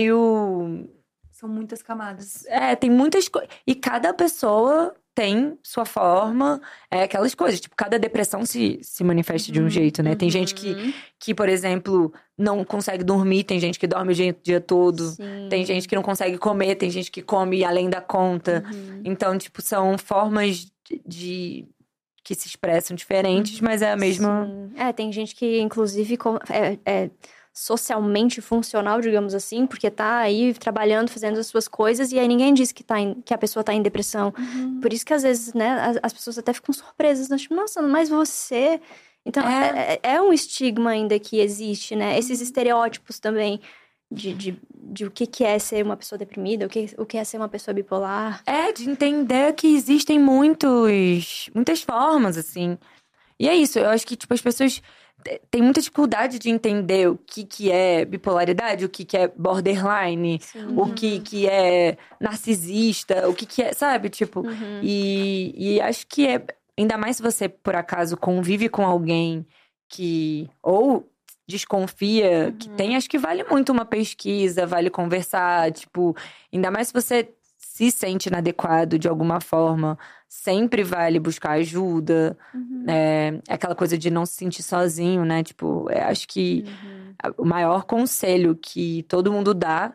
meio. São muitas camadas. É, tem muitas coisas. E cada pessoa tem sua forma, é aquelas coisas. Tipo, cada depressão se, se manifesta de um Uhum, jeito, né? Tem gente que, Uhum. que, por exemplo, não consegue dormir, tem gente que dorme o dia, o dia todo. Sim. Tem gente que não consegue comer, tem gente que come além da conta. Uhum. Então, tipo, são formas de, de- que se expressam diferentes, mas é a mesma. Sim. É, tem gente que, inclusive, com- é, é, socialmente funcional, digamos assim, porque tá aí trabalhando, fazendo as suas coisas, e aí ninguém diz que, tá em, que a pessoa tá em depressão. Uhum. Por isso que, às vezes, né, as, as pessoas até ficam surpresas, né? Tipo, nossa, mas você... Então, é. É, é um estigma ainda que existe, né? Esses estereótipos também de, de, de o que, que é ser uma pessoa deprimida, o que, o que é ser uma pessoa bipolar. É, de entender que existem muitos, muitas formas, assim. E é isso, eu acho que, tipo, as pessoas têm muita dificuldade de entender o que, que é bipolaridade, o que, que é borderline, Sim. o que, que é narcisista, o que, que é, sabe? Tipo, Uhum. e, e acho que é... Ainda mais se você, por acaso, convive com alguém que... Ou desconfia, Uhum. que tem... Acho que vale muito uma pesquisa, vale conversar, tipo... Ainda mais se você se sente inadequado de alguma forma, sempre vale buscar ajuda. Uhum. É, aquela coisa de não se sentir sozinho, né? Tipo, é, acho que Uhum. a- o maior conselho que todo mundo dá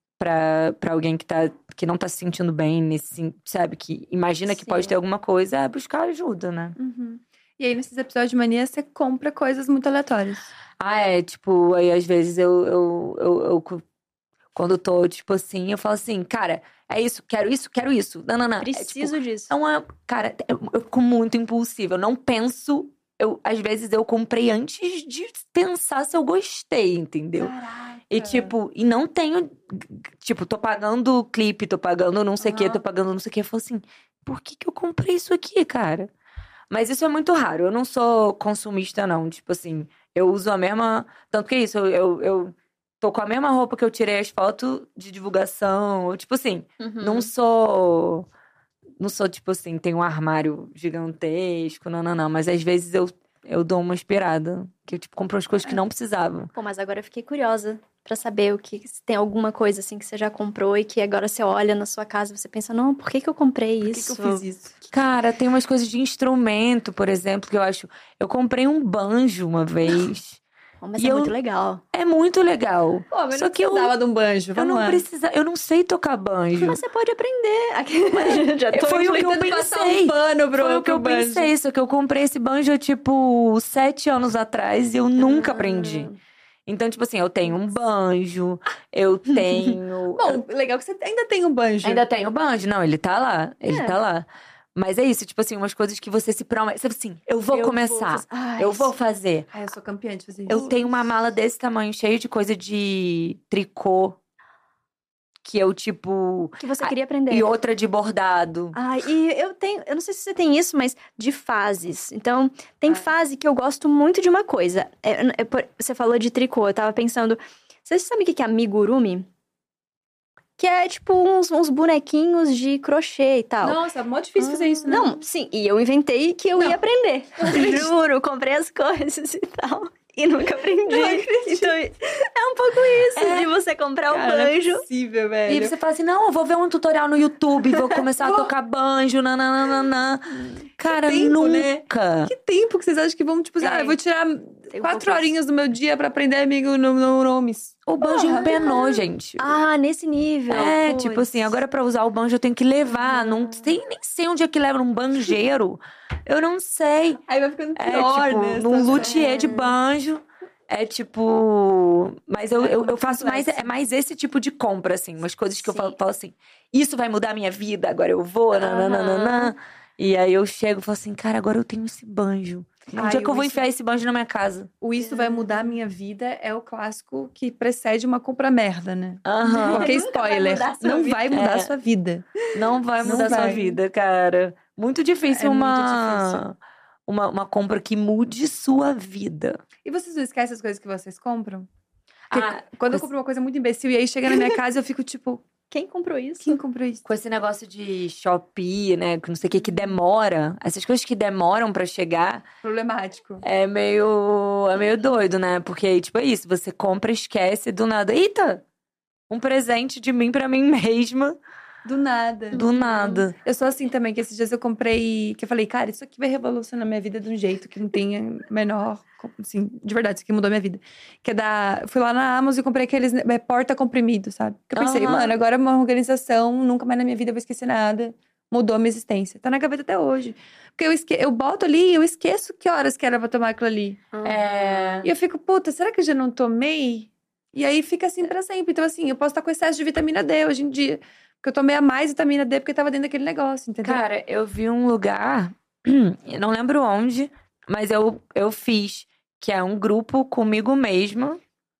pra, pra alguém que, tá, que não tá se sentindo bem, nesse, sen- sabe? Que imagina que pode Sim. ter alguma coisa, é buscar ajuda, né? Uhum. E aí, nesses episódios de mania, você compra coisas muito aleatórias. Ah, é, tipo, aí às vezes eu, eu, eu, eu co- quando tô, tipo assim, eu falo assim, cara, é isso, quero isso, quero isso. Não, não, não. É, tipo, Preciso disso. é uma. Cara, eu, eu fico muito impulsiva. Eu não penso. Eu, às vezes eu comprei antes de pensar se eu gostei, entendeu? Caraca. E tipo, e não tenho. Tipo, tô pagando clipe, tô pagando não sei o quê, Aham. tô pagando não sei o quê. Eu falo assim, por que que eu comprei isso aqui, cara? Mas isso é muito raro. Eu não sou consumista, não. Tipo assim, eu uso a mesma. Tanto que é isso, eu, eu, eu tô com a mesma roupa que eu tirei as fotos de divulgação. Eu, tipo assim, Uhum. não sou. Não sou, tipo assim, tenho um armário gigantesco, não, não, não. Mas às vezes eu, eu dou uma inspirada. Que eu, tipo, compro as coisas que não precisava. Pô, mas agora eu fiquei curiosa pra saber o que se tem alguma coisa assim que você já comprou e que agora você olha na sua casa e você pensa, não, por que que eu comprei Por que, isso? que eu fiz isso? Cara, tem umas coisas de instrumento, por exemplo, que eu acho. Eu comprei um banjo uma vez. Pô, mas E é eu- muito legal. É muito legal. Pô, mas Só não que eu, precisava de um banjo, eu vamos não lá. precisa, eu não sei tocar banjo. Mas você pode aprender. Aqui- já tô Foi o que eu Tentando passar pensei. um pano pro, Foi o que pro eu banjo. pensei, só que eu comprei esse banjo, tipo, sete anos atrás e eu nunca aprendi. Então, tipo assim, eu tenho um banjo, eu tenho. Bom, legal que você ainda tem um banjo. Ainda tenho o banjo. Não, ele tá lá. Ele É. tá lá. Mas é isso, tipo assim, umas coisas que você se promete. Sabe assim, eu vou Eu começar. fazer- Ai, eu vou sim. fazer. Ai, eu sou campeã de fazer isso. Eu tenho uma mala desse tamanho, cheio de coisa de tricô. Que eu, tipo. Que você Ah, queria aprender. E outra de bordado. Ai, e eu tenho, eu não sei se você tem isso, mas de fases. Então, tem Ai. fase que eu gosto muito de uma coisa. É- é por- você falou de tricô, eu tava pensando. Você sabe o que que é amigurumi? Que é tipo uns, uns bonequinhos de crochê e tal. Nossa, é mó difícil fazer isso, né? Não, sim, e eu inventei que eu Não. ia aprender. Juro, comprei as coisas e tal. E nunca aprendi. Não acredito. Então, é um pouco isso, É. de você comprar o Cara, não é banjo. possível, velho. E você fala assim, não, eu vou ver um tutorial no YouTube, vou começar a Vou. tocar banjo, nananana. Cara, tempo, né? nunca. Que tempo que vocês acham que vão, tipo, assim, Tem. ah, eu vou tirar Tem um quatro pouco horinhas do meu dia pra aprender amigo no, no nomes. O banjo Porra. empenou, gente. Ah, nesse nível. É, putz. tipo assim, agora pra usar o banjo eu tenho que levar. Não sei, nem sei onde é que leva um banjeiro. Eu não sei. Aí vai ficando É, pior, tipo, né? num Essa- luthier de banjo. É tipo. Mas eu, É eu, muito eu faço mais, complexo. é mais esse tipo de compra, assim. Umas coisas que eu Sim. falo, falo assim: isso vai mudar a minha vida, agora eu vou, nananana. E aí eu chego e falo assim: cara, agora eu tenho esse banjo. Um Ai, dia que eu vou isso- enfiar esse banjo na minha casa. O Isso Vai Mudar a Minha Vida é o clássico que precede uma compra merda, né? Aham. Porque Nunca vai spoiler, mudar a sua não vida. vai mudar a É. sua vida. Não vai Não mudar a sua vai. vida, cara. Muito difícil É muito uma, difícil. uma. Uma compra que mude sua vida. E vocês não esquecem as coisas que vocês compram? Porque Ah, quando eu com compro uma coisa muito imbecil e aí chega na minha casa eu fico tipo, Quem comprou isso? quem comprou isso? com esse negócio de Shopee, né? Que não sei o que, que demora. Essas coisas que demoram pra chegar Problemático. é meio. É meio doido, né? Porque aí, tipo, é isso. Você compra, esquece do nada. Eita! Um presente de mim pra mim mesma. Do nada. Do nada. Eu sou assim também, que esses dias eu comprei, que eu falei, cara, isso aqui vai revolucionar minha vida de um jeito que não tenha menor, assim, de verdade, isso aqui mudou minha vida. Que é da, eu fui lá na Amazon e comprei aqueles é, porta-comprimido, sabe? Que eu pensei, Aham. mano, agora é uma organização, nunca mais na minha vida eu vou esquecer nada. Mudou a minha existência. Tá na gaveta até hoje. Porque eu, esque... eu boto ali e eu esqueço que horas que era pra tomar aquilo ali. É. E eu fico, puta, será que eu já não tomei? E aí fica assim pra sempre. Então, assim, eu posso estar com excesso de vitamina D hoje em dia. Porque eu tomei a mais vitamina D porque tava dentro daquele negócio, entendeu? Cara, eu vi um lugar, eu não lembro onde, mas eu, eu fiz, que é um grupo comigo mesma,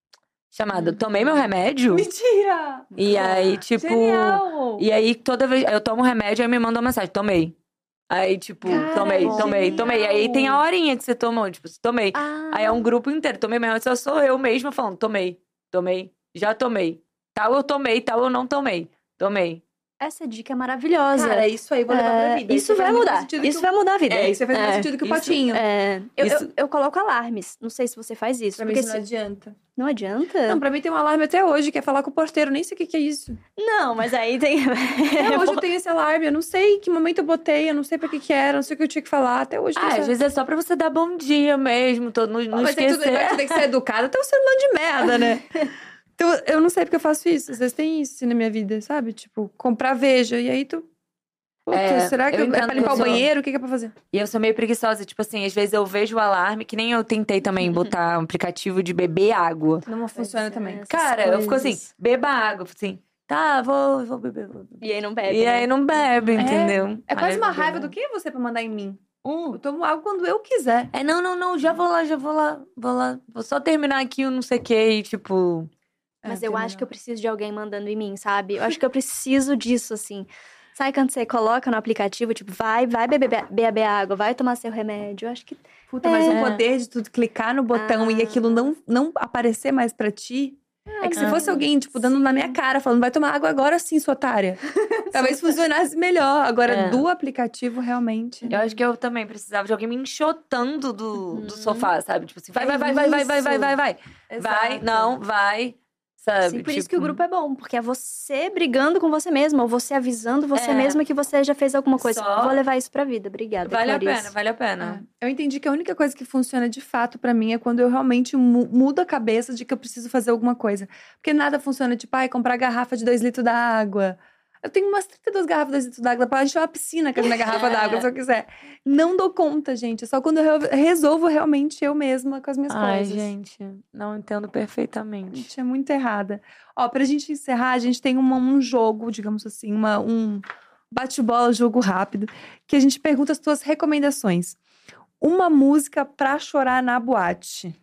chamado Tomei Meu Remédio. Mentira! E aí, tipo. Genial! E aí, toda vez. Eu tomo remédio, aí me manda uma mensagem, tomei. Aí, tipo, Cara, tomei, que tomei, genial! tomei. Aí tem a horinha que você tomou, tipo, tomei. Ah, Aí é um grupo inteiro, tomei meu remédio, só sou eu mesma falando, tomei, tomei, já tomei. Tal eu tomei, tal eu não tomei. Tomei. essa dica é maravilhosa. Cara, isso aí eu vou levar pra É, vida. isso vai faz muito mais mudar. sentido Isso que o- vai mudar a vida. É, isso vai fazer mais É. sentido que o Isso- potinho. É, eu, Isso- eu, eu coloco alarmes. Não sei se você faz isso. Pra mim porque isso não se- adianta. não adianta? Não, pra mim tem um alarme até hoje, que é falar com o porteiro. Nem sei o que, que é isso. Não, mas aí tem. Até hoje eu tenho esse alarme. Eu não sei em que momento eu botei, eu não sei pra que que era, não sei o que eu tinha que falar. Até hoje eu Ah, não às sei. vezes é só pra você dar bom dia mesmo, todo, não, não Mas é tudo, esquecer. você tem que ser educado. Até um ser humano de merda, né? Então, eu não sei porque eu faço isso. Às vezes tem isso assim, na minha vida, sabe? Tipo, comprar Veja. E aí tu... Puta, É, será que eu eu- é entendo pra que limpar eu o sou- banheiro? O que que é pra fazer? E eu sou meio preguiçosa, tipo assim, às vezes eu vejo o alarme, que nem eu tentei também botar um aplicativo de beber água. Não funciona também. Essas Cara, eu fico assim, coisas. beba água. Fico assim, tá, vou, vou beber, vou beber. E aí não bebe. E né? aí não bebe, É, entendeu? É quase Aí uma eu bebo. raiva do que é você pra mandar em mim. Hum. Eu tomo água quando eu quiser. É, não, não, não, já vou lá, já vou lá, vou lá. Vou só terminar aqui o não sei o que e, tipo... Mas É, eu tem acho que eu melhor. preciso de alguém mandando em mim, sabe? Eu acho que eu preciso disso, assim. Sabe quando você coloca no aplicativo, tipo, vai, vai beber, beber água, vai tomar seu remédio. Eu acho que. Puta, mas É. o poder de tu clicar no botão e Ah. aquilo não, não aparecer mais pra ti. É que se Ah, fosse alguém, tipo, dando na minha cara, falando, vai tomar água agora sim, sua otária. Talvez funcionasse melhor. Agora, É. do aplicativo, realmente. Eu acho que eu também precisava de alguém me enxotando do, do Uhum. sofá, sabe? Tipo assim, vai, É vai, vai, vai, vai, vai, vai, isso. vai, vai. Vai, Exato. não, vai, sabe? Sim, por isso Tipo, que o grupo é bom, porque é você brigando com você mesma, ou você avisando você É. mesma que você já fez alguma coisa. Só- Vou levar isso pra vida. Obrigada, Vale a Clarice. pena, vale a pena. É. Eu entendi que a única coisa que funciona de fato pra mim é quando eu realmente mu- mudo a cabeça de que eu preciso fazer alguma coisa. Porque nada funciona, tipo, ai, comprar garrafa de dois litros d'água. Eu tenho umas trinta e duas garrafas de dois litros d'água pra encher uma piscina com a minha garrafa d'água, se eu quiser. Não dou conta, gente. É só quando eu re- resolvo realmente eu mesma com as minhas Ai, coisas. gente, não entendo perfeitamente. Gente, é muito errada. Ó, pra gente encerrar, a gente tem uma- um jogo, digamos assim, uma, um bate-bola, jogo rápido, que a gente pergunta as tuas recomendações. Uma música pra chorar na boate.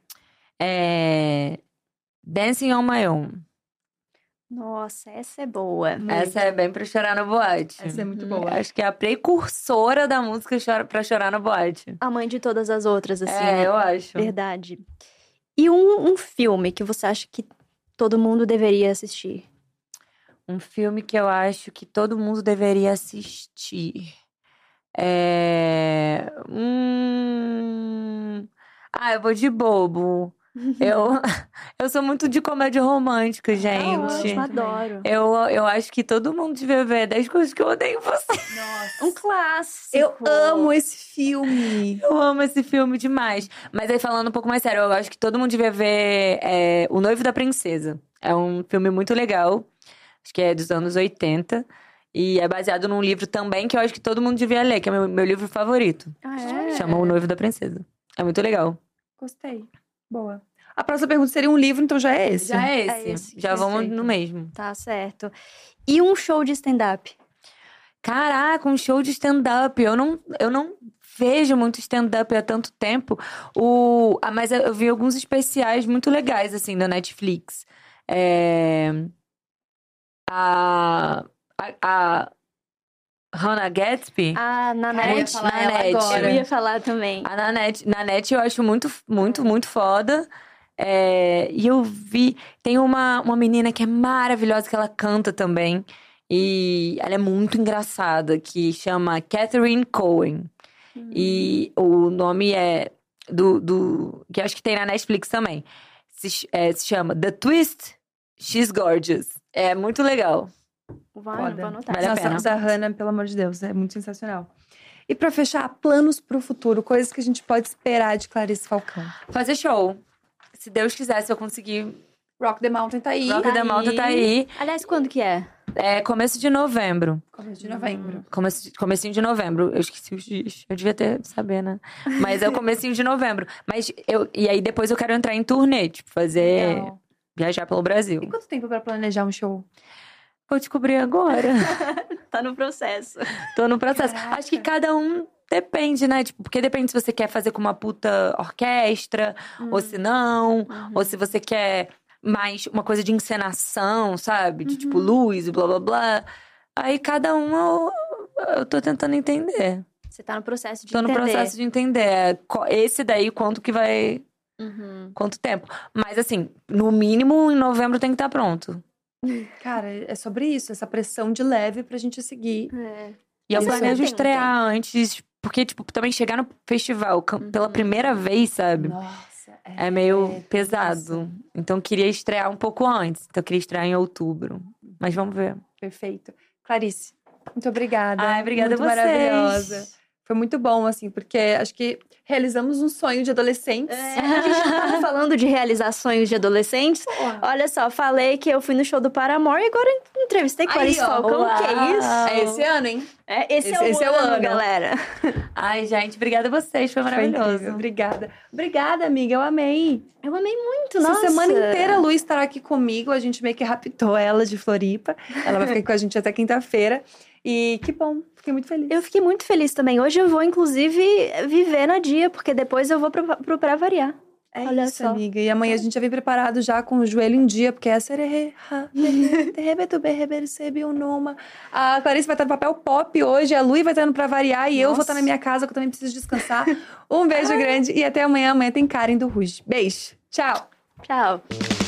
É... Dancing on My Own. Nossa, essa é boa. Essa é bem pra chorar na boate. Essa é muito Uhum. boa. Acho que é a precursora da música chora- pra chorar na boate. A mãe de todas as outras, assim. é, né? eu acho. Verdade. E um, um filme que você acha que todo mundo deveria assistir? Um filme que eu acho que todo mundo deveria assistir. É... Hum... Ah, eu vou de bobo. Eu, eu sou muito de comédia romântica, Tá gente. ótimo, adoro. Eu, eu acho que todo mundo devia ver dez coisas que eu odeio em você. Nossa. Um clássico. Eu amo esse filme. Eu amo esse filme demais. Mas aí, falando um pouco mais sério, eu acho que todo mundo devia ver é, O Noivo da Princesa. É um filme muito legal. Acho que é dos anos oitenta. E é baseado num livro também que eu acho que todo mundo devia ler, que é meu, meu livro favorito. Ah, é? Chama O Noivo da Princesa. É muito legal. Gostei. Boa. A próxima pergunta seria um livro, então já é esse. Já é esse. É esse, Já vamos perfeito. no mesmo. Tá certo. E um show de stand-up? Caraca, um show de stand-up. Eu não, eu não vejo muito stand-up há tanto tempo. O, ah, mas eu vi alguns especiais muito legais, assim, da Netflix. É, a, a, a Hannah Gatsby. Ah, na Cara, eu ia net. falar na ela net. agora. Eu ia falar também. A Nanette, Nanette eu acho muito, muito, muito foda. É, e eu vi. Tem uma, uma menina que é maravilhosa, que ela canta também. E ela é muito engraçada, que chama Catherine Cohen. E o nome é. Do, do, que acho que tem na Netflix também. Se, é, se chama The Twist, She's Gorgeous. É muito legal. Vai, Foda. vou anotar. Vale a Nossa, pena. essa Hannah, pelo amor de Deus, é muito sensacional. E pra fechar, planos pro futuro, coisas que a gente pode esperar de Clarice Falcão. Fazer show. Se Deus quiser, se eu conseguir. Rock the Mountain tá aí. Rock Tá the Mountain tá aí. Aliás, quando que é? É começo de novembro. Começo de novembro. Começo, de- comecinho de novembro. Eu esqueci os dias. Eu devia ter saber, né? Mas é o comecinho de novembro. Mas eu... E aí depois eu quero entrar em turnê. Tipo, fazer Legal. viajar pelo Brasil. E quanto tempo pra planejar um show? Vou descobrir agora. Tá no processo. Tô no processo. Caraca. Acho que cada um depende, né? Tipo, porque depende se você quer fazer com uma puta orquestra, Hum. ou se não. Uhum. Ou se você quer mais uma coisa de encenação, sabe? De Uhum. tipo, luz e blá, blá, blá. Aí cada um eu, eu tô tentando entender. Você tá no processo de Tô no entender. processo de entender. Qual- Esse daí, quanto que vai... Uhum. Quanto tempo. Mas assim, no mínimo, em novembro tem que estar pronto. Cara, é sobre isso, essa pressão de leve pra gente seguir. É. E eu Isso. planejo Tem um estrear antes... Porque, tipo, também chegar no festival cam- pela Uhum. primeira vez, sabe? Nossa, É meio é pesado. isso. Então, eu queria estrear um pouco antes. Então, eu queria estrear em outubro. Mas vamos ver. Perfeito. Clarice, muito obrigada. Ai, obrigada muito a vocês. maravilhosa. Foi muito bom, assim, porque acho que realizamos um sonho de adolescentes. É, a gente tava falando de realizar sonhos de adolescentes. Porra. Olha só, falei que eu fui no show do Paramore e agora entrevistei Aí, Clarice ó. Falcão. Uau. Que isso? É esse ano, hein? É, esse, Esse- é, o esse é o ano, ano. galera. Ai, gente, obrigada a vocês. Foi Foi maravilhoso. incrível. Obrigada. Obrigada, amiga. Eu amei. Eu amei muito, Essa nossa. semana inteira a Lu estará aqui comigo. A gente meio que raptou ela de Floripa. Ela vai ficar com a gente até quinta-feira. E que bom. Fiquei muito feliz. Eu fiquei muito feliz também. Hoje eu vou, inclusive, viver na dia, porque depois eu vou pro, pro Pra Variar. É Olha isso, só. amiga. E amanhã a gente já vem preparado já com o joelho em dia, porque essa é a Clarice vai estar no papel pop hoje, a Lu vai estar no Pra Variar e eu vou Nossa. estar na minha casa, que eu também preciso descansar. Um beijo grande e até amanhã. Amanhã tem Karen do Ruge. Beijo. Tchau. Tchau.